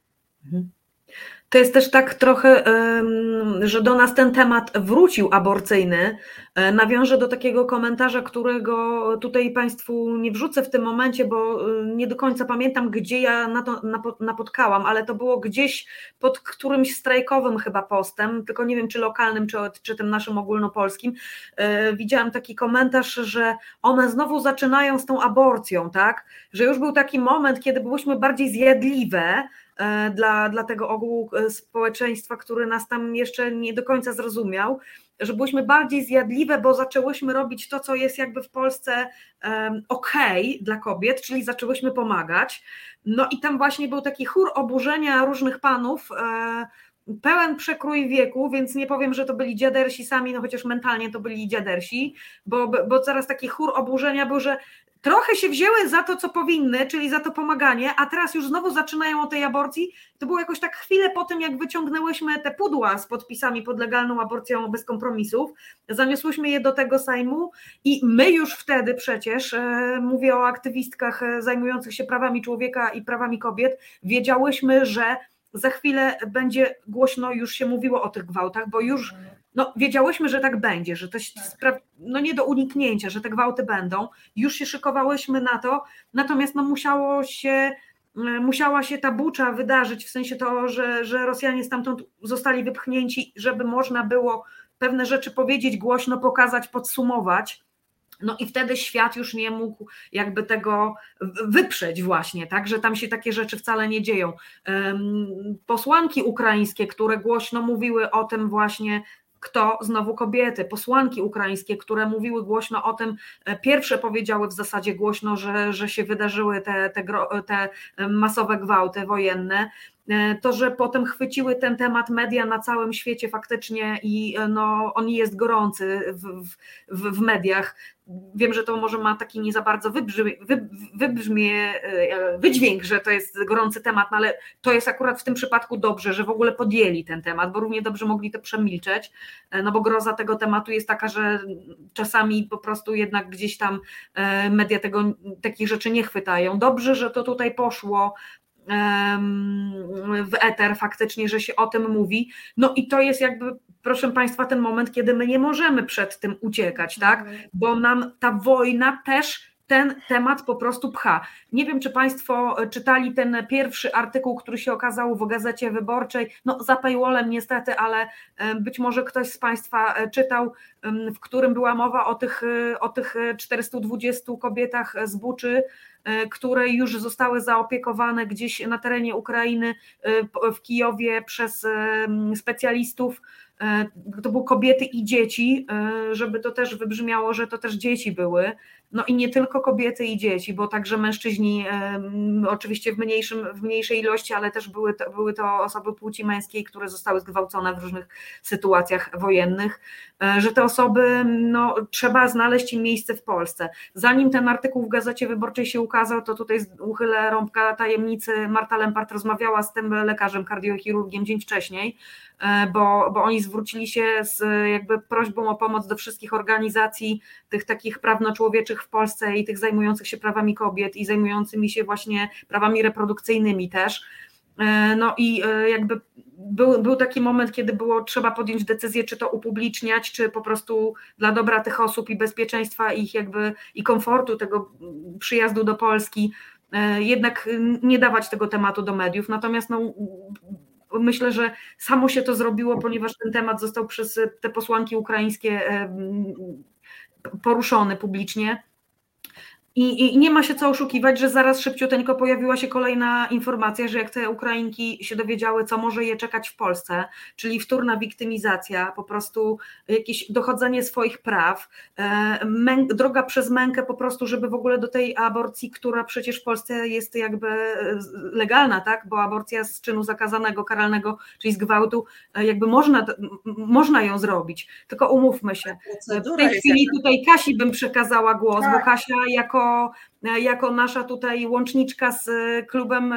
To jest też tak trochę, że do nas ten temat wrócił aborcyjny. Nawiążę do takiego komentarza, którego tutaj Państwu nie wrzucę w tym momencie, bo nie do końca pamiętam, gdzie ja na to napotkałam, ale to było gdzieś pod którymś strajkowym chyba postem, tylko nie wiem, czy lokalnym, czy, czy tym naszym ogólnopolskim. Widziałam taki komentarz, że one znowu zaczynają z tą aborcją, tak? Że już był taki moment, kiedy byłyśmy bardziej zjadliwe dla, dla tego ogółu społeczeństwa, który nas tam jeszcze nie do końca zrozumiał, że byłyśmy bardziej zjadliwe, bo zaczęłyśmy robić to, co jest jakby w Polsce um, okej okay dla kobiet, czyli zaczęłyśmy pomagać. No i tam właśnie był taki chór oburzenia różnych panów, e, pełen przekrój wieku, więc nie powiem, że to byli dziadersi sami, no chociaż mentalnie to byli dziadersi, bo, bo zaraz taki chór oburzenia był, że trochę się wzięły za to, co powinny, czyli za to pomaganie, a teraz już znowu zaczynają o tej aborcji. To było jakoś tak chwilę po tym, jak wyciągnęłyśmy te pudła z podpisami pod legalną aborcją bez kompromisów, zaniosłyśmy je do tego Sejmu i my już wtedy przecież, e, mówię o aktywistkach zajmujących się prawami człowieka i prawami kobiet, wiedziałyśmy, że za chwilę będzie głośno, już się mówiło o tych gwałtach, bo już no, wiedziałyśmy, że tak będzie, że to jest spra- no, nie do uniknięcia, że te gwałty będą, już się szykowałyśmy na to, natomiast no, musiało się, musiała się ta bucza wydarzyć, w sensie to, że, że Rosjanie stamtąd zostali wypchnięci, żeby można było pewne rzeczy powiedzieć głośno, pokazać, podsumować. No i wtedy świat już nie mógł jakby tego wyprzeć właśnie, tak, że tam się takie rzeczy wcale nie dzieją. Posłanki ukraińskie, które głośno mówiły o tym właśnie, kto, znowu kobiety, posłanki ukraińskie, które mówiły głośno o tym, pierwsze powiedziały w zasadzie głośno, że, że się wydarzyły te, te, te masowe gwałty wojenne, to, że potem chwyciły ten temat media na całym świecie faktycznie i no, on jest gorący w, w, w mediach. Wiem, że to może ma taki nie za bardzo wybrzmie, wy, wybrzmie, wydźwięk, że to jest gorący temat, no ale to jest akurat w tym przypadku dobrze, że w ogóle podjęli ten temat, bo równie dobrze mogli to przemilczeć, no bo groza tego tematu jest taka, że czasami po prostu jednak gdzieś tam media tego, takich rzeczy nie chwytają. Dobrze, że to tutaj poszło w eter faktycznie, że się o tym mówi, no i to jest jakby, proszę Państwa, ten moment, kiedy my nie możemy przed tym uciekać, tak, bo nam ta wojna też ten temat po prostu pcha. Nie wiem, czy Państwo czytali ten pierwszy artykuł, który się okazał w Gazecie Wyborczej, no za paywallem niestety, ale być może ktoś z Państwa czytał, w którym była mowa o tych, o tych czterystu dwudziestu kobietach z Buczy, które już zostały zaopiekowane gdzieś na terenie Ukrainy, w Kijowie przez specjalistów. To były kobiety i dzieci, żeby to też wybrzmiało, że to też dzieci były. No i nie tylko kobiety i dzieci, bo także mężczyźni, oczywiście w, mniejszym, w mniejszej ilości, ale też były to, były to osoby płci męskiej, które zostały zgwałcone w różnych sytuacjach wojennych, że te osoby, no, trzeba znaleźć im miejsce w Polsce. Zanim ten artykuł w Gazecie Wyborczej się ukazał, to tutaj uchylę rąbka tajemnicy, Marta Lempart rozmawiała z tym lekarzem, kardiochirurgiem dzień wcześniej, bo, bo oni zwrócili się z jakby prośbą o pomoc do wszystkich organizacji tych takich prawno-człowieczych w Polsce i tych zajmujących się prawami kobiet i zajmującymi się właśnie prawami reprodukcyjnymi też. No i jakby był, był taki moment, kiedy było trzeba podjąć decyzję, czy to upubliczniać, czy po prostu dla dobra tych osób i bezpieczeństwa ich jakby i komfortu tego przyjazdu do Polski jednak nie dawać tego tematu do mediów. Natomiast no, myślę, że samo się to zrobiło, ponieważ ten temat został przez te posłanki ukraińskie poruszony publicznie. I, I nie ma się co oszukiwać, że zaraz szybciuteńko pojawiła się kolejna informacja, że jak te Ukrainki się dowiedziały, co może je czekać w Polsce, czyli wtórna wiktymizacja, po prostu jakieś dochodzenie swoich praw, mę, droga przez mękę po prostu, żeby w ogóle do tej aborcji, która przecież w Polsce jest jakby legalna, tak, bo aborcja z czynu zakazanego, karalnego, czyli z gwałtu, jakby można, można ją zrobić, tylko umówmy się. W tej chwili tutaj Kasi bym przekazała głos, bo Kasia jako jako nasza tutaj łączniczka z klubem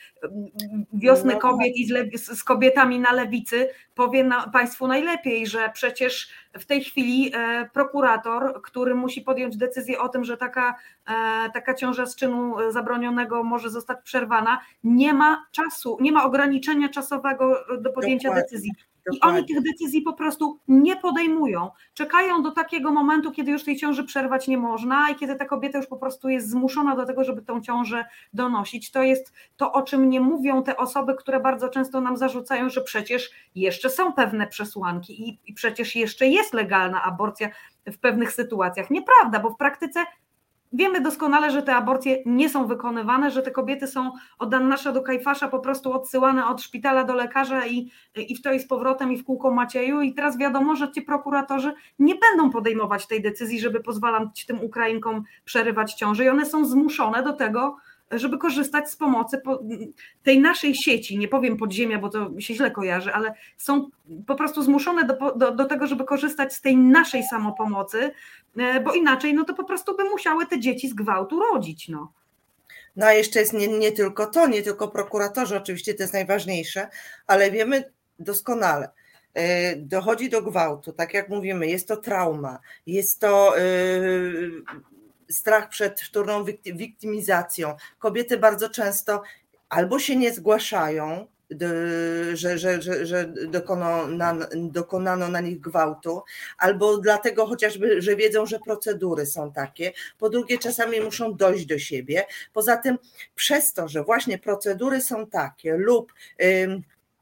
Wiosny Kobiet i z, le- z kobietami na lewicy powie na, Państwu najlepiej, że przecież w tej chwili prokurator, który musi podjąć decyzję o tym, że taka, taka ciąża z czynu zabronionego może zostać przerwana, nie ma czasu, nie ma ograniczenia czasowego do podjęcia Dokładnie. decyzji. I Dokładnie. Oni tych decyzji po prostu nie podejmują. Czekają do takiego momentu, kiedy już tej ciąży przerwać nie można i kiedy ta kobieta już po prostu jest zmuszona do tego, żeby tą ciążę donosić. To jest to, o czym nie mówią te osoby, które bardzo często nam zarzucają, że przecież jeszcze są pewne przesłanki i, i przecież jeszcze jest legalna aborcja w pewnych sytuacjach. Nieprawda, bo w praktyce wiemy doskonale, że te aborcje nie są wykonywane, że te kobiety są od Annasza do Kajfasza po prostu odsyłane od szpitala do lekarza i, i w to i z powrotem i w kółko Macieju i teraz wiadomo, że ci prokuratorzy nie będą podejmować tej decyzji, żeby pozwalać tym Ukrainkom przerywać ciążę i one są zmuszone do tego, żeby korzystać z pomocy tej naszej sieci, nie powiem podziemia, bo to się źle kojarzy, ale są po prostu zmuszone do, do, do tego, żeby korzystać z tej naszej samopomocy, bo inaczej no to po prostu by musiały te dzieci z gwałtu rodzić. No,
no a jeszcze jest nie, nie tylko to, nie tylko prokuratorzy, oczywiście to jest najważniejsze, ale wiemy doskonale, dochodzi do gwałtu, tak jak mówimy, jest to trauma, jest to yy, strach przed wtórną wiktymizacją. Kobiety bardzo często albo się nie zgłaszają, że, że, że, że dokonano, na, dokonano na nich gwałtu, albo dlatego chociażby, że wiedzą, że procedury są takie. Po drugie, czasami muszą dojść do siebie. Poza tym przez to, że właśnie procedury są takie lub yy,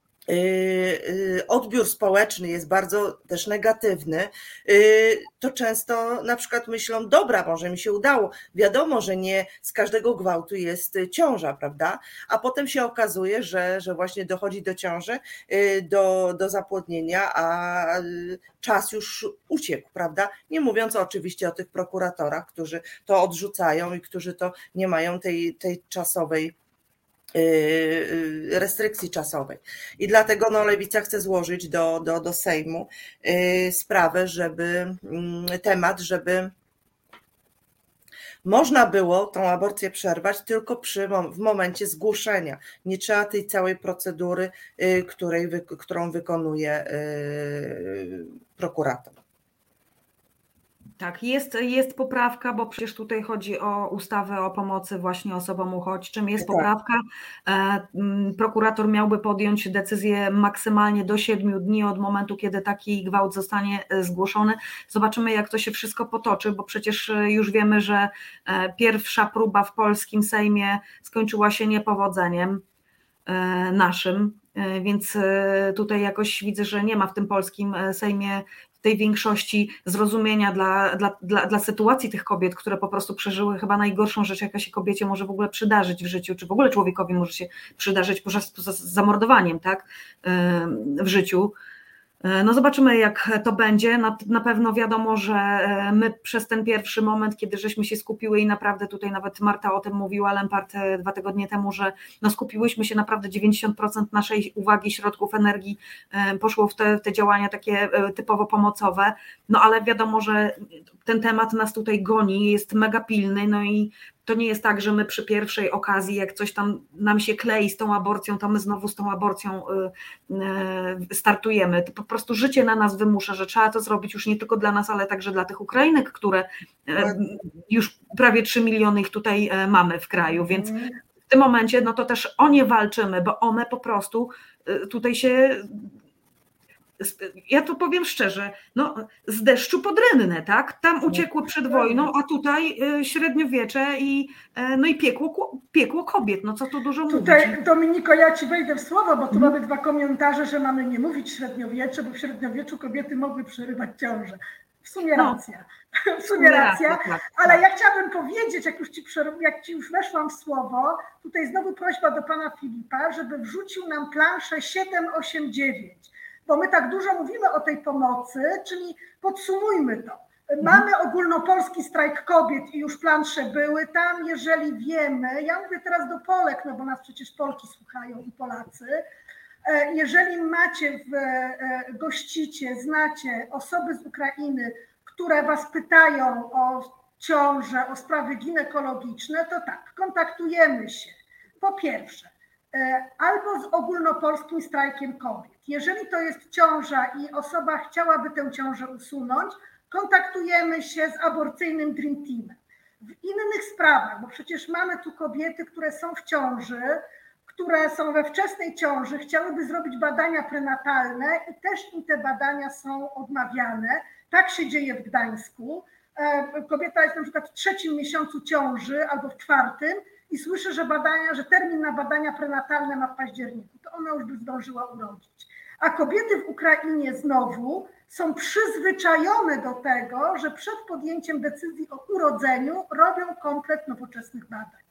odbiór społeczny jest bardzo też negatywny, to często na przykład myślą, dobra, może mi się udało, wiadomo, że nie z każdego gwałtu jest ciąża, prawda, a potem się okazuje, że, że właśnie dochodzi do ciąży, do, do zapłodnienia, a czas już uciekł, prawda, nie mówiąc oczywiście o tych prokuratorach, którzy to odrzucają i którzy to nie mają tej, tej czasowej restrykcji czasowej. I dlatego no, Lewica chce złożyć do, do, do Sejmu sprawę, żeby temat, żeby można było tą aborcję przerwać tylko przy, w momencie zgłoszenia. Nie trzeba tej całej procedury, której, którą wykonuje prokurator.
Tak, jest, jest poprawka, bo przecież tutaj chodzi o ustawę o pomocy właśnie osobom uchodźczym. Jest
Tak.
poprawka. Prokurator miałby podjąć decyzję maksymalnie do siedmiu dni od momentu, kiedy taki gwałt zostanie zgłoszony. Zobaczymy, jak to się wszystko potoczy, bo przecież już wiemy, że pierwsza próba w polskim Sejmie skończyła się niepowodzeniem naszym, więc tutaj jakoś widzę, że nie ma w tym polskim Sejmie tej większości zrozumienia dla, dla, dla, dla sytuacji tych kobiet, które po prostu przeżyły chyba najgorszą rzecz, jaka się kobiecie może w ogóle przydarzyć w życiu, czy w ogóle człowiekowi może się przydarzyć poza zamordowaniem, tak, w życiu. No zobaczymy, jak to będzie. Na, na pewno wiadomo, że my przez ten pierwszy moment, kiedy żeśmy się skupiły i naprawdę tutaj nawet Marta o tym mówiła, Lempart dwa tygodnie temu, że no skupiłyśmy się naprawdę dziewięćdziesiąt procent naszej uwagi, środków, energii poszło w te, w te działania takie typowo pomocowe, no ale wiadomo, że ten temat nas tutaj goni, jest mega pilny, no i to nie jest tak, że my przy pierwszej okazji, jak coś tam nam się klei z tą aborcją, to my znowu z tą aborcją startujemy. To po prostu życie na nas wymusza, że trzeba to zrobić już nie tylko dla nas, ale także dla tych Ukrainek, które już prawie trzy miliony ich tutaj mamy w kraju, więc w tym momencie no to też o nie walczymy, bo one po prostu tutaj się... Ja to powiem szczerze, no z deszczu pod rynnę, tak? Tam uciekły przed wojną, a tutaj średniowiecze i, no i piekło, piekło kobiet, no co tu dużo
tutaj,
mówić.
Dominiko, ja ci wejdę w słowo, bo tu hmm. mamy dwa komentarze, że mamy nie mówić średniowiecze, bo w średniowieczu kobiety mogły przerywać ciążę. W sumie
no.
racja, w sumie racja,
racja tak,
ale
tak.
ja chciałabym powiedzieć, jak już ci, jak ci już weszłam w słowo, tutaj znowu prośba do pana Filipa, żeby wrzucił nam planszę siedem osiem dziewięć. Bo my tak dużo mówimy o tej pomocy, czyli podsumujmy to. Mamy ogólnopolski strajk kobiet i już plansze były tam, jeżeli wiemy, ja mówię teraz do Polek, no bo nas przecież Polki słuchają i Polacy, jeżeli macie, w, gościcie, znacie osoby z Ukrainy, które was pytają o ciążę, o sprawy ginekologiczne, to tak, kontaktujemy się. Po pierwsze, albo z ogólnopolskim strajkiem kobiet. Jeżeli to jest ciąża i osoba chciałaby tę ciążę usunąć, kontaktujemy się z aborcyjnym Dream Teamem. W innych sprawach, bo przecież mamy tu kobiety, które są w ciąży, które są we wczesnej ciąży, chciałyby zrobić badania prenatalne i też im te badania są odmawiane. Tak się dzieje w Gdańsku. Kobieta jest na przykład w trzecim miesiącu ciąży albo w czwartym, i słyszę, że badania, że termin na badania prenatalne ma w październiku, to ona już by zdążyła urodzić. A kobiety w Ukrainie znowu są przyzwyczajone do tego, że przed podjęciem decyzji o urodzeniu robią komplet nowoczesnych badań.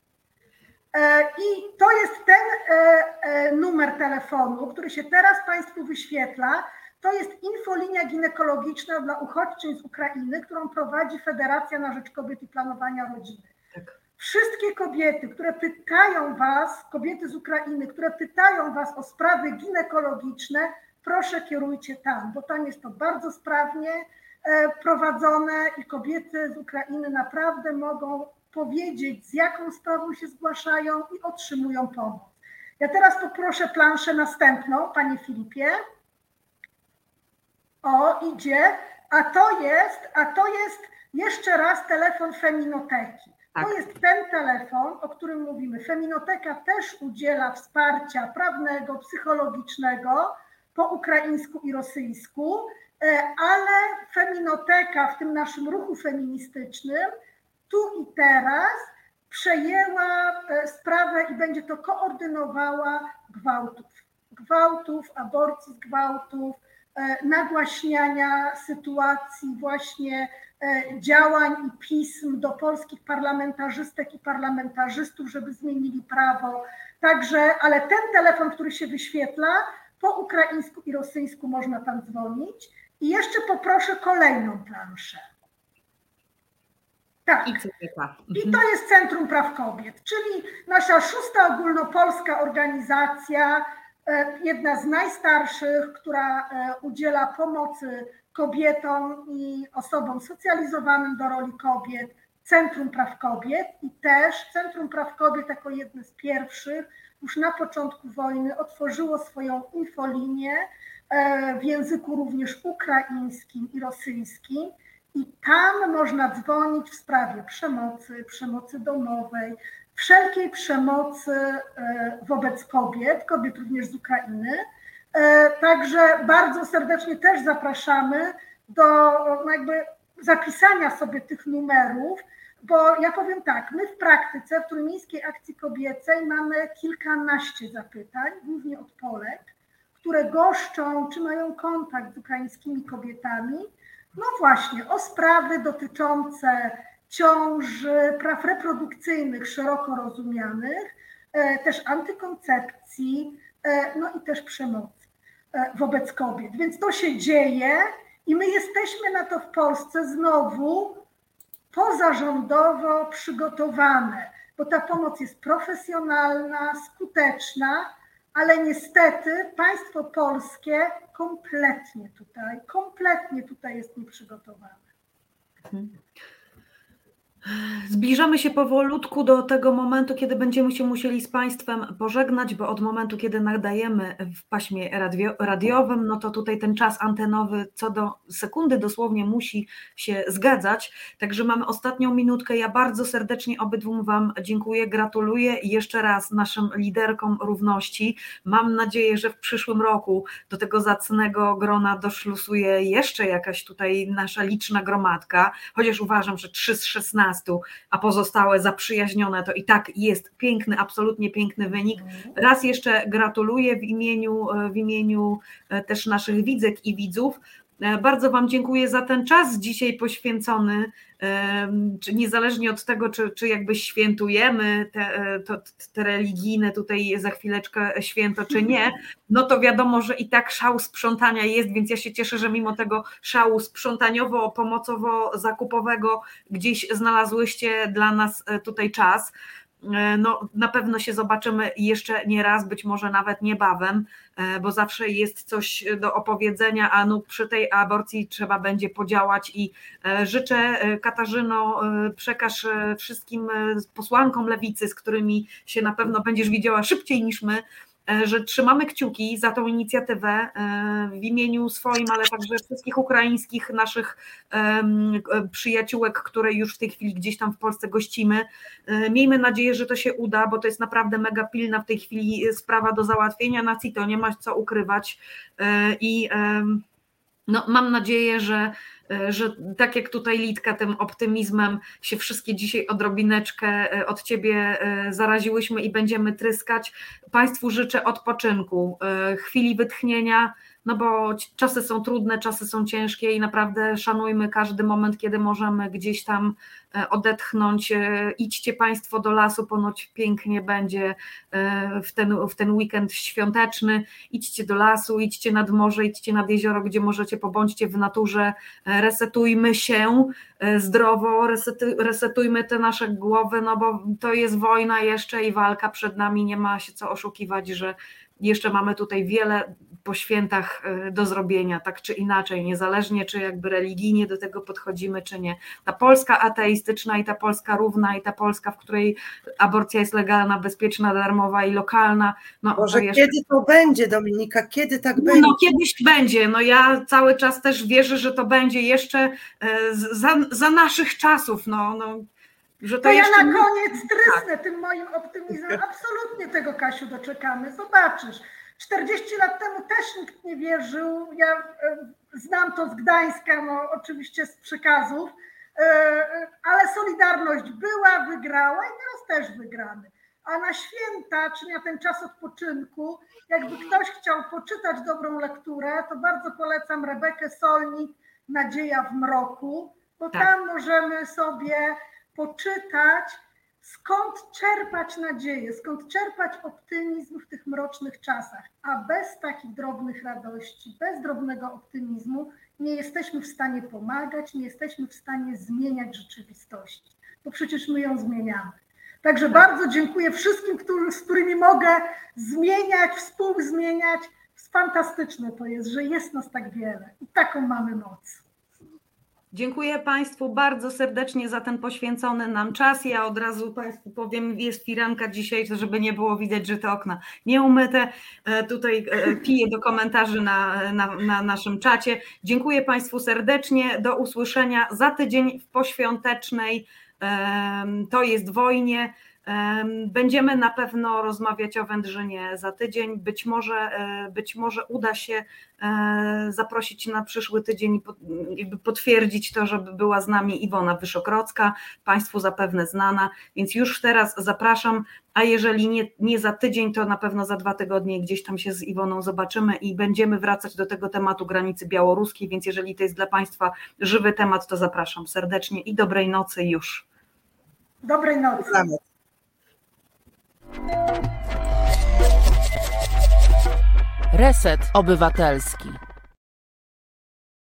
I to jest ten numer telefonu, który się teraz Państwu wyświetla. To jest infolinia ginekologiczna dla uchodźczyń z Ukrainy, którą prowadzi Federacja na Rzecz Kobiet i Planowania Rodziny. Tak. Wszystkie kobiety, które pytają was, kobiety z Ukrainy, które pytają was o sprawy ginekologiczne, proszę kierujcie tam, bo tam jest to bardzo sprawnie prowadzone i kobiety z Ukrainy naprawdę mogą powiedzieć, z jaką sprawą się zgłaszają i otrzymują pomoc. Ja teraz poproszę planszę następną, panie Filipie. O, idzie, a to jest, a to jest jeszcze raz telefon Feminoteki.
Tak.
To jest ten telefon, o którym mówimy. Feminoteka też udziela wsparcia prawnego, psychologicznego po ukraińsku i rosyjsku, ale Feminoteka w tym naszym ruchu feministycznym tu i teraz przejęła sprawę i będzie to koordynowała gwałtów. Gwałtów, aborcji, gwałtów, nagłaśniania sytuacji właśnie działań i pism do polskich parlamentarzystek i parlamentarzystów, żeby zmienili prawo. Także, ale ten telefon, który się wyświetla, po ukraińsku i rosyjsku można tam dzwonić. I jeszcze poproszę kolejną planszę. Tak.
I, mhm.
I to jest Centrum Praw Kobiet, czyli nasza szósta ogólnopolska organizacja, jedna z najstarszych, która udziela pomocy kobietom i osobom socjalizowanym do roli kobiet, Centrum Praw Kobiet. I też Centrum Praw Kobiet jako jedne z pierwszych już na początku wojny otworzyło swoją infolinię w języku również ukraińskim i rosyjskim. I tam można dzwonić w sprawie przemocy, przemocy domowej, wszelkiej przemocy wobec kobiet, kobiet również z Ukrainy. Także bardzo serdecznie też zapraszamy do jakby zapisania sobie tych numerów, bo ja powiem tak, my w praktyce w Trójmiejskiej Akcji Kobiecej mamy kilkanaście zapytań, głównie od Polek, które goszczą, czy mają kontakt z ukraińskimi kobietami, no właśnie o sprawy dotyczące ciąży, praw reprodukcyjnych szeroko rozumianych, też antykoncepcji, no i też przemocy wobec kobiet. Więc to się dzieje i my jesteśmy na to w Polsce znowu pozarządowo przygotowane, bo ta pomoc jest profesjonalna, skuteczna, ale niestety państwo polskie kompletnie tutaj, kompletnie tutaj jest nieprzygotowane.
Hmm. Zbliżamy się powolutku do tego momentu, kiedy będziemy się musieli z Państwem pożegnać, bo od momentu, kiedy nadajemy w paśmie radio, radiowym, no to tutaj ten czas antenowy co do sekundy dosłownie musi się zgadzać. Także mamy ostatnią minutkę. Ja bardzo serdecznie obydwu Wam dziękuję, gratuluję i jeszcze raz naszym liderkom równości. Mam nadzieję, że w przyszłym roku do tego zacnego grona doszlusuje jeszcze jakaś tutaj nasza liczna gromadka, chociaż uważam, że trzy z szesnastu, a pozostałe zaprzyjaźnione, to i tak jest piękny, absolutnie piękny wynik. Raz jeszcze gratuluję w imieniu, w imieniu też naszych widzek i widzów. Bardzo Wam dziękuję za ten czas dzisiaj poświęcony, czy niezależnie od tego, czy, czy jakby świętujemy te, to, te religijne tutaj za chwileczkę święto, czy nie, no to wiadomo, że i tak szał sprzątania jest, więc ja się cieszę, że mimo tego szału sprzątaniowo-pomocowo-zakupowego gdzieś znalazłyście dla nas tutaj czas. No, na pewno się zobaczymy jeszcze nie raz, być może nawet niebawem, bo zawsze jest coś do opowiedzenia, a no przy tej aborcji trzeba będzie podziałać i życzę, Katarzyno, przekaż wszystkim posłankom Lewicy, z którymi się na pewno będziesz widziała szybciej niż my, że trzymamy kciuki za tą inicjatywę w imieniu swoim, ale także wszystkich ukraińskich naszych przyjaciółek, które już w tej chwili gdzieś tam w Polsce gościmy. Miejmy nadzieję, że to się uda, bo to jest naprawdę mega pilna w tej chwili sprawa do załatwienia na C I T O, nie ma co ukrywać i no, mam nadzieję, że że tak jak tutaj Litka tym optymizmem się wszystkie dzisiaj odrobineczkę od Ciebie zaraziłyśmy i będziemy tryskać. Państwu życzę odpoczynku, chwili wytchnienia, no bo czasy są trudne, czasy są ciężkie i naprawdę szanujmy każdy moment, kiedy możemy gdzieś tam odetchnąć. Idźcie Państwo do lasu, ponoć pięknie będzie w ten, w ten weekend świąteczny. Idźcie do lasu, idźcie nad morze, idźcie nad jezioro, gdzie możecie, pobądźcie w naturze, resetujmy się zdrowo, resety, resetujmy te nasze głowy, no bo to jest wojna jeszcze i walka przed nami, nie ma się co oszukiwać, że jeszcze mamy tutaj wiele po świętach do zrobienia, tak czy inaczej, niezależnie czy jakby religijnie do tego podchodzimy, czy nie. Ta Polska ateistyczna i ta Polska równa i ta Polska, w której aborcja jest legalna, bezpieczna, darmowa i lokalna. No,
Może
to jeszcze...
kiedy to będzie, Dominika, kiedy tak będzie?
No kiedyś będzie, no ja cały czas też wierzę, że to będzie jeszcze za, za naszych czasów, no, no. że to,
To ja
jeszcze...
na koniec trysnę tym moim optymizmem. Absolutnie tego, Kasiu, doczekamy. Zobaczysz. czterdzieści lat temu też nikt nie wierzył. Ja e, znam to z Gdańska, no oczywiście z przekazów, e, ale Solidarność była, wygrała i teraz też wygramy. A na święta, czy na ten czas odpoczynku, jakby ktoś chciał poczytać dobrą lekturę, to bardzo polecam Rebekę Solnit, Nadzieja w mroku, bo
Tak.
tam możemy sobie poczytać, skąd czerpać nadzieję, skąd czerpać optymizm w tych mrocznych czasach. A bez takich drobnych radości, bez drobnego optymizmu nie jesteśmy w stanie pomagać, nie jesteśmy w stanie zmieniać rzeczywistości, bo przecież my ją zmieniamy. Także
Tak.
bardzo dziękuję wszystkim, którzy, z którymi mogę zmieniać, współzmieniać. Fantastyczne to jest, że jest nas tak wiele i taką mamy moc.
Dziękuję Państwu bardzo serdecznie za ten poświęcony nam czas. Ja od razu Państwu powiem, jest firanka dzisiaj, żeby nie było widać, że te okna nieumyte. Tutaj piję do komentarzy na, na, na naszym czacie. Dziękuję Państwu serdecznie. Do usłyszenia za tydzień w poświątecznej To jest wojnie. Będziemy na pewno rozmawiać o Wędrzynie za tydzień. Być może, być może uda się zaprosić na przyszły tydzień i jakby potwierdzić to, żeby była z nami Iwona Wyszokrocka, Państwu zapewne znana, więc już teraz zapraszam, a jeżeli nie, nie za tydzień, to na pewno za dwa tygodnie gdzieś tam się z Iwoną zobaczymy i będziemy wracać do tego tematu granicy białoruskiej, więc jeżeli to jest dla Państwa żywy temat, to zapraszam serdecznie i dobrej nocy już.
Dobrej nocy.
Reset Obywatelski.